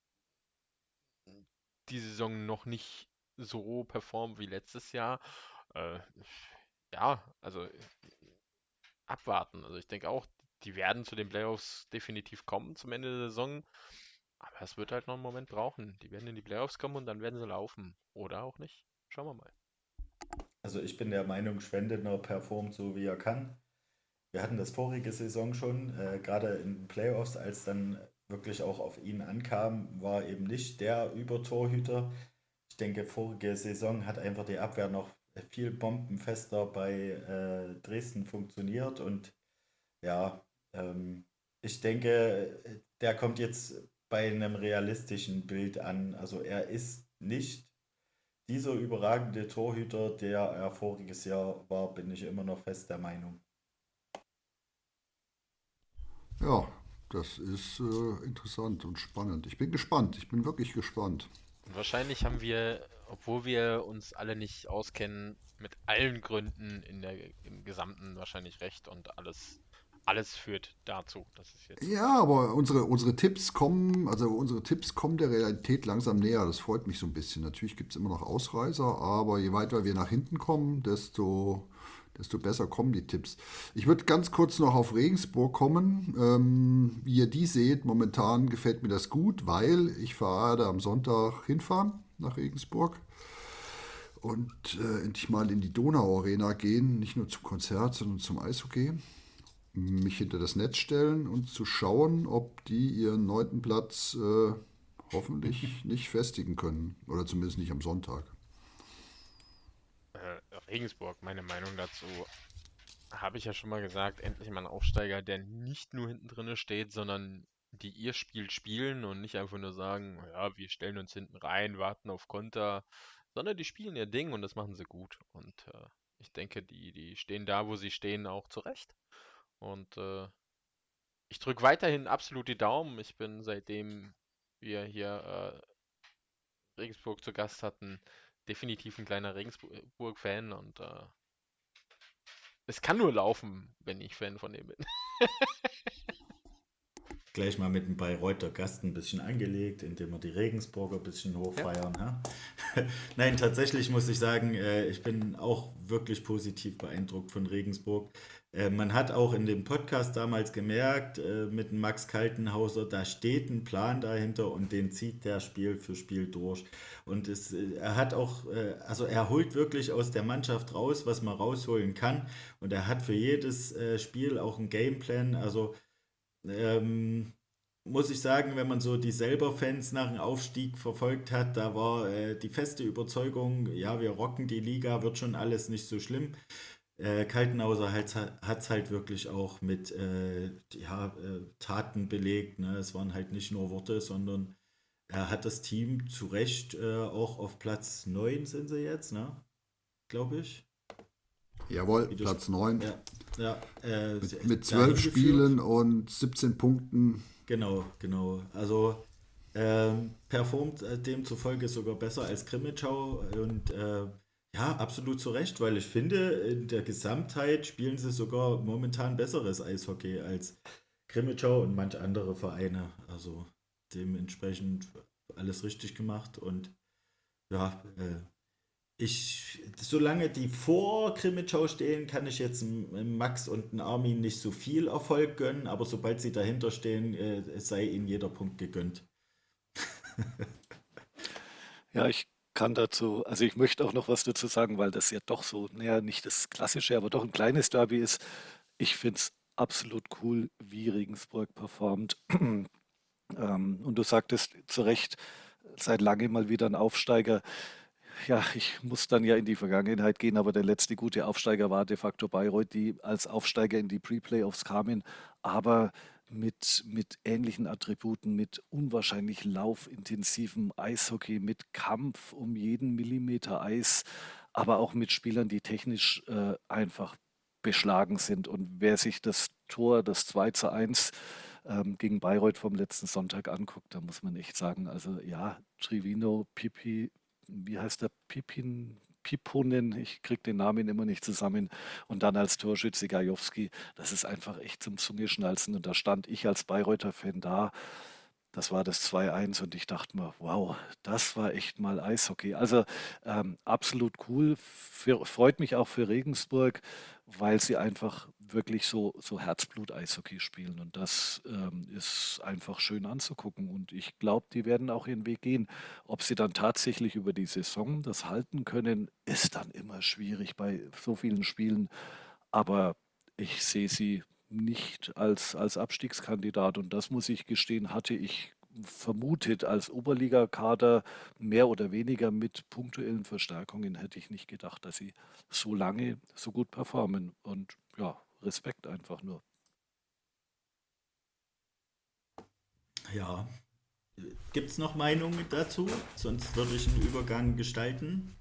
die Saison noch nicht so performt wie letztes Jahr. Äh, ja, also abwarten. Also ich denke auch, die werden zu den Playoffs definitiv kommen zum Ende der Saison. Aber es wird halt noch einen Moment brauchen. Die werden in die Playoffs kommen und dann werden sie laufen. Oder auch nicht. Schauen wir mal. Also ich bin der Meinung, Schwendener performt so, wie er kann. Wir hatten das vorige Saison schon, äh, gerade in den Playoffs, als dann wirklich auch auf ihn ankam, war eben nicht der Übertorhüter. Ich denke, vorige Saison hat einfach die Abwehr noch viel bombenfester bei äh, Dresden funktioniert und ja, ähm, ich denke, der kommt jetzt bei einem realistischen Bild an. Also er ist nicht dieser überragende Torhüter, der er voriges Jahr war, bin ich immer noch fest der Meinung. Ja, das ist äh, interessant und spannend. Ich bin gespannt. Ich bin wirklich gespannt. Und wahrscheinlich haben wir, obwohl wir uns alle nicht auskennen, mit allen Gründen in der, im Gesamten wahrscheinlich recht und alles, alles führt dazu, dass es jetzt so ist. Ja, aber unsere, unsere Tipps kommen, also unsere Tipps kommen der Realität langsam näher. Das freut mich so ein bisschen. Natürlich gibt es immer noch Ausreißer, aber je weiter wir nach hinten kommen, desto, desto besser kommen die Tipps. Ich würde ganz kurz noch auf Regensburg kommen. Ähm, wie ihr die seht, momentan gefällt mir das gut, weil ich werde am Sonntag hinfahren nach Regensburg und äh, endlich mal in die Donau-Arena gehen, nicht nur zum Konzert, sondern zum Eishockey, mich hinter das Netz stellen und zu schauen, ob die ihren neunten Platz äh, hoffentlich nicht festigen können. Oder zumindest nicht am Sonntag. Äh, Regensburg, meine Meinung dazu, habe ich ja schon mal gesagt, endlich mal ein Aufsteiger, der nicht nur hinten drinne steht, sondern die ihr Spiel spielen und nicht einfach nur sagen, ja, wir stellen uns hinten rein, warten auf Konter, sondern die spielen ihr Ding und das machen sie gut. Und äh, ich denke, die, die stehen da, wo sie stehen, auch zurecht. Und äh, ich drücke weiterhin absolut die Daumen. Ich bin seitdem wir hier äh, Regensburg zu Gast hatten, definitiv ein kleiner Regensburg-Fan und äh, es kann nur laufen, wenn ich Fan von dem bin. Gleich mal mit dem Bayreuther Gast ein bisschen angelegt, indem wir die Regensburger ein bisschen Ja. hochfeiern. Ha? Nein, tatsächlich muss ich sagen, äh, ich bin auch wirklich positiv beeindruckt von Regensburg. Äh, man hat auch in dem Podcast damals gemerkt, äh, mit dem Max Kaltenhauser, da steht ein Plan dahinter und den zieht der Spiel für Spiel durch. Und es, äh, er hat auch, äh, also er holt wirklich aus der Mannschaft raus, was man rausholen kann. Und er hat für jedes äh, Spiel auch einen Gameplan. Also ähm, muss ich sagen, wenn man so die Selber-Fans nach dem Aufstieg verfolgt hat, da war äh, die feste Überzeugung, ja, wir rocken die Liga, wird schon alles nicht so schlimm. Äh, Kaltenhauser hat es halt wirklich auch mit äh, ja, äh, Taten belegt. Ne? Es waren halt nicht nur Worte, sondern er hat das Team zu Recht äh, auch auf Platz neun sind sie jetzt, ne? Glaube ich. Jawohl, Wie das, Platz neun ja, ja, äh, mit, mit dahin zwölf geführt. Spielen und siebzehn Punkten. Genau, genau. Also ähm, performt äh, demzufolge sogar besser als Krimitschau und äh, ja, absolut zu Recht, weil ich finde, in der Gesamtheit spielen sie sogar momentan besseres Eishockey als Krimitschau und manch andere Vereine. Also dementsprechend alles richtig gemacht und ja, äh, ich, solange die vor Krimitschau stehen, kann ich jetzt m- Max und n Armin nicht so viel Erfolg gönnen, aber sobald sie dahinter stehen, äh, sei ihnen jeder Punkt gegönnt. Ja, ich kann dazu, also ich möchte auch noch was dazu sagen, weil das ja doch so, naja, nicht das klassische, aber doch ein kleines Derby ist. Ich finde es absolut cool, wie Regensburg performt. Ähm, und du sagtest zu Recht, seit langem mal wieder ein Aufsteiger. Ja, ich muss dann ja in die Vergangenheit gehen, aber der letzte gute Aufsteiger war de facto Bayreuth, die als Aufsteiger in die Pre-Playoffs kamen. Aber mit, mit ähnlichen Attributen, mit unwahrscheinlich laufintensivem Eishockey, mit Kampf um jeden Millimeter Eis, aber auch mit Spielern, die technisch äh, einfach beschlagen sind. Und wer sich das Tor, das zwei zu eins ähm, gegen Bayreuth vom letzten Sonntag anguckt, da muss man echt sagen, also ja, Trivino, Pipi, wie heißt der, Pipin, Piponen, ich kriege den Namen immer nicht zusammen, und dann als Torschütze Gajowski, das ist einfach echt zum Zungeschnalzen. Und da stand ich als Bayreuther Fan da, das war das zwei eins und ich dachte mir, wow, das war echt mal Eishockey. Also ähm, absolut cool. Für, freut mich auch für Regensburg, weil sie einfach wirklich so, so Herzblut-Eishockey spielen. Und das ähm, ist einfach schön anzugucken. Und ich glaube, die werden auch ihren Weg gehen. Ob sie dann tatsächlich über die Saison das halten können, ist dann immer schwierig bei so vielen Spielen. Aber ich sehe sie nicht als, als Abstiegskandidat. Und das muss ich gestehen, hatte ich vermutet als Oberligakader mehr oder weniger mit punktuellen Verstärkungen, hätte ich nicht gedacht, dass sie so lange so gut performen. Und ja, Respekt einfach nur. Ja, gibt es noch Meinungen dazu? Sonst würde ich einen Übergang gestalten.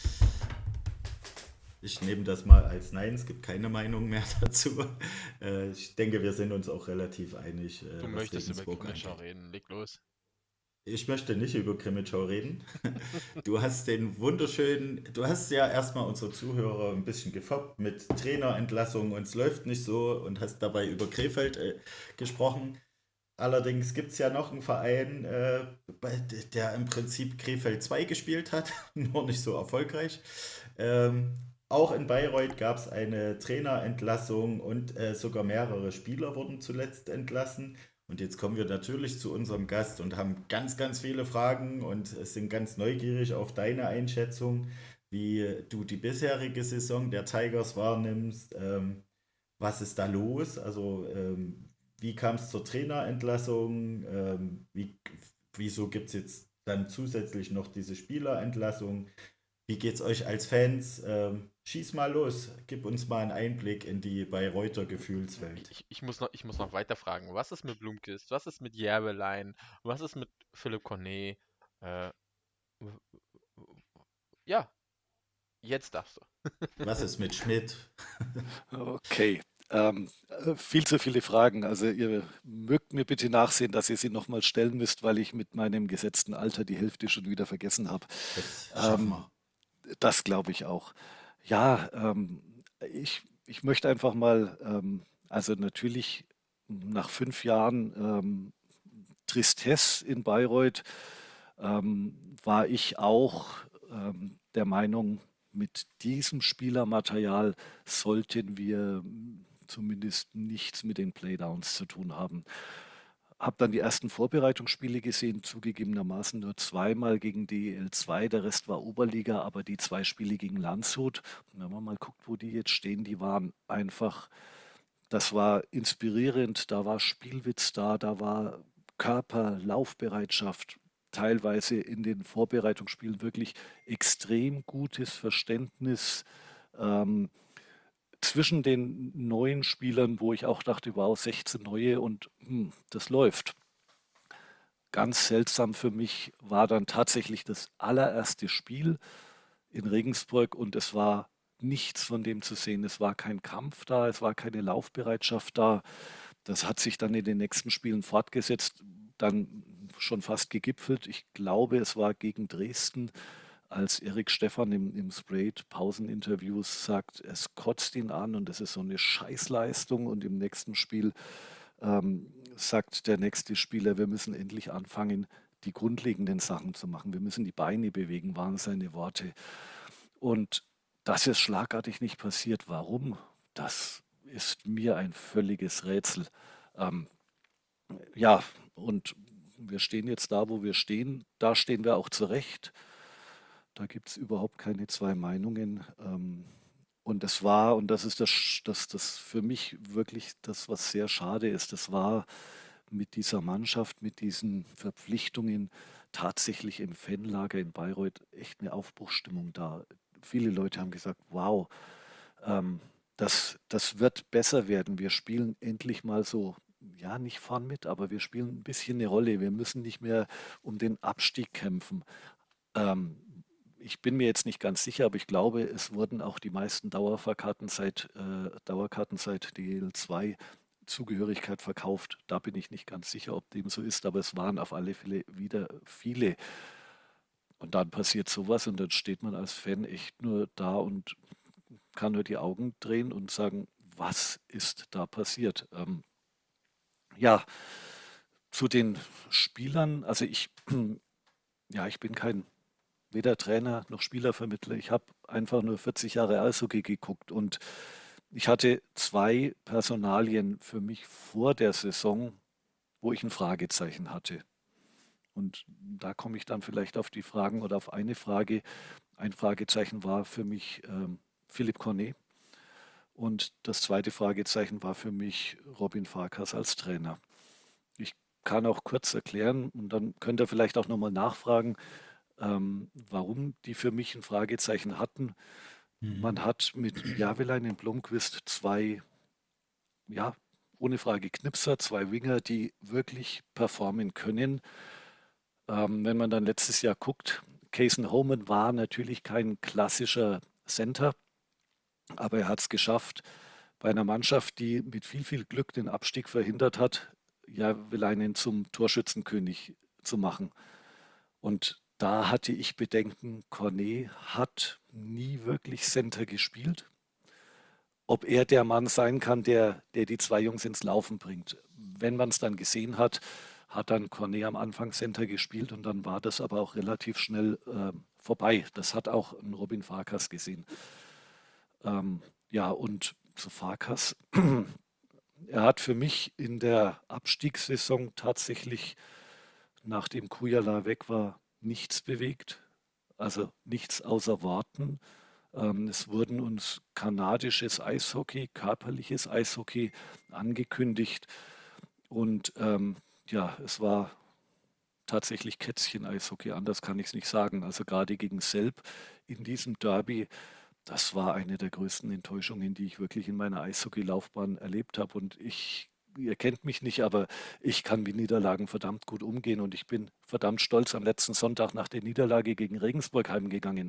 Ich nehme das mal als Nein, es gibt keine Meinung mehr dazu. Äh, ich denke, wir sind uns auch relativ einig, äh, Du was möchtest über Regensburg Grimmitschau angeht. reden, leg los. Ich möchte nicht über Grimmitschau reden. Du hast den wunderschönen, du hast ja erstmal unsere Zuhörer ein bisschen gefoppt mit Trainerentlassungen und es läuft nicht so und hast dabei über Krefeld äh, gesprochen. Allerdings gibt es ja noch einen Verein, äh, bei, der im Prinzip Krefeld zwei gespielt hat, nur nicht so erfolgreich. Ähm, auch in Bayreuth gab es eine Trainerentlassung und äh, sogar mehrere Spieler wurden zuletzt entlassen. Und jetzt kommen wir natürlich zu unserem Gast und haben ganz, ganz viele Fragen und sind ganz neugierig auf deine Einschätzung, wie du die bisherige Saison der Tigers wahrnimmst. Ähm, was ist da los? Also, ähm, wie kam es zur Trainerentlassung? Ähm, wie, wieso gibt es jetzt dann zusätzlich noch diese Spielerentlassung? Wie geht's euch als Fans? Ähm, schieß mal los, gib uns mal einen Einblick in die Bayreuther Gefühlswelt. Ich, ich, muss noch, ich muss noch weiter fragen. Was ist mit Blumkist? Was ist mit Järbelein? Was ist mit Philipp Cornet? Äh, w- w- ja, jetzt darfst du. Was ist mit Schmidt? Okay. Ähm, äh, viel zu viele Fragen. Also ihr mögt mir bitte nachsehen, dass ihr sie nochmal stellen müsst, weil ich mit meinem gesetzten Alter die Hälfte schon wieder vergessen habe. Das schaffen Ähm, wir. Das glaube ich auch. Ja, ähm, ich, ich möchte einfach mal, ähm, also natürlich nach fünf Jahren ähm, Tristesse in Bayreuth ähm, war ich auch ähm, der Meinung, mit diesem Spielermaterial sollten wir mm, zumindest nichts mit den Playdowns zu tun haben. Habe dann die ersten Vorbereitungsspiele gesehen, zugegebenermaßen nur zweimal gegen D E L zwei, der Rest war Oberliga, aber die zwei Spiele gegen Landshut, wenn man mal guckt, wo die jetzt stehen, die waren einfach, das war inspirierend, da war Spielwitz da, da war Körper, Laufbereitschaft, teilweise in den Vorbereitungsspielen wirklich extrem gutes Verständnis ähm, zwischen den neuen Spielern, wo ich auch dachte, wow, sechzehn neue und hm, das läuft. Ganz seltsam für mich war dann tatsächlich das allererste Spiel in Regensburg und es war nichts von dem zu sehen. Es war kein Kampf da, es war keine Laufbereitschaft da. Das hat sich dann in den nächsten Spielen fortgesetzt, dann schon fast gegipfelt. Ich glaube, es war gegen Dresden, als Erik Stephan im, im Sprayed-Pauseninterviews sagt, es kotzt ihn an und es ist so eine Scheißleistung. Und im nächsten Spiel ähm, sagt der nächste Spieler, wir müssen endlich anfangen, die grundlegenden Sachen zu machen. Wir müssen die Beine bewegen, waren seine Worte. Und das ist schlagartig nicht passiert. Warum? Das ist mir ein völliges Rätsel. Ähm, ja, und wir stehen jetzt da, wo wir stehen. Da stehen wir auch zurecht. Da gibt es überhaupt keine zwei Meinungen. Ähm, und es war, und das ist das, das, das für mich wirklich das, was sehr schade ist, das war mit dieser Mannschaft, mit diesen Verpflichtungen tatsächlich im Fanlager in Bayreuth echt eine Aufbruchsstimmung da. Viele Leute haben gesagt, wow, ähm, das, das wird besser werden. Wir spielen endlich mal so, ja, nicht vorn mit, aber wir spielen ein bisschen eine Rolle. Wir müssen nicht mehr um den Abstieg kämpfen. Ähm, ich bin mir jetzt nicht ganz sicher, aber ich glaube, es wurden auch die meisten Dauerfahrkarten seit, äh, Dauerkarten seit D L zwei Zugehörigkeit verkauft. Da bin ich nicht ganz sicher, ob dem so ist, aber es waren auf alle Fälle wieder viele. Und dann passiert sowas und dann steht man als Fan echt nur da und kann nur die Augen drehen und sagen, was ist da passiert? Ähm, ja, zu den Spielern, also ich, ja, ich bin kein weder Trainer noch Spielervermittler. Ich habe einfach nur vierzig Jahre Eishockey geguckt und ich hatte zwei Personalien für mich vor der Saison, wo ich ein Fragezeichen hatte. Und da komme ich dann vielleicht auf die Fragen oder auf eine Frage. Ein Fragezeichen war für mich ähm, Philipp Cornet und das zweite Fragezeichen war für mich Robin Farkas als Trainer. Ich kann auch kurz erklären und dann könnt ihr vielleicht auch nochmal nachfragen, ähm, warum die für mich ein Fragezeichen hatten. Man Mhm. hat mit Javelainen Blomqvist zwei, ja, ohne Frage Knipser, zwei Winger, die wirklich performen können. Ähm, wenn man dann letztes Jahr guckt, Cason Homan war natürlich kein klassischer Center, aber er hat es geschafft, bei einer Mannschaft, die mit viel, viel Glück den Abstieg verhindert hat, Javelainen zum Torschützenkönig zu machen. Und da hatte ich Bedenken, Cornet hat nie wirklich Center gespielt. Ob er der Mann sein kann, der, der die zwei Jungs ins Laufen bringt. Wenn man es dann gesehen hat, hat dann Cornet am Anfang Center gespielt und dann war das aber auch relativ schnell äh, vorbei. Das hat auch ein Robin Farkas gesehen. Ähm, ja, und zu Farkas, er hat für mich in der Abstiegssaison tatsächlich, nachdem Kujala weg war, nichts bewegt. Also nichts außer Worten. Ähm, es wurden uns kanadisches Eishockey, körperliches Eishockey angekündigt. Und ähm, ja, es war tatsächlich Kätzchen-Eishockey, anders kann ich es nicht sagen. Also gerade gegen Selb in diesem Derby, das war eine der größten Enttäuschungen, die ich wirklich in meiner Eishockey-Laufbahn erlebt habe. Und ich, ihr kennt mich nicht, aber ich kann mit Niederlagen verdammt gut umgehen und ich bin verdammt stolz am letzten Sonntag nach der Niederlage gegen Regensburg heimgegangen.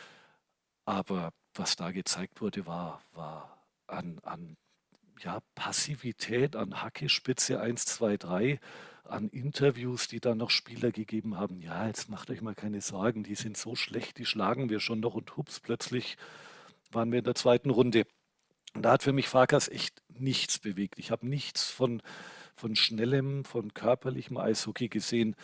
Aber was da gezeigt wurde, war, war an, an ja, Passivität, an Hackespitze eins, zwei, drei, an Interviews, die dann noch Spieler gegeben haben. Ja, jetzt macht euch mal keine Sorgen, die sind so schlecht, die schlagen wir schon noch und hups, plötzlich waren wir in der zweiten Runde. Und da hat für mich Farkas echt nichts bewegt. Ich habe nichts von, von schnellem, von körperlichem Eishockey gesehen.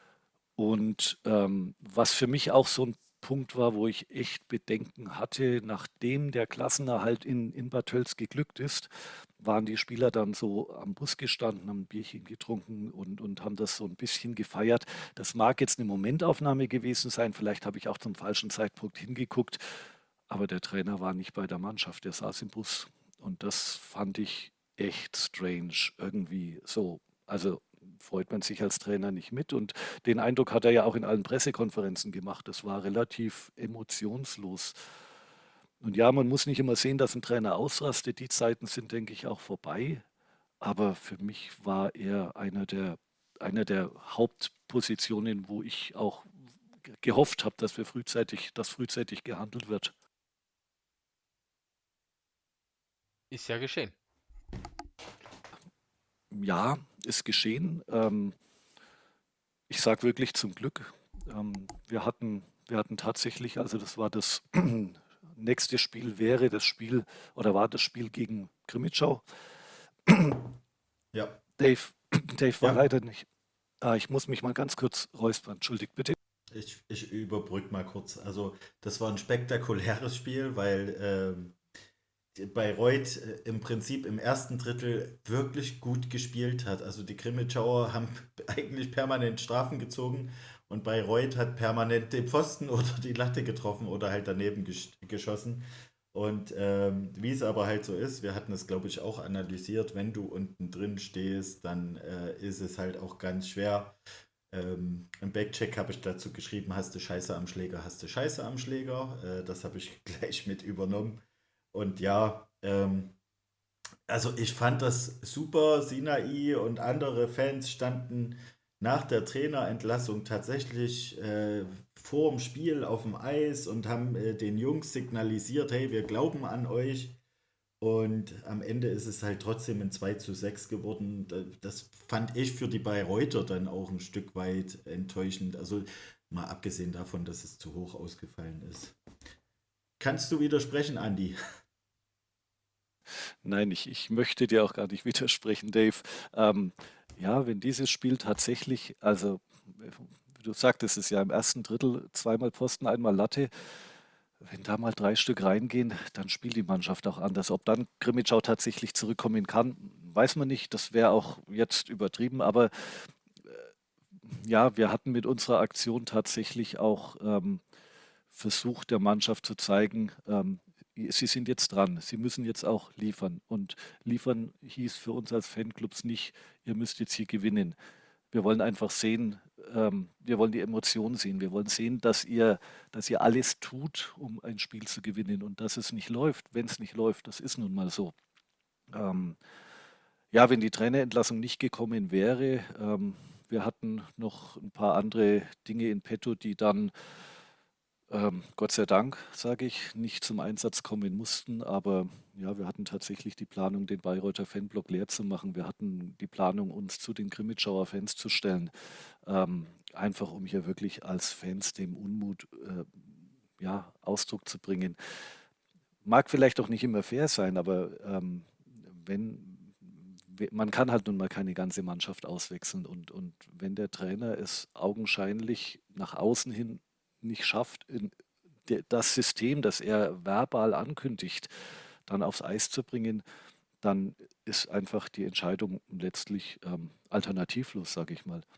Und ähm, was für mich auch so ein Punkt war, wo ich echt Bedenken hatte, nachdem der Klassenerhalt in, in Bad Tölz geglückt ist, waren die Spieler dann so am Bus gestanden, haben ein Bierchen getrunken und, und haben das so ein bisschen gefeiert. Das mag jetzt eine Momentaufnahme gewesen sein, vielleicht habe ich auch zum falschen Zeitpunkt hingeguckt, aber der Trainer war nicht bei der Mannschaft, der saß im Bus. Und das fand ich echt strange, irgendwie so. Also freut man sich als Trainer nicht mit. Und den Eindruck hat er ja auch in allen Pressekonferenzen gemacht. Das war relativ emotionslos. Und ja, man muss nicht immer sehen, dass ein Trainer ausrastet. Die Zeiten sind, denke ich, auch vorbei. Aber für mich war er einer der, einer der Hauptpositionen, wo ich auch gehofft habe, dass wir frühzeitig, dass frühzeitig gehandelt wird. Ist ja geschehen. Ja, ist geschehen. Ähm, ich sage wirklich zum Glück. Ähm, wir hatten, wir hatten tatsächlich, also das war das nächste Spiel wäre das Spiel oder war das Spiel gegen Krimitschau. Ja, Dave, Dave war ja. leider nicht. Ah, ich muss mich mal ganz kurz räuspern. Entschuldigt bitte. Ich, ich überbrücke mal kurz. Also, das war ein spektakuläres Spiel, weil ähm, die Bayreuth äh, im Prinzip im ersten Drittel wirklich gut gespielt hat. Also, die Krimitschauer haben eigentlich permanent Strafen gezogen und Bayreuth hat permanent den Pfosten oder die Latte getroffen oder halt daneben gesch geschossen. Und ähm, wie es aber halt so ist, wir hatten es, glaube ich, auch analysiert, wenn du unten drin stehst, dann äh, ist es halt auch ganz schwer. Ähm, Im Backcheck habe ich dazu geschrieben, hast du Scheiße am Schläger, hast du Scheiße am Schläger. Äh, das habe ich gleich mit übernommen. Und ja, ähm, Also ich fand das super. Sinai und andere Fans standen nach der Trainerentlassung tatsächlich äh, vor dem Spiel auf dem Eis und haben äh, den Jungs signalisiert, hey, wir glauben an euch. Und am Ende ist es halt trotzdem ein zwei zu sechs geworden. Da- Das fand ich für die Bayreuther dann auch ein Stück weit enttäuschend. Also mal abgesehen davon, dass es zu hoch ausgefallen ist. Kannst du widersprechen, Andi? Nein, ich, ich möchte dir auch gar nicht widersprechen, Dave. Ähm, ja, wenn dieses Spiel tatsächlich, also äh, wie du sagtest, es ist ja im ersten Drittel zweimal Pfosten, einmal Latte. Wenn da mal drei Stück reingehen, dann spielt die Mannschaft auch anders. Ob dann Grimmitschau tatsächlich zurückkommen kann, weiß man nicht. Das wäre auch jetzt übertrieben. Aber ja, wir hatten mit unserer Aktion tatsächlich auch ähm, versucht, der Mannschaft zu zeigen, ähm, sie sind jetzt dran, sie müssen jetzt auch liefern. Und liefern hieß für uns als Fanclubs nicht, ihr müsst jetzt hier gewinnen. Wir wollen einfach sehen, ähm, wir wollen die Emotionen sehen. Wir wollen sehen, dass ihr, dass ihr alles tut, um ein Spiel zu gewinnen und dass es nicht läuft. Wenn es nicht läuft, das ist nun mal so. Ähm, ja, wenn die Trainerentlassung nicht gekommen wäre, ähm, wir hatten noch ein paar andere Dinge in petto, die dann ähm, Gott sei Dank, sage ich, nicht zum Einsatz kommen mussten. Aber ja, wir hatten tatsächlich die Planung, den Bayreuther Fanblock leer zu machen. Wir hatten die Planung, uns zu den Grimmitschauer Fans zu stellen. Ähm, einfach um hier wirklich als Fans dem Unmut äh, ja, Ausdruck zu bringen. Mag vielleicht auch nicht immer fair sein, aber ähm, wenn we- man kann halt nun mal keine ganze Mannschaft auswechseln und, und wenn der Trainer es augenscheinlich nach außen hin nicht schafft, in de- das System, das er verbal ankündigt, dann aufs Eis zu bringen, dann ist einfach die Entscheidung letztlich ähm, alternativlos, sage ich mal.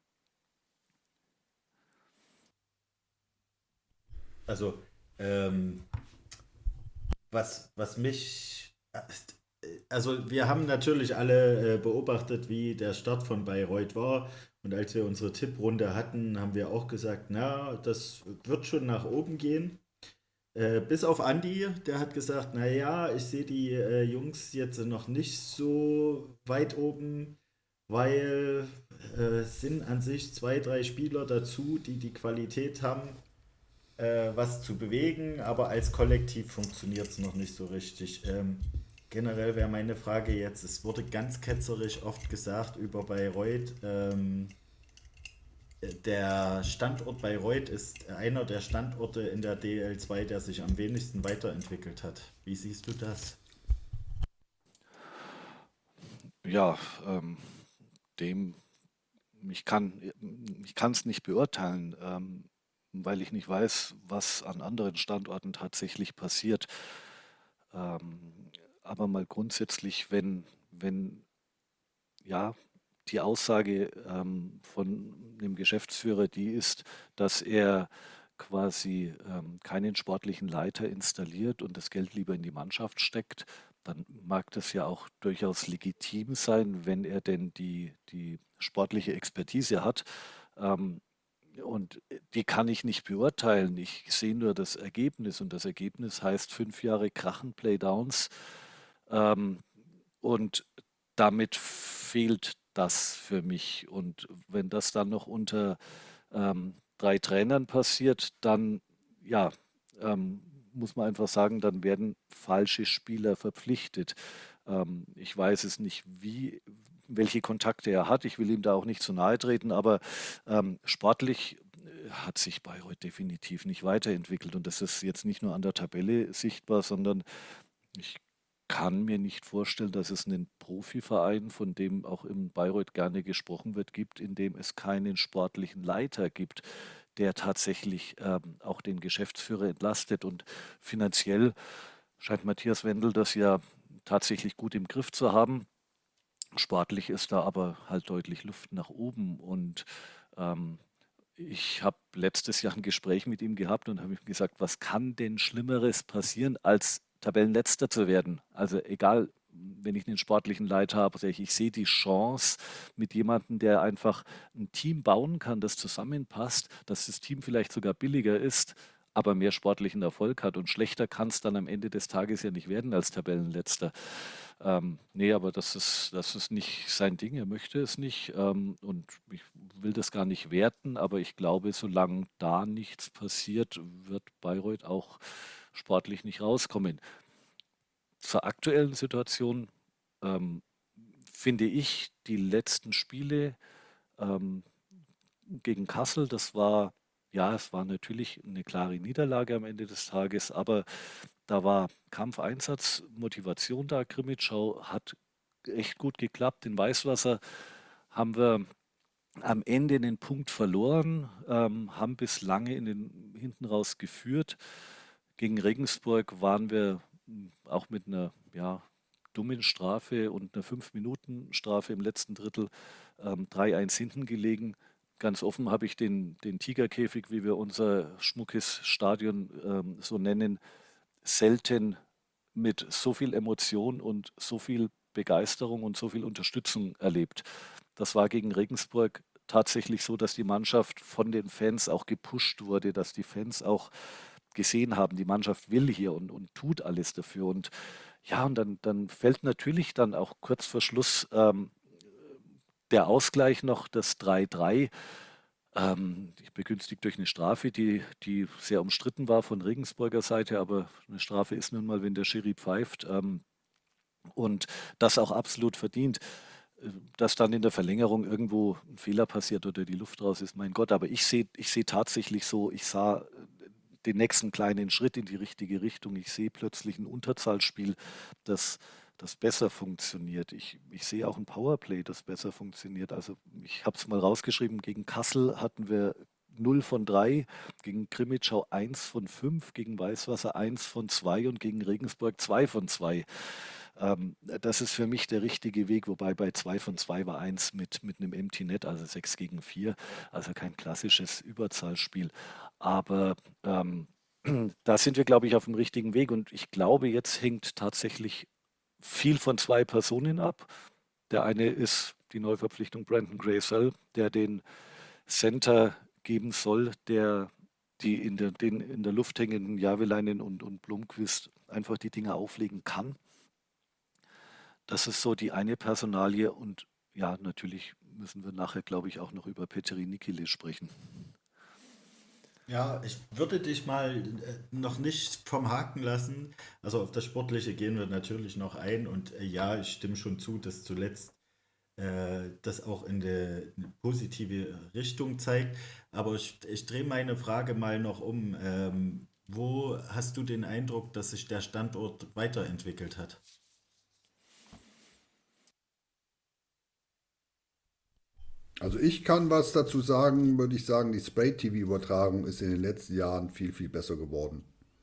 Also, ähm, was, was mich. Also, wir haben natürlich alle äh, beobachtet, wie der Start von Bayreuth war. Und als wir unsere Tipprunde hatten, haben wir auch gesagt, na, das wird schon nach oben gehen. Äh, bis auf Andi, der hat gesagt, naja, ich sehe die äh, Jungs jetzt noch nicht so weit oben, weil äh, es sind an sich zwei, drei Spieler dazu, die die Qualität haben, äh, was zu bewegen, aber als Kollektiv funktioniert es noch nicht so richtig. Ähm, generell wäre meine Frage jetzt, es wurde ganz ketzerisch oft gesagt über Bayreuth, ähm, der Standort Bayreuth ist einer der Standorte in der D L zwei, der sich am wenigsten weiterentwickelt hat. Wie siehst du das? Ja, ähm, dem, ich kann, ich kann es nicht beurteilen, ähm, weil ich nicht weiß, was an anderen Standorten tatsächlich passiert. Ähm, aber mal grundsätzlich, wenn, wenn ja, die Aussage ähm, von dem Geschäftsführer die ist, dass er quasi ähm, keinen sportlichen Leiter installiert und das Geld lieber in die Mannschaft steckt, dann mag das ja auch durchaus legitim sein, wenn er denn die, die sportliche Expertise hat. Ähm, und die kann ich nicht beurteilen. Ich sehe nur das Ergebnis und das Ergebnis heißt fünf Jahre Krachen, Playdowns. Ähm, und damit fehlt das für mich. Und wenn das dann noch unter ähm, drei Trainern passiert, dann ja, ähm, muss man einfach sagen, dann werden falsche Spieler verpflichtet. Ähm, ich weiß es nicht, wie, welche Kontakte er hat. Ich will ihm da auch nicht zu nahe treten, aber ähm, sportlich äh, hat sich Bayreuth definitiv nicht weiterentwickelt. Und das ist jetzt nicht nur an der Tabelle sichtbar, sondern ich kann mir nicht vorstellen, dass es einen Profiverein, von dem auch in Bayreuth gerne gesprochen wird, gibt, in dem es keinen sportlichen Leiter gibt, der tatsächlich ähm, auch den Geschäftsführer entlastet. Und finanziell scheint Matthias Wendel das ja tatsächlich gut im Griff zu haben. Sportlich ist da aber halt deutlich Luft nach oben. Und ähm, ich habe letztes Jahr ein Gespräch mit ihm gehabt und habe ihm gesagt, was kann denn Schlimmeres passieren, als Tabellenletzter zu werden? Also egal, wenn ich einen sportlichen Leiter habe, sage ich, ich sehe die Chance mit jemandem, der einfach ein Team bauen kann, das zusammenpasst, dass das Team vielleicht sogar billiger ist, aber mehr sportlichen Erfolg hat. Und schlechter kann es dann am Ende des Tages ja nicht werden als Tabellenletzter. Ähm, nee, aber das ist, das ist nicht sein Ding, er möchte es nicht. Ähm, und ich will das gar nicht werten, aber ich glaube, solange da nichts passiert, wird Bayreuth auch sportlich nicht rauskommen. Zur aktuellen Situation ähm, finde ich die letzten Spiele ähm, gegen Kassel, das war, ja, es war natürlich eine klare Niederlage am Ende des Tages, aber da war Kampfeinsatz, Motivation da. Krimitschau hat echt gut geklappt. In Weißwasser haben wir am Ende den Punkt verloren, ähm, haben bis lange in den hinten raus geführt. Gegen Regensburg waren wir m, auch mit einer ja, dummen Strafe und einer fünf minuten strafe im letzten Drittel ähm, drei eins hinten gelegen. Ganz offen habe ich den, den Tigerkäfig, wie wir unser schmuckes Stadion ähm, so nennen, selten mit so viel Emotion und so viel Begeisterung und so viel Unterstützung erlebt. Das war gegen Regensburg tatsächlich so, dass die Mannschaft von den Fans auch gepusht wurde, dass die Fans auch gesehen haben, die Mannschaft will hier und, und tut alles dafür. Und ja, und dann, dann fällt natürlich dann auch kurz vor Schluss ähm, der Ausgleich noch, das drei drei. Ähm, begünstigt durch eine Strafe, die, die sehr umstritten war von Regensburger Seite, aber eine Strafe ist nun mal, wenn der Schiri pfeift. Ähm, und das auch absolut verdient. Äh, Dass dann in der Verlängerung irgendwo ein Fehler passiert oder die Luft raus ist, mein Gott. Aber ich sehe ich sehe tatsächlich so, ich sah äh, den nächsten kleinen Schritt in die richtige Richtung. Ich sehe plötzlich ein Unterzahlspiel, das, das besser funktioniert. Ich, ich sehe auch ein Powerplay, das besser funktioniert. Also ich habe es mal rausgeschrieben, gegen Kassel hatten wir null von drei, gegen Krimitschau eins von fünf, gegen Weißwasser eins von zwei und gegen Regensburg zwei von zwei. Ähm, das ist für mich der richtige Weg, wobei bei zwei von zwei war eins mit, mit einem Empty Net, also sechs gegen vier, also kein klassisches Überzahlspiel. Aber ähm, da sind wir, glaube ich, auf dem richtigen Weg und ich glaube, jetzt hängt tatsächlich viel von zwei Personen ab. Der eine ist die Neuverpflichtung Brandon Grayson, der den Center geben soll, der die in der, den in der Luft hängenden Javelainen und, und Blomqvist einfach die Dinge auflegen kann. Das ist so die eine Personalie und ja, natürlich müssen wir nachher, glaube ich, auch noch über Petteri Nikile sprechen. Ja, ich würde dich mal äh, noch nicht vom Haken lassen. Also auf das Sportliche gehen wir natürlich noch ein und äh, ja, ich stimme schon zu, dass zuletzt äh, das auch in eine positive Richtung zeigt. Aber ich, ich drehe meine Frage mal noch um. Ähm, wo hast du den Eindruck, dass sich der Standort weiterentwickelt hat? Also ich kann was dazu sagen, würde ich sagen, die Spray-T V-Übertragung ist in den letzten Jahren viel, viel besser geworden.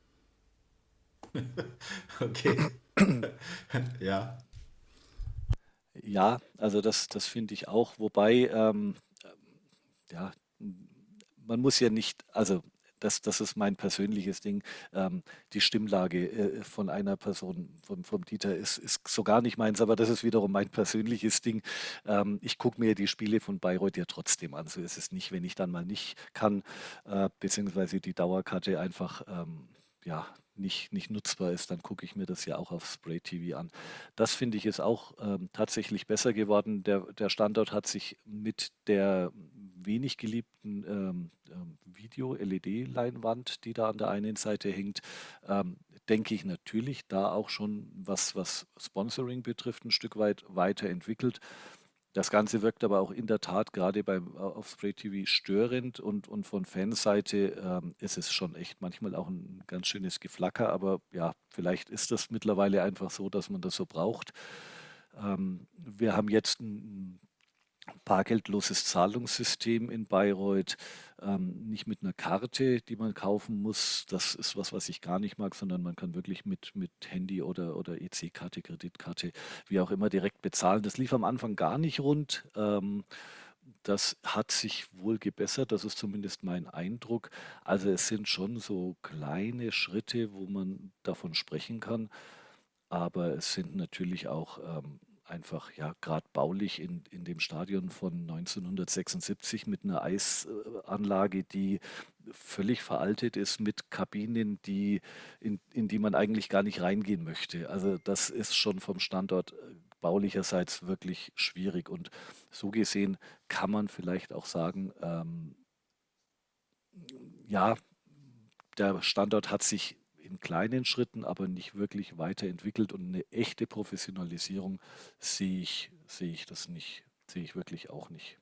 Okay. Ja. Ja, also das, das finde ich auch, wobei, ähm, ja, man muss ja nicht, also das, das ist mein persönliches Ding, ähm, die Stimmlage äh, von einer Person, vom, vom Dieter, ist, ist so gar nicht meins, aber das ist wiederum mein persönliches Ding. Ähm, ich gucke mir die Spiele von Bayreuth ja trotzdem an, so ist es nicht, wenn ich dann mal nicht kann, äh, beziehungsweise die Dauerkarte einfach, ähm, ja, nicht, nicht nutzbar ist, dann gucke ich mir das ja auch auf Spray T V an. Das finde ich ist auch ähm, tatsächlich besser geworden. Der, der Standort hat sich mit der wenig geliebten ähm, ähm, Video-L E D-Leinwand, die da an der einen Seite hängt, ähm, denke ich natürlich da auch schon, was, was Sponsoring betrifft, ein Stück weit weiterentwickelt. Das Ganze wirkt aber auch in der Tat gerade beim äh, auf Spray T V störend und, und von Fanseite ähm, ist es schon echt manchmal auch ein ganz schönes Geflacker, aber ja, vielleicht ist das mittlerweile einfach so, dass man das so braucht. Ähm, wir haben jetzt ein bargeldloses Zahlungssystem in Bayreuth, ähm, nicht mit einer Karte, die man kaufen muss. Das ist was, was ich gar nicht mag, sondern man kann wirklich mit, mit Handy oder, oder E C-Karte, Kreditkarte, wie auch immer, direkt bezahlen. Das lief am Anfang gar nicht rund. Ähm, das hat sich wohl gebessert, das ist zumindest mein Eindruck. Also es sind schon so kleine Schritte, wo man davon sprechen kann. Aber es sind natürlich auch ähm, einfach, ja, gerade baulich in, in dem Stadion von neunzehnhundertsechsundsiebzig mit einer Eisanlage, die völlig veraltet ist mit Kabinen, die, in, in die man eigentlich gar nicht reingehen möchte. Also das ist schon vom Standort äh, baulicherseits wirklich schwierig. Und so gesehen kann man vielleicht auch sagen, ähm, ja, der Standort hat sich in kleinen Schritten, aber nicht wirklich weiterentwickelt und eine echte Professionalisierung sehe ich, sehe ich das nicht, sehe ich wirklich auch nicht.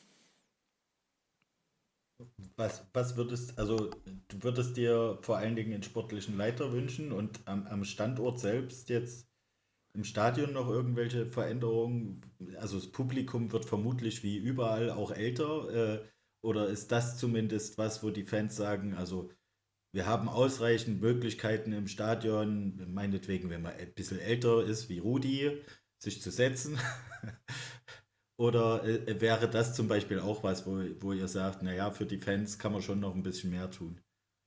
Was, was würdest, also du würdest dir vor allen Dingen einen sportlichen Leiter wünschen und am, am Standort selbst jetzt im Stadion noch irgendwelche Veränderungen? Also das Publikum wird vermutlich wie überall auch älter, äh, oder ist das zumindest was, wo die Fans sagen, also wir haben ausreichend Möglichkeiten im Stadion, meinetwegen, wenn man ein bisschen älter ist wie Rudi, sich zu setzen? Oder äh, wäre das zum Beispiel auch was, wo, wo ihr sagt, naja, für die Fans kann man schon noch ein bisschen mehr tun?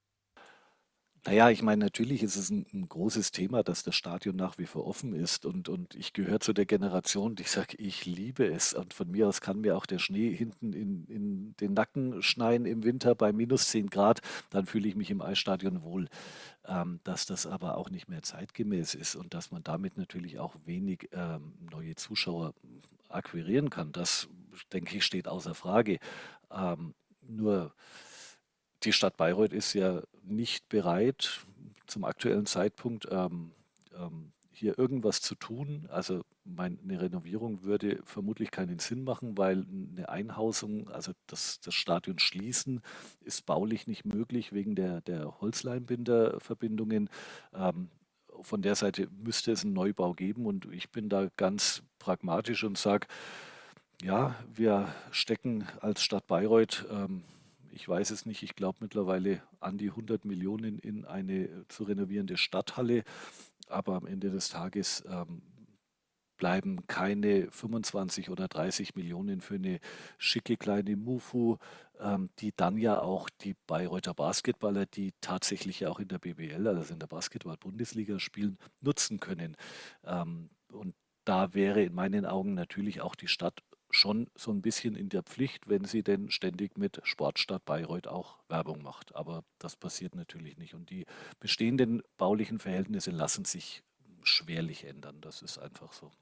Naja, ich meine, natürlich ist es ein, ein großes Thema, dass das Stadion nach wie vor offen ist. Und, und ich gehöre zu der Generation, die sagt, ich liebe es. Und von mir aus kann mir auch der Schnee hinten in, in den Nacken schneien im Winter bei minus zehn Grad. Dann fühle ich mich im Eisstadion wohl. Ähm, dass das aber auch nicht mehr zeitgemäß ist und dass man damit natürlich auch wenig ähm, neue Zuschauer akquirieren kann, das denke ich, steht außer Frage. Ähm, nur die Stadt Bayreuth ist ja nicht bereit, zum aktuellen Zeitpunkt ähm, ähm, hier irgendwas zu tun. Also mein, eine Renovierung würde vermutlich keinen Sinn machen, weil eine Einhausung, also das, das Stadion schließen, ist baulich nicht möglich wegen der, der Holzleinbinderverbindungen. Ähm, von der Seite müsste es einen Neubau geben und ich bin da ganz pragmatisch und sage, ja, wir stecken als Stadt Bayreuth, ähm, ich weiß es nicht, ich glaube mittlerweile an die hundert Millionen in eine äh, zu renovierende Stadthalle, aber am Ende des Tages ähm, bleiben keine fünfundzwanzig oder dreißig Millionen für eine schicke kleine Mufu, ähm, die dann ja auch die Bayreuther Basketballer, die tatsächlich ja auch in der B B L, also in der Basketball-Bundesliga spielen, nutzen können. Ähm, und da wäre in meinen Augen natürlich auch die Stadt schon so ein bisschen in der Pflicht, wenn sie denn ständig mit Sportstadt Bayreuth auch Werbung macht. Aber das passiert natürlich nicht. Und die bestehenden baulichen Verhältnisse lassen sich schwerlich ändern. Das ist einfach so.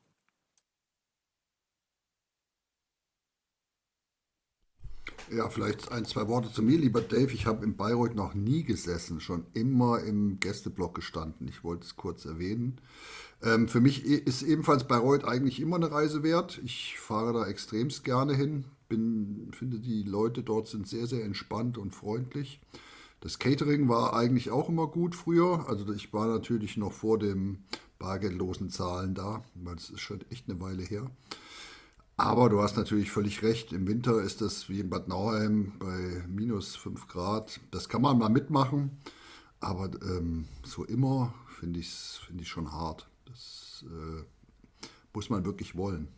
Ja, vielleicht ein, zwei Worte zu mir, lieber Dave. Ich habe in Bayreuth noch nie gesessen, schon immer im Gästeblock gestanden. Ich wollte es kurz erwähnen. Ähm, für mich e- ist ebenfalls Bayreuth eigentlich immer eine Reise wert. Ich fahre da extremst gerne hin. Bin, finde, die Leute dort sind sehr, sehr entspannt und freundlich. Das Catering war eigentlich auch immer gut früher. Also ich war natürlich noch vor dem bargeldlosen Zahlen da, weil es ist schon echt eine Weile her. Aber du hast natürlich völlig recht. Im Winter ist das wie in Bad Nauheim bei minus fünf Grad. Das kann man mal mitmachen. Aber ähm, so immer finde ich es find ich schon hart. Das äh, muss man wirklich wollen.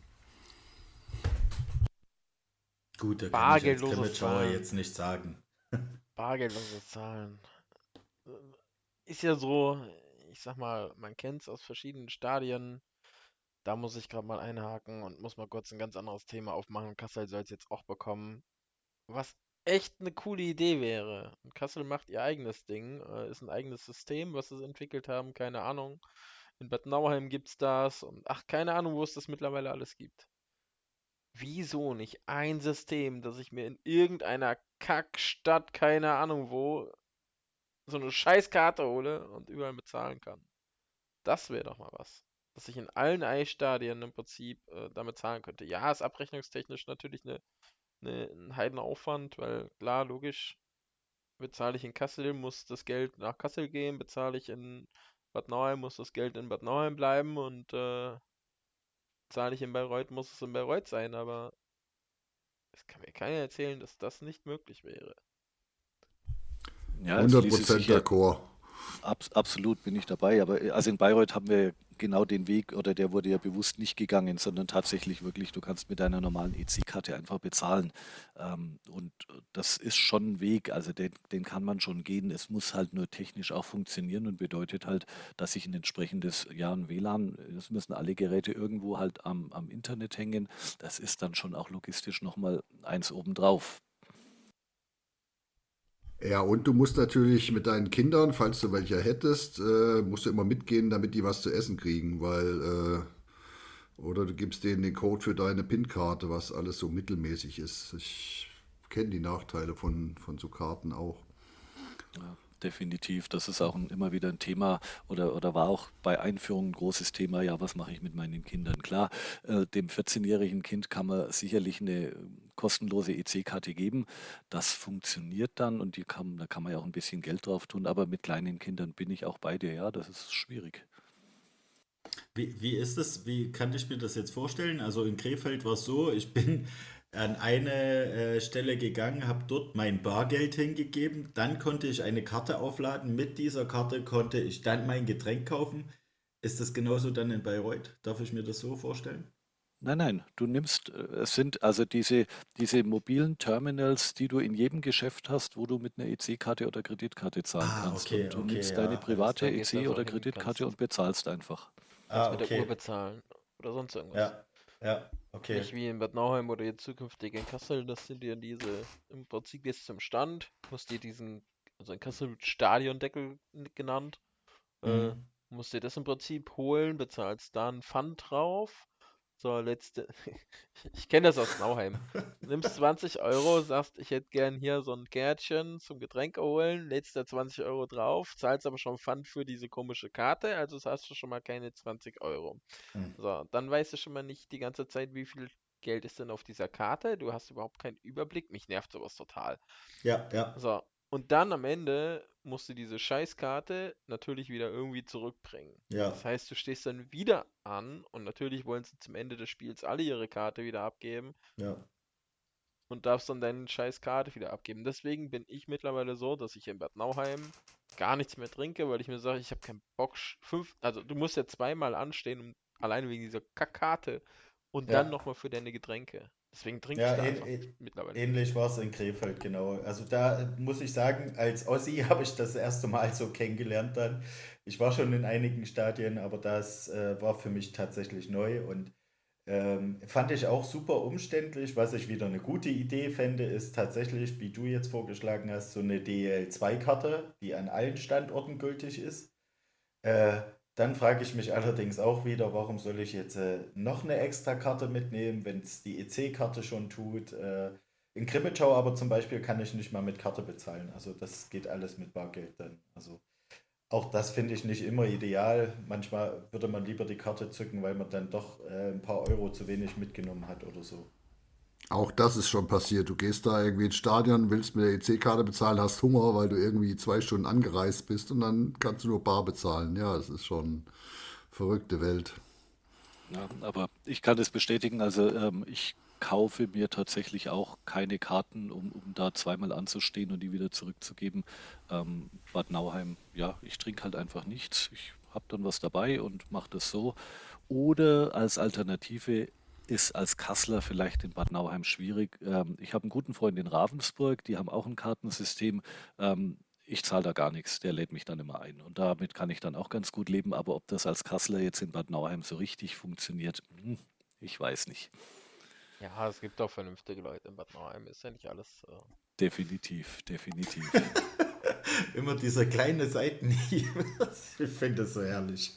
Gut, da kann ich als Bargeldlose Chemnitzer Zahlen. jetzt nicht sagen. Bargeldlose Zahlen. Äh, Ist ja so, ich sag mal, man kennt es aus verschiedenen Stadien. Da muss ich gerade mal einhaken und muss mal kurz ein ganz anderes Thema aufmachen. Kassel soll es jetzt auch bekommen. Was echt eine coole Idee wäre. Und Kassel macht ihr eigenes Ding, äh, ist ein eigenes System, was sie entwickelt haben, keine Ahnung. In Bad Nauheim gibt's das und ach, keine Ahnung, wo es das mittlerweile alles gibt. Wieso nicht ein System, das ich mir in irgendeiner Kackstadt, keine Ahnung wo, so eine Scheißkarte hole und überall bezahlen kann? Das wäre doch mal was. Dass ich in allen Eisstadien im Prinzip äh, damit zahlen könnte. Ja, ist abrechnungstechnisch natürlich eine, eine, ein Heidenaufwand, weil klar, logisch, bezahle ich in Kassel, muss das Geld nach Kassel gehen, bezahle ich in Bad Nauheim, muss das Geld in Bad Nauheim bleiben und äh, zahle ich in Bayreuth, muss es in Bayreuth sein, aber es kann mir keiner erzählen, dass das nicht möglich wäre. Ja, es hundert ließe sich Prozent ja d'accord. Abs absolut bin ich dabei, aber äh, also in Bayreuth haben wir genau den Weg oder der wurde ja bewusst nicht gegangen, sondern tatsächlich wirklich, du kannst mit deiner normalen E C-Karte einfach bezahlen. Ähm, und äh, das ist schon ein Weg, also den, den kann man schon gehen. Es muss halt nur technisch auch funktionieren und bedeutet halt, dass ich ein entsprechendes, ja, ein W L A N, es müssen alle Geräte irgendwo halt am, am Internet hängen. Das ist dann schon auch logistisch nochmal eins obendrauf. Ja, und du musst natürlich mit deinen Kindern, falls du welche hättest, äh, musst du immer mitgehen, damit die was zu essen kriegen, weil, äh, oder du gibst denen den Code für deine PIN-Karte, was alles so mittelmäßig ist. Ich kenne die Nachteile von, von so Karten auch. Ja, definitiv. Das ist auch ein, immer wieder ein Thema oder, oder war auch bei Einführung ein großes Thema. Ja, was mache ich mit meinen Kindern? Klar, äh, dem vierzehn-jährigen Kind kann man sicherlich eine äh, kostenlose E C-Karte geben. Das funktioniert dann und die kann, da kann man ja auch ein bisschen Geld drauf tun. Aber mit kleinen Kindern bin ich auch bei dir. Ja, das ist schwierig. Wie, wie ist das? Wie kann ich mir das jetzt vorstellen? Also in Krefeld war es so, ich bin an eine äh, Stelle gegangen, habe dort mein Bargeld hingegeben, dann konnte ich eine Karte aufladen. Mit dieser Karte konnte ich dann mein Getränk kaufen. Ist das genauso dann in Bayreuth? Darf ich mir das so vorstellen? Nein, nein, du nimmst, äh, es sind also diese, diese mobilen Terminals, die du in jedem Geschäft hast, wo du mit einer E C-Karte oder Kreditkarte zahlen Ah, kannst. okay, Und du okay, nimmst deine ja, alles private Da klar. gehst du E C- einfach oder hin, Kreditkarte kannst, und bezahlst einfach. kannst Ah, mit der Uhr okay, bezahlen oder sonst irgendwas. ja, ja, okay, Nicht wie in Bad Nauheim oder jetzt zukünftig in Kassel, das sind dir diese, im Prinzip gehst du zum Stand, musst dir diesen, also in Kassel wird Stadiondeckel genannt, äh, hm, musst dir das im Prinzip holen, bezahlst dann Pfand drauf. So, letzte, ich kenne das aus Nauheim. Nimmst zwanzig Euro, sagst, ich hätte gern hier so ein Kärtchen zum Getränk holen, lädst da zwanzig Euro drauf, zahlst aber schon Pfand für diese komische Karte, also hast du schon mal keine zwanzig Euro. hm. So, dann weißt du schon mal nicht die ganze Zeit, wie viel Geld ist denn auf dieser Karte. Du hast überhaupt keinen Überblick. Mich nervt sowas total. Ja, ja, So, und dann am Ende musst du diese Scheißkarte natürlich wieder irgendwie zurückbringen. ja, Das heißt, du stehst dann wieder an und natürlich wollen sie zum Ende des Spiels alle ihre Karte wieder abgeben ja, und darfst dann deine Scheißkarte wieder abgeben. Deswegen bin ich mittlerweile so, dass ich in Bad Nauheim gar nichts mehr trinke, weil ich mir sage, ich habe keinen Bock. sch- Fünf, also du musst ja zweimal anstehen, um, alleine wegen dieser Kackkarte und dann ja. nochmal für deine Getränke. Deswegen trinke ich Ja, da ähn, einfach nicht ähn, mittlerweile nicht mehr. ähnlich war es in Krefeld, genau. Also da muss ich sagen, als Ossi habe ich das erste Mal so kennengelernt dann. Ich war schon in einigen Stadien, aber das äh, war für mich tatsächlich neu und ähm, fand ich auch super umständlich. Was ich wieder eine gute Idee fände, ist tatsächlich, wie du jetzt vorgeschlagen hast, so eine D L zwei Karte, die an allen Standorten gültig ist. Äh, Dann frage ich mich allerdings auch wieder, warum soll ich jetzt äh, noch eine extra Karte mitnehmen, wenn es die E C-Karte schon tut. Äh, in Krimitschau aber zum Beispiel kann ich nicht mal mit Karte bezahlen. Also das geht alles mit Bargeld dann. Also auch das finde ich nicht immer ideal. Manchmal würde man lieber die Karte zücken, weil man dann doch äh, ein paar Euro zu wenig mitgenommen hat oder so. Auch das ist schon passiert. Du gehst da irgendwie ins Stadion, willst mit der E C-Karte bezahlen, hast Hunger, weil du irgendwie zwei Stunden angereist bist und dann kannst du nur bar bezahlen. Ja, es ist schon verrückte Welt. Ja, aber ich kann es bestätigen, also ähm, ich kaufe mir tatsächlich auch keine Karten, um, um da zweimal anzustehen und die wieder zurückzugeben. Ähm, Bad Nauheim, ja, ich trinke halt einfach nichts. Ich habe dann was dabei und mache das so. Oder als Alternative ist als Kassler vielleicht in Bad Nauheim schwierig. Ähm, ich habe einen guten Freund in Ravensburg, die haben auch ein Kartensystem. Ähm, Ich zahle da gar nichts, der lädt mich dann immer ein. Und damit kann ich dann auch ganz gut leben. Aber ob das als Kassler jetzt in Bad Nauheim so richtig funktioniert, hm, ich weiß nicht. Ja, es gibt auch vernünftige Leute in Bad Nauheim. Ist ja nicht alles. Äh... Definitiv, definitiv. Immer dieser kleine Seitenhieb. Ich finde das so herrlich.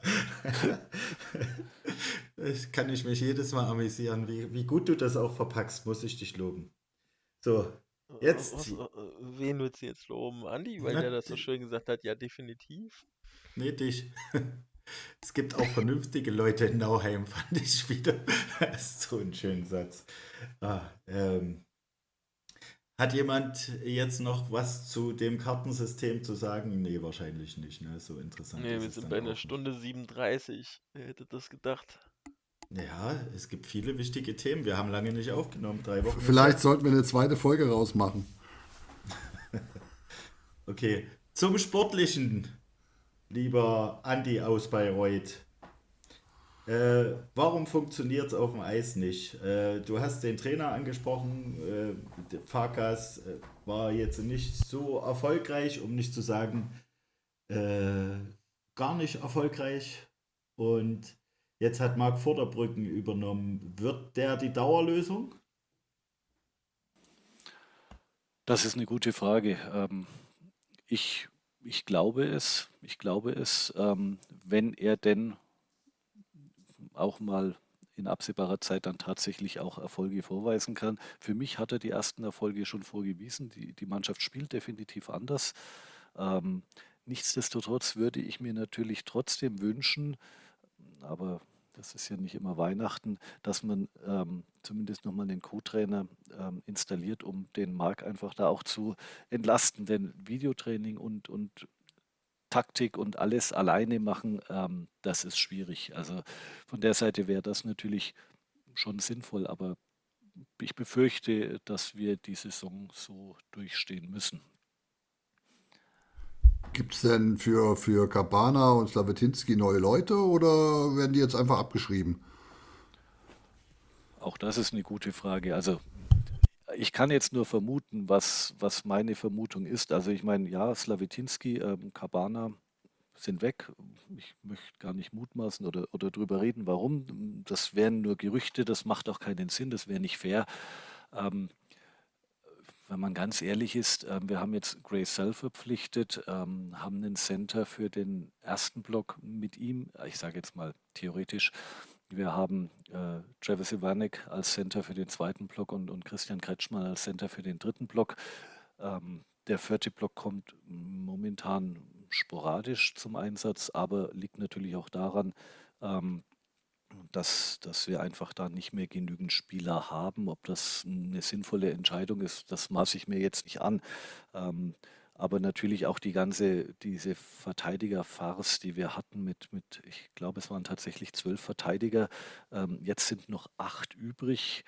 Ich kann ich mich jedes Mal amüsieren. Wie, wie gut du das auch verpackst, muss ich dich loben. So, jetzt. Was, äh, wen willst du jetzt loben? Andi, weil Na, der das so schön gesagt hat, ja, definitiv. nee, dich. Es gibt auch vernünftige Leute in Nauheim, fand ich wieder. Das ist so ein schöner Satz. Ah, ähm, hat jemand jetzt noch was zu dem Kartensystem zu sagen? Nee, wahrscheinlich nicht. Ne? So interessant Ne, ist wir es sind dann bei einer auch nicht. Stunde siebenunddreißig. Wer hätte das gedacht? Ja, es gibt viele wichtige Themen. Wir haben lange nicht aufgenommen. Drei Wochen ist Vielleicht her. sollten wir eine zweite Folge rausmachen. Okay, zum Sportlichen, lieber Andi aus Bayreuth. Äh, warum funktioniert es auf dem Eis nicht? Äh, du hast den Trainer angesprochen. Äh, der Farkas äh, war jetzt nicht so erfolgreich, um nicht zu sagen, äh, gar nicht erfolgreich. Und jetzt hat Marc Vorderbrücken übernommen. Wird der die Dauerlösung? Das ist eine gute Frage. Ähm, ich, ich glaube es, ich glaube es, ähm, wenn er denn auch mal in absehbarer Zeit dann tatsächlich auch Erfolge vorweisen kann. Für mich hat er die ersten Erfolge schon vorgewiesen. Die, die Mannschaft spielt definitiv anders. Ähm, nichtsdestotrotz würde ich mir natürlich trotzdem wünschen, aber das ist ja nicht immer Weihnachten, dass man ähm, zumindest nochmal einen Co-Trainer ähm, installiert, um den Marc einfach da auch zu entlasten. Denn Videotraining und, und Taktik und alles alleine machen, ähm, das ist schwierig. Also von der Seite wäre das natürlich schon sinnvoll, aber ich befürchte, dass wir die Saison so durchstehen müssen. Gibt es denn für, für Cabana und Slawetinski neue Leute oder werden die jetzt einfach abgeschrieben? Auch das ist eine gute Frage. Also ich kann jetzt nur vermuten, was, was meine Vermutung ist. Also ich meine, ja, Slawetinski, ähm, Cabana sind weg. Ich möchte gar nicht mutmaßen oder, oder drüber reden, warum. Das wären nur Gerüchte, das macht auch keinen Sinn, das wäre nicht fair. Ähm, Wenn man ganz ehrlich ist, ähm, wir haben jetzt Gray Sell verpflichtet, ähm, haben einen Center für den ersten Block mit ihm. Ich sage jetzt mal theoretisch. Wir haben äh, Travis Ivanek als Center für den zweiten Block und, und Christian Kretschmann als Center für den dritten Block. Ähm, der vierte Block kommt momentan sporadisch zum Einsatz, aber liegt natürlich auch daran, ähm, dass, dass wir einfach da nicht mehr genügend Spieler haben. Ob das eine sinnvolle Entscheidung ist, das maße ich mir jetzt nicht an. Ähm, aber natürlich auch die ganze, diese Verteidigerfarce, die wir hatten mit, mit, ich glaube, es waren tatsächlich zwölf Verteidiger. Ähm, jetzt sind noch acht übrig.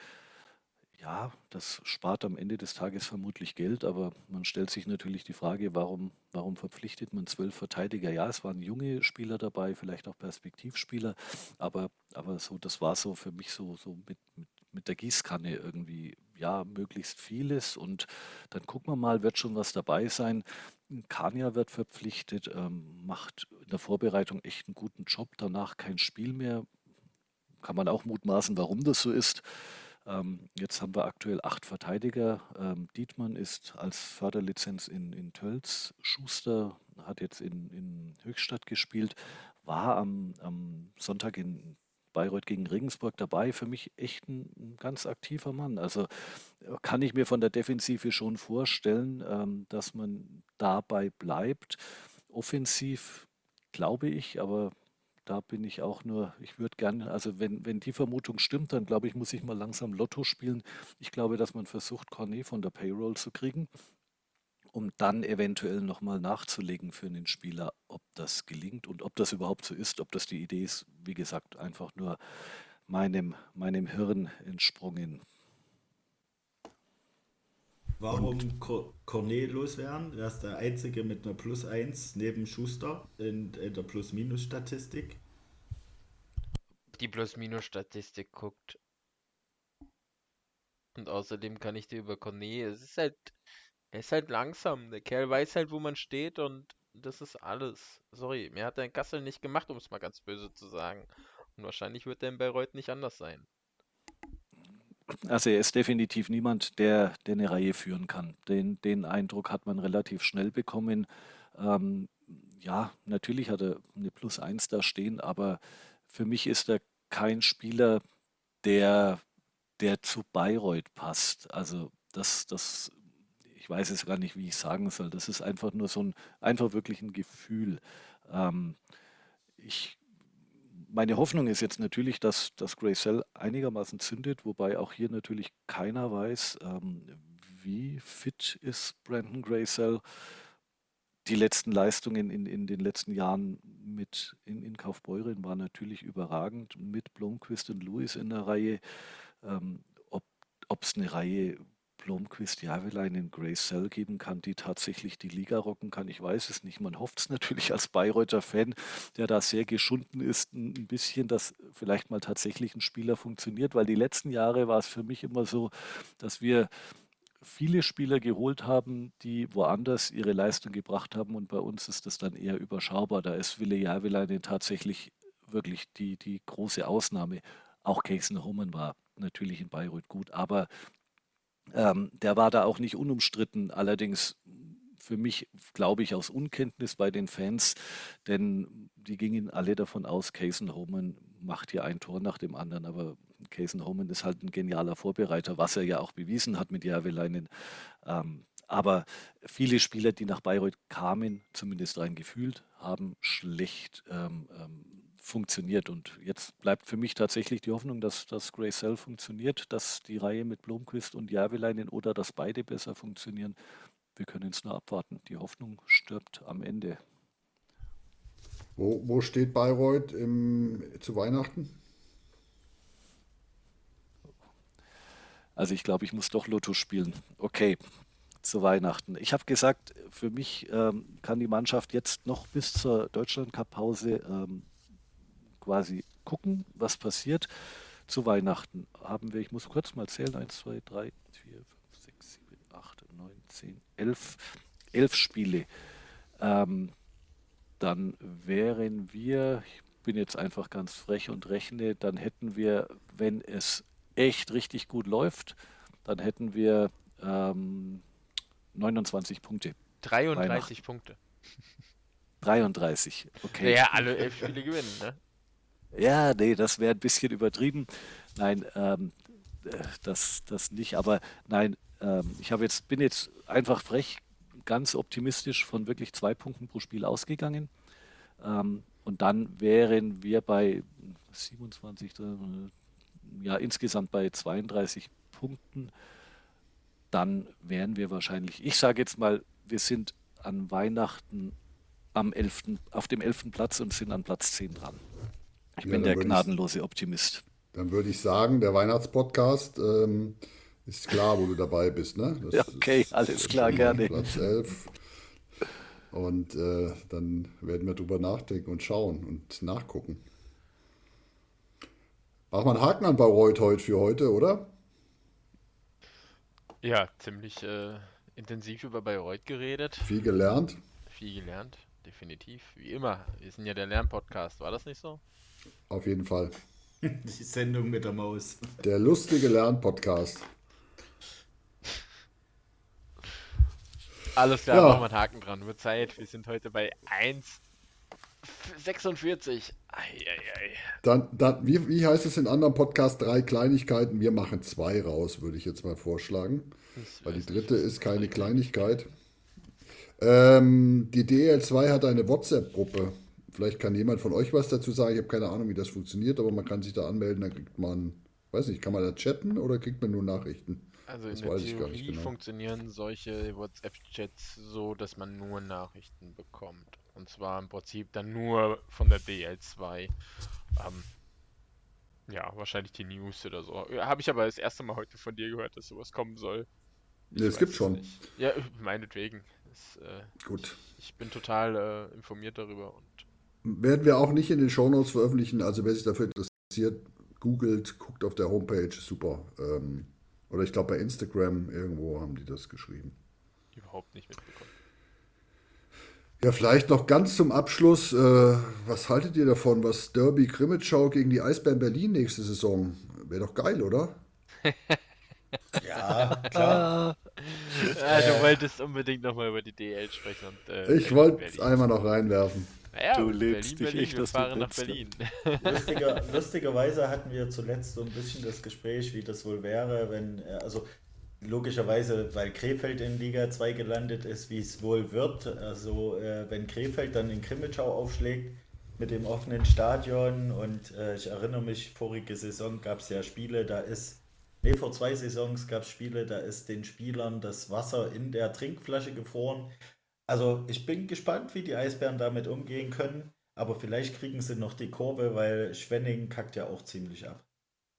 Ja, das spart am Ende des Tages vermutlich Geld, aber man stellt sich natürlich die Frage, warum, warum verpflichtet man zwölf Verteidiger? Ja, es waren junge Spieler dabei, vielleicht auch Perspektivspieler, aber, aber so, das war so für mich so, so mit, mit, mit der Gießkanne irgendwie, ja, möglichst vieles und dann gucken wir mal, wird schon was dabei sein. Kania wird verpflichtet, ähm, macht in der Vorbereitung echt einen guten Job, danach kein Spiel mehr. Kann man auch mutmaßen, warum das so ist. Ähm, jetzt haben wir aktuell acht Verteidiger. Ähm, Dietmann ist als Förderlizenz in, in Tölz. Schuster hat jetzt in, in Höchstadt gespielt, war am, am Sonntag in Bayreuth gegen Regensburg dabei. Für mich echt ein, ein ganz aktiver Mann. Also äh, kann ich mir von der Defensive schon vorstellen, ähm, dass man dabei bleibt. Offensiv glaube ich, aber da bin ich auch nur, ich würde gerne, also wenn, wenn die Vermutung stimmt, dann glaube ich, muss ich mal langsam Lotto spielen. Ich glaube, dass man versucht, Cornet von der Payroll zu kriegen, um dann eventuell nochmal nachzulegen für einen Spieler, ob das gelingt und ob das überhaupt so ist, ob das die Idee ist, wie gesagt, einfach nur meinem, meinem Hirn entsprungen. Und Warum Co- Cornet loswerden? Er ist der Einzige mit einer Plus eins neben Schuster in, in der Plus-Minus-Statistik. Die Plus-Minus-Statistik guckt. Und außerdem kann ich dir über Cornet, es ist halt, er ist halt langsam. Der Kerl weiß halt, wo man steht und das ist alles. Sorry, mehr hat er in Kassel nicht gemacht, um es mal ganz böse zu sagen. Und wahrscheinlich wird er in Bayreuth nicht anders sein. Also er ist definitiv niemand, der, der eine Reihe führen kann. Den, den Eindruck hat man relativ schnell bekommen. Ähm, ja, natürlich hat er eine Plus eins da stehen, aber für mich ist er kein Spieler, der, der zu Bayreuth passt. Also das, das, ich weiß es gar nicht, wie ich sagen soll. Das ist einfach nur so ein, einfach wirklich ein Gefühl. Ähm, ich Meine Hoffnung ist jetzt natürlich, dass, dass Graycell einigermaßen zündet, wobei auch hier natürlich keiner weiß, ähm, wie fit ist Brandon Graycell. Die letzten Leistungen in, in den letzten Jahren mit in, in Kaufbeuren waren natürlich überragend, mit Blomqvist und Lewis in der Reihe. Ähm, ob es eine Reihe Blomqvist, Jahweleinen, Graycell geben kann, die tatsächlich die Liga rocken kann, ich weiß es nicht. Man hofft es natürlich als Bayreuther Fan, der da sehr geschunden ist, ein ein bisschen, dass vielleicht mal tatsächlich ein Spieler funktioniert, weil die letzten Jahre war es für mich immer so, dass wir viele Spieler geholt haben, die woanders ihre Leistung gebracht haben und bei uns ist das dann eher überschaubar. Da ist Ville Jääveläinen tatsächlich wirklich die, die große Ausnahme. Auch Casey Homan war natürlich in Bayreuth gut, aber Ähm, der war da auch nicht unumstritten, allerdings für mich, glaube ich, aus Unkenntnis bei den Fans, denn die gingen alle davon aus, Cason Homan macht hier ein Tor nach dem anderen, aber Cason Homan ist halt ein genialer Vorbereiter, was er ja auch bewiesen hat mit Järveläinen. Ähm, aber viele Spieler, die nach Bayreuth kamen, zumindest rein gefühlt, haben schlecht ähm, ähm, funktioniert. Und jetzt bleibt für mich tatsächlich die Hoffnung, dass das Graycell funktioniert, dass die Reihe mit Blomqvist und Järveläinen oder dass beide besser funktionieren. Wir können es nur abwarten. Die Hoffnung stirbt am Ende. Wo, wo steht Bayreuth im, zu Weihnachten? Also ich glaube, ich muss doch Lotto spielen. Okay, zu Weihnachten. Ich habe gesagt, für mich ähm, kann die Mannschaft jetzt noch bis zur Deutschland-Cup-Pause ähm, quasi gucken, was passiert. Zu Weihnachten haben wir, ich muss kurz mal zählen, eins, zwei, drei, vier, fünf, sechs, sieben, acht, neun, zehn, elf, elf Spiele. Ähm, dann wären wir, ich bin jetzt einfach ganz frech und rechne, dann hätten wir, wenn es echt richtig gut läuft, dann hätten wir ähm, neunundzwanzig Punkte. dreiunddreißig Punkte. dreiunddreißig, okay. Naja, alle elf Spiele gewinnen, ne? Ja, nee, das wäre ein bisschen übertrieben. Nein, ähm, das, das nicht. Aber nein, ähm, ich habe jetzt, bin jetzt einfach frech, ganz optimistisch von wirklich zwei Punkten pro Spiel ausgegangen. Ähm, und dann wären wir bei siebenundzwanzig, ja, insgesamt bei zweiunddreißig Punkten. Dann wären wir wahrscheinlich, ich sage jetzt mal, wir sind an Weihnachten am elften auf dem elften Platz und sind an Platz zehn dran. Ich Ja, bin dann der würde ich- gnadenlose Optimist. Dann würde ich sagen, der Weihnachtspodcast ähm, ist klar, wo du dabei bist. Ne? Das Ja, okay, ist- alles ist klar, schon mal gerne. Platz elf. Und äh, dann werden wir drüber nachdenken und schauen und nachgucken. Machen wir einen Haken an Bayreuth heute für heute, oder? Ja, ziemlich äh, intensiv über Bayreuth geredet. Viel gelernt. Viel gelernt, definitiv. Wie immer. Wir sind ja der Lernpodcast, war das nicht so? Auf jeden Fall. Die Sendung mit der Maus. Der lustige Lernpodcast. Alles klar, Ja. machen wir einen Haken dran. Wird Zeit. Wir sind heute bei eins sechsundvierzig. Eieiei. Dann, dann wie, wie heißt es in anderen Podcasts? Drei Kleinigkeiten. Wir machen zwei raus, würde ich jetzt mal vorschlagen. Ich Weil die weiß dritte nicht, ist keine Kleinigkeit. Ähm, die D L zwei hat eine WhatsApp-Gruppe. Vielleicht kann jemand von euch was dazu sagen. Ich habe keine Ahnung, wie das funktioniert, aber man kann sich da anmelden, dann kriegt man, weiß nicht, kann man da chatten oder kriegt man nur Nachrichten? Also Das in der weiß ich gar nicht Theorie genau. funktionieren solche WhatsApp-Chats so, dass man nur Nachrichten bekommt. Und zwar im Prinzip dann nur von der D L zwei. Ähm, ja, wahrscheinlich die News oder so. Ja, habe ich aber das erste Mal heute von dir gehört, dass sowas kommen soll. Ich Nee, es weiß gibt schon. nicht. Ja, meinetwegen. Das, äh, Gut. ich bin total äh, informiert darüber und Werden wir auch nicht in den Shownotes veröffentlichen. Also wer sich dafür interessiert, googelt, guckt auf der Homepage. Super. Ähm, oder ich glaube bei Instagram irgendwo haben die das geschrieben. überhaupt nicht mitbekommen. Ja, vielleicht noch ganz zum Abschluss. Äh, was haltet ihr davon, was Derby Krimitschau gegen die Eisbären Berlin nächste Saison? Wäre doch geil, oder? Ja, klar. Ah, du wolltest unbedingt nochmal über die D L sprechen und äh, Ich Berlin, wollte Berlin. es einmal noch reinwerfen. Naja, Du Berlin, lebst dich Berlin, echt, wir dass du fahren nach lebst, ja. Berlin. Lustiger, lustigerweise hatten wir zuletzt so ein bisschen das Gespräch, wie das wohl wäre, wenn, äh, also logischerweise, weil Krefeld in Liga zwei gelandet ist, wie es wohl wird. Also äh, wenn Krefeld dann in Krimitschau aufschlägt mit dem offenen Stadion und äh, ich erinnere mich, vorige Saison gab es ja Spiele, da ist, nee, vor zwei Saisons gab es Spiele, da ist den Spielern das Wasser in der Trinkflasche gefroren. Also ich bin gespannt, wie die Eisbären damit umgehen können, aber vielleicht kriegen sie noch die Kurve, weil Schwenning kackt ja auch ziemlich ab.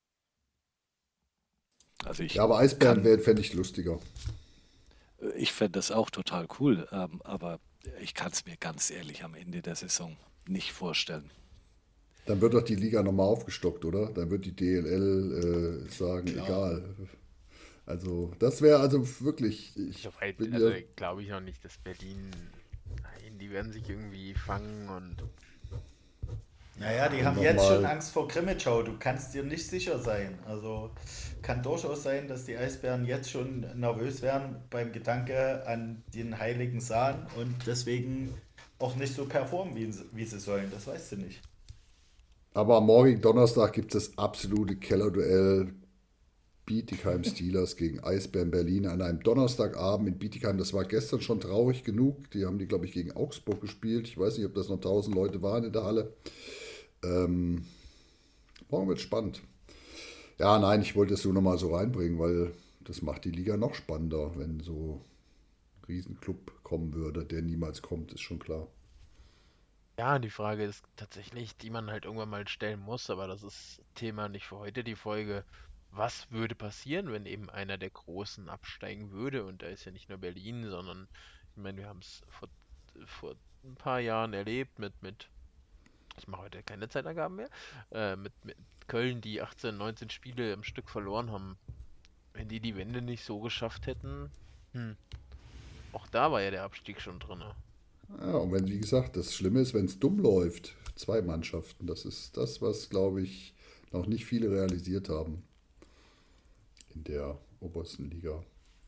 Also ich Ja, aber Eisbären kann, fände ich lustiger. ich fände das auch total cool, ähm, aber ich kann es mir ganz ehrlich am Ende der Saison nicht vorstellen. Dann wird doch die Liga nochmal aufgestockt, oder? Dann wird die D L L äh, sagen, Klar. egal. Also das wäre also wirklich, ich Soweit, bin also ja, glaube ich noch nicht, dass Berlin. Nein, die werden sich irgendwie fangen und Naja, die Und haben jetzt schon nochmal, Angst vor Krimitschau. Du kannst dir nicht sicher sein. Also kann durchaus sein, dass die Eisbären jetzt schon nervös werden beim Gedanke an den heiligen Sahn und deswegen auch nicht so performen, wie, sie- wie sie sollen. Das weißt du nicht. aber am morgigen Donnerstag gibt es das absolute Kellerduell Bietigheim Steelers gegen Eisbären Berlin an einem Donnerstagabend in Bietigheim. Das war gestern schon traurig genug. Die haben die, glaube ich, gegen Augsburg gespielt. Ich weiß nicht, ob das noch tausend Leute waren in der Halle. Ähm, morgen wird spannend. Ja, nein, ich wollte es so nochmal so reinbringen, weil das macht die Liga noch spannender, wenn so ein Riesenclub kommen würde, der niemals kommt, ist schon klar. Ja, die Frage ist tatsächlich, die man halt irgendwann mal stellen muss, aber das ist Thema nicht für heute, die Folge. Was würde passieren, wenn eben einer der Großen absteigen würde? Und da ist ja nicht nur Berlin, sondern ich meine, wir haben es vor, vor ein paar Jahren erlebt mit, mit, ich mache heute keine Zeitangaben mehr, äh, mit, mit Köln, die achtzehn, neunzehn Spiele im Stück verloren haben. Wenn die die Wende nicht so geschafft hätten, hm, auch da war ja der Abstieg schon drin. Ja, und wenn, wie gesagt, das Schlimme ist, wenn es dumm läuft, zwei Mannschaften, das ist das, was, glaube ich, noch nicht viele realisiert haben in der obersten Liga.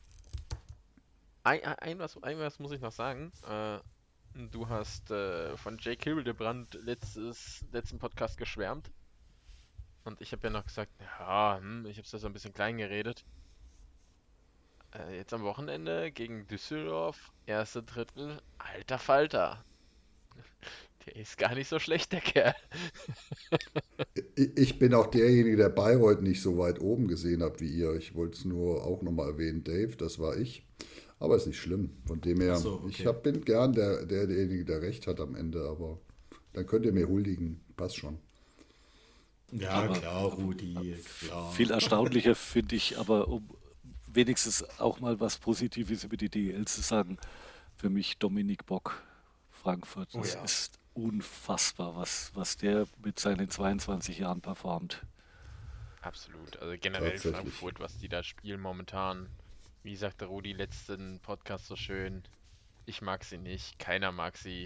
Ein, ein, was, ein was muss ich noch sagen. Äh, du hast äh, von Jake Hildebrand letztes, letzten Podcast geschwärmt. Und ich habe ja noch gesagt, ja, hm, ich habe es da so ein bisschen klein geredet. Äh, jetzt am Wochenende gegen Düsseldorf, erste Drittel, alter Falter. Der ist gar nicht so schlecht, der Kerl. Ich ich bin auch derjenige, der Bayreuth nicht so weit oben gesehen hat wie ihr. Ich wollte es nur auch nochmal erwähnen, Dave, das war ich. Aber ist nicht schlimm. Von dem Ach her, so, ich okay. hab, bin gern der, der, derjenige, der recht hat am Ende, aber dann könnt ihr mir huldigen. Passt schon. Ja, Aber klar, Rudi, viel klar. erstaunlicher finde ich, aber um wenigstens auch mal was Positives über die D E L zu sagen, für mich Dominik Bock, Frankfurt. Oh Das ja. ist unfassbar, was, was der mit seinen zweiundzwanzig Jahren performt. Absolut. Also generell Tatsächlich. Frankfurt, was die da spielen momentan. Wie sagte Rudi letzten Podcast so schön, ich mag sie nicht, keiner mag sie.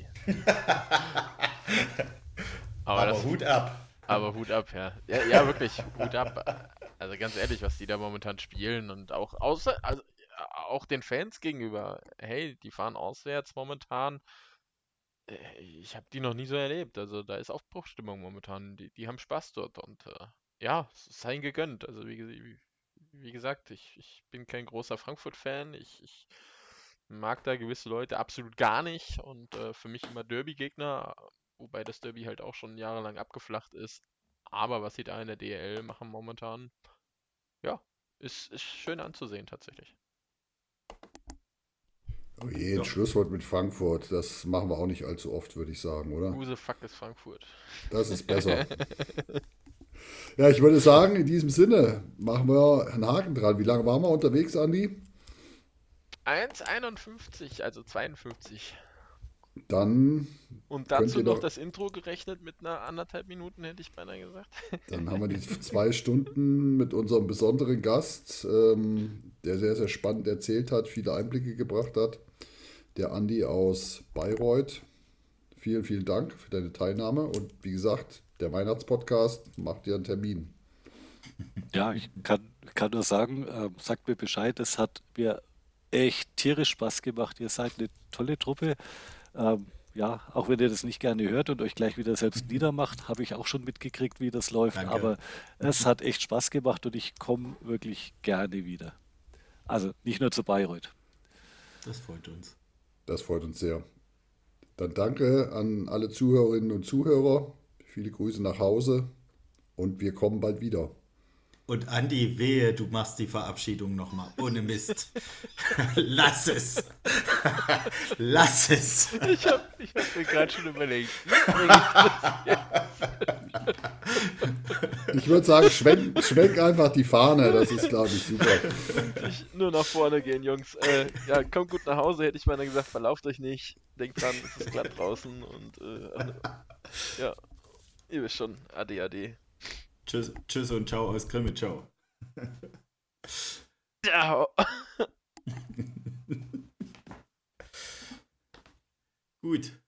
Aber Aber das, Hut ab. aber Hut ab, ja. Ja, ja, wirklich, Hut ab. Also ganz ehrlich, was die da momentan spielen und auch außer, also auch den Fans gegenüber. Hey, die fahren auswärts momentan. Äh, Ich habe die noch nie so erlebt. Also da ist Aufbruchsstimmung momentan. Die, die haben Spaß dort und äh, ja, es sei ihnen gegönnt. Also wie, ge- wie, wie gesagt, ich, ich bin kein großer Frankfurt-Fan. Ich, ich mag da gewisse Leute absolut gar nicht und äh, für mich immer Derby-Gegner, wobei das Derby halt auch schon jahrelang abgeflacht ist. Aber was sie da in der D L machen momentan, ja, ist, ist schön anzusehen tatsächlich. Oh je, ein Ja. Schlusswort mit Frankfurt. Das machen wir auch nicht allzu oft, würde ich sagen, oder? Who the fuck ist Frankfurt? Das ist besser. Ja, ich würde sagen, in diesem Sinne machen wir einen Haken dran. Wie lange waren wir unterwegs, Andi? eins Komma einundfünfzig, also zweiundfünfzig. Dann Und könnt dazu ihr noch noch, das Intro gerechnet mit einer anderthalb Minuten, hätte ich beinahe gesagt. dann haben wir die zwei Stunden mit unserem besonderen Gast, ähm, der sehr, sehr spannend erzählt hat, viele Einblicke gebracht hat. Der Andi aus Bayreuth. Vielen, vielen Dank für deine Teilnahme. Und wie gesagt, der Weihnachtspodcast macht dir einen Termin. Ja, ich kann, kann nur sagen, ähm, sagt mir Bescheid, es hat mir echt tierisch Spaß gemacht. Ihr seid eine tolle Truppe. Ähm, ja, auch wenn ihr das nicht gerne hört und euch gleich wieder selbst niedermacht, habe ich auch schon mitgekriegt, wie das läuft. Danke. Aber es hat echt Spaß gemacht und ich komme wirklich gerne wieder. Also nicht nur zu Bayreuth. Das freut uns. Das freut uns sehr. Dann danke an alle Zuhörerinnen und Zuhörer. Viele Grüße nach Hause und wir kommen bald wieder. Und Andi, wehe, du machst die Verabschiedung nochmal. Ohne Mist. Lass es. Lass es. Ich habe ich hab mir gerade schon überlegt, wie bringe ich das jetzt? Ich würde sagen, schwenk, schwenk einfach die Fahne. Das ist, glaube ich, super. Ich, nur nach vorne gehen, Jungs. Äh, ja, kommt gut nach Hause, hätte ich mal gesagt, verlauft euch nicht. Denkt dran, es ist glatt draußen und äh, ja, ihr wisst schon, ade, ade. Tschüss, tschüss und ciao aus Krimitschau. Ciao. Gut.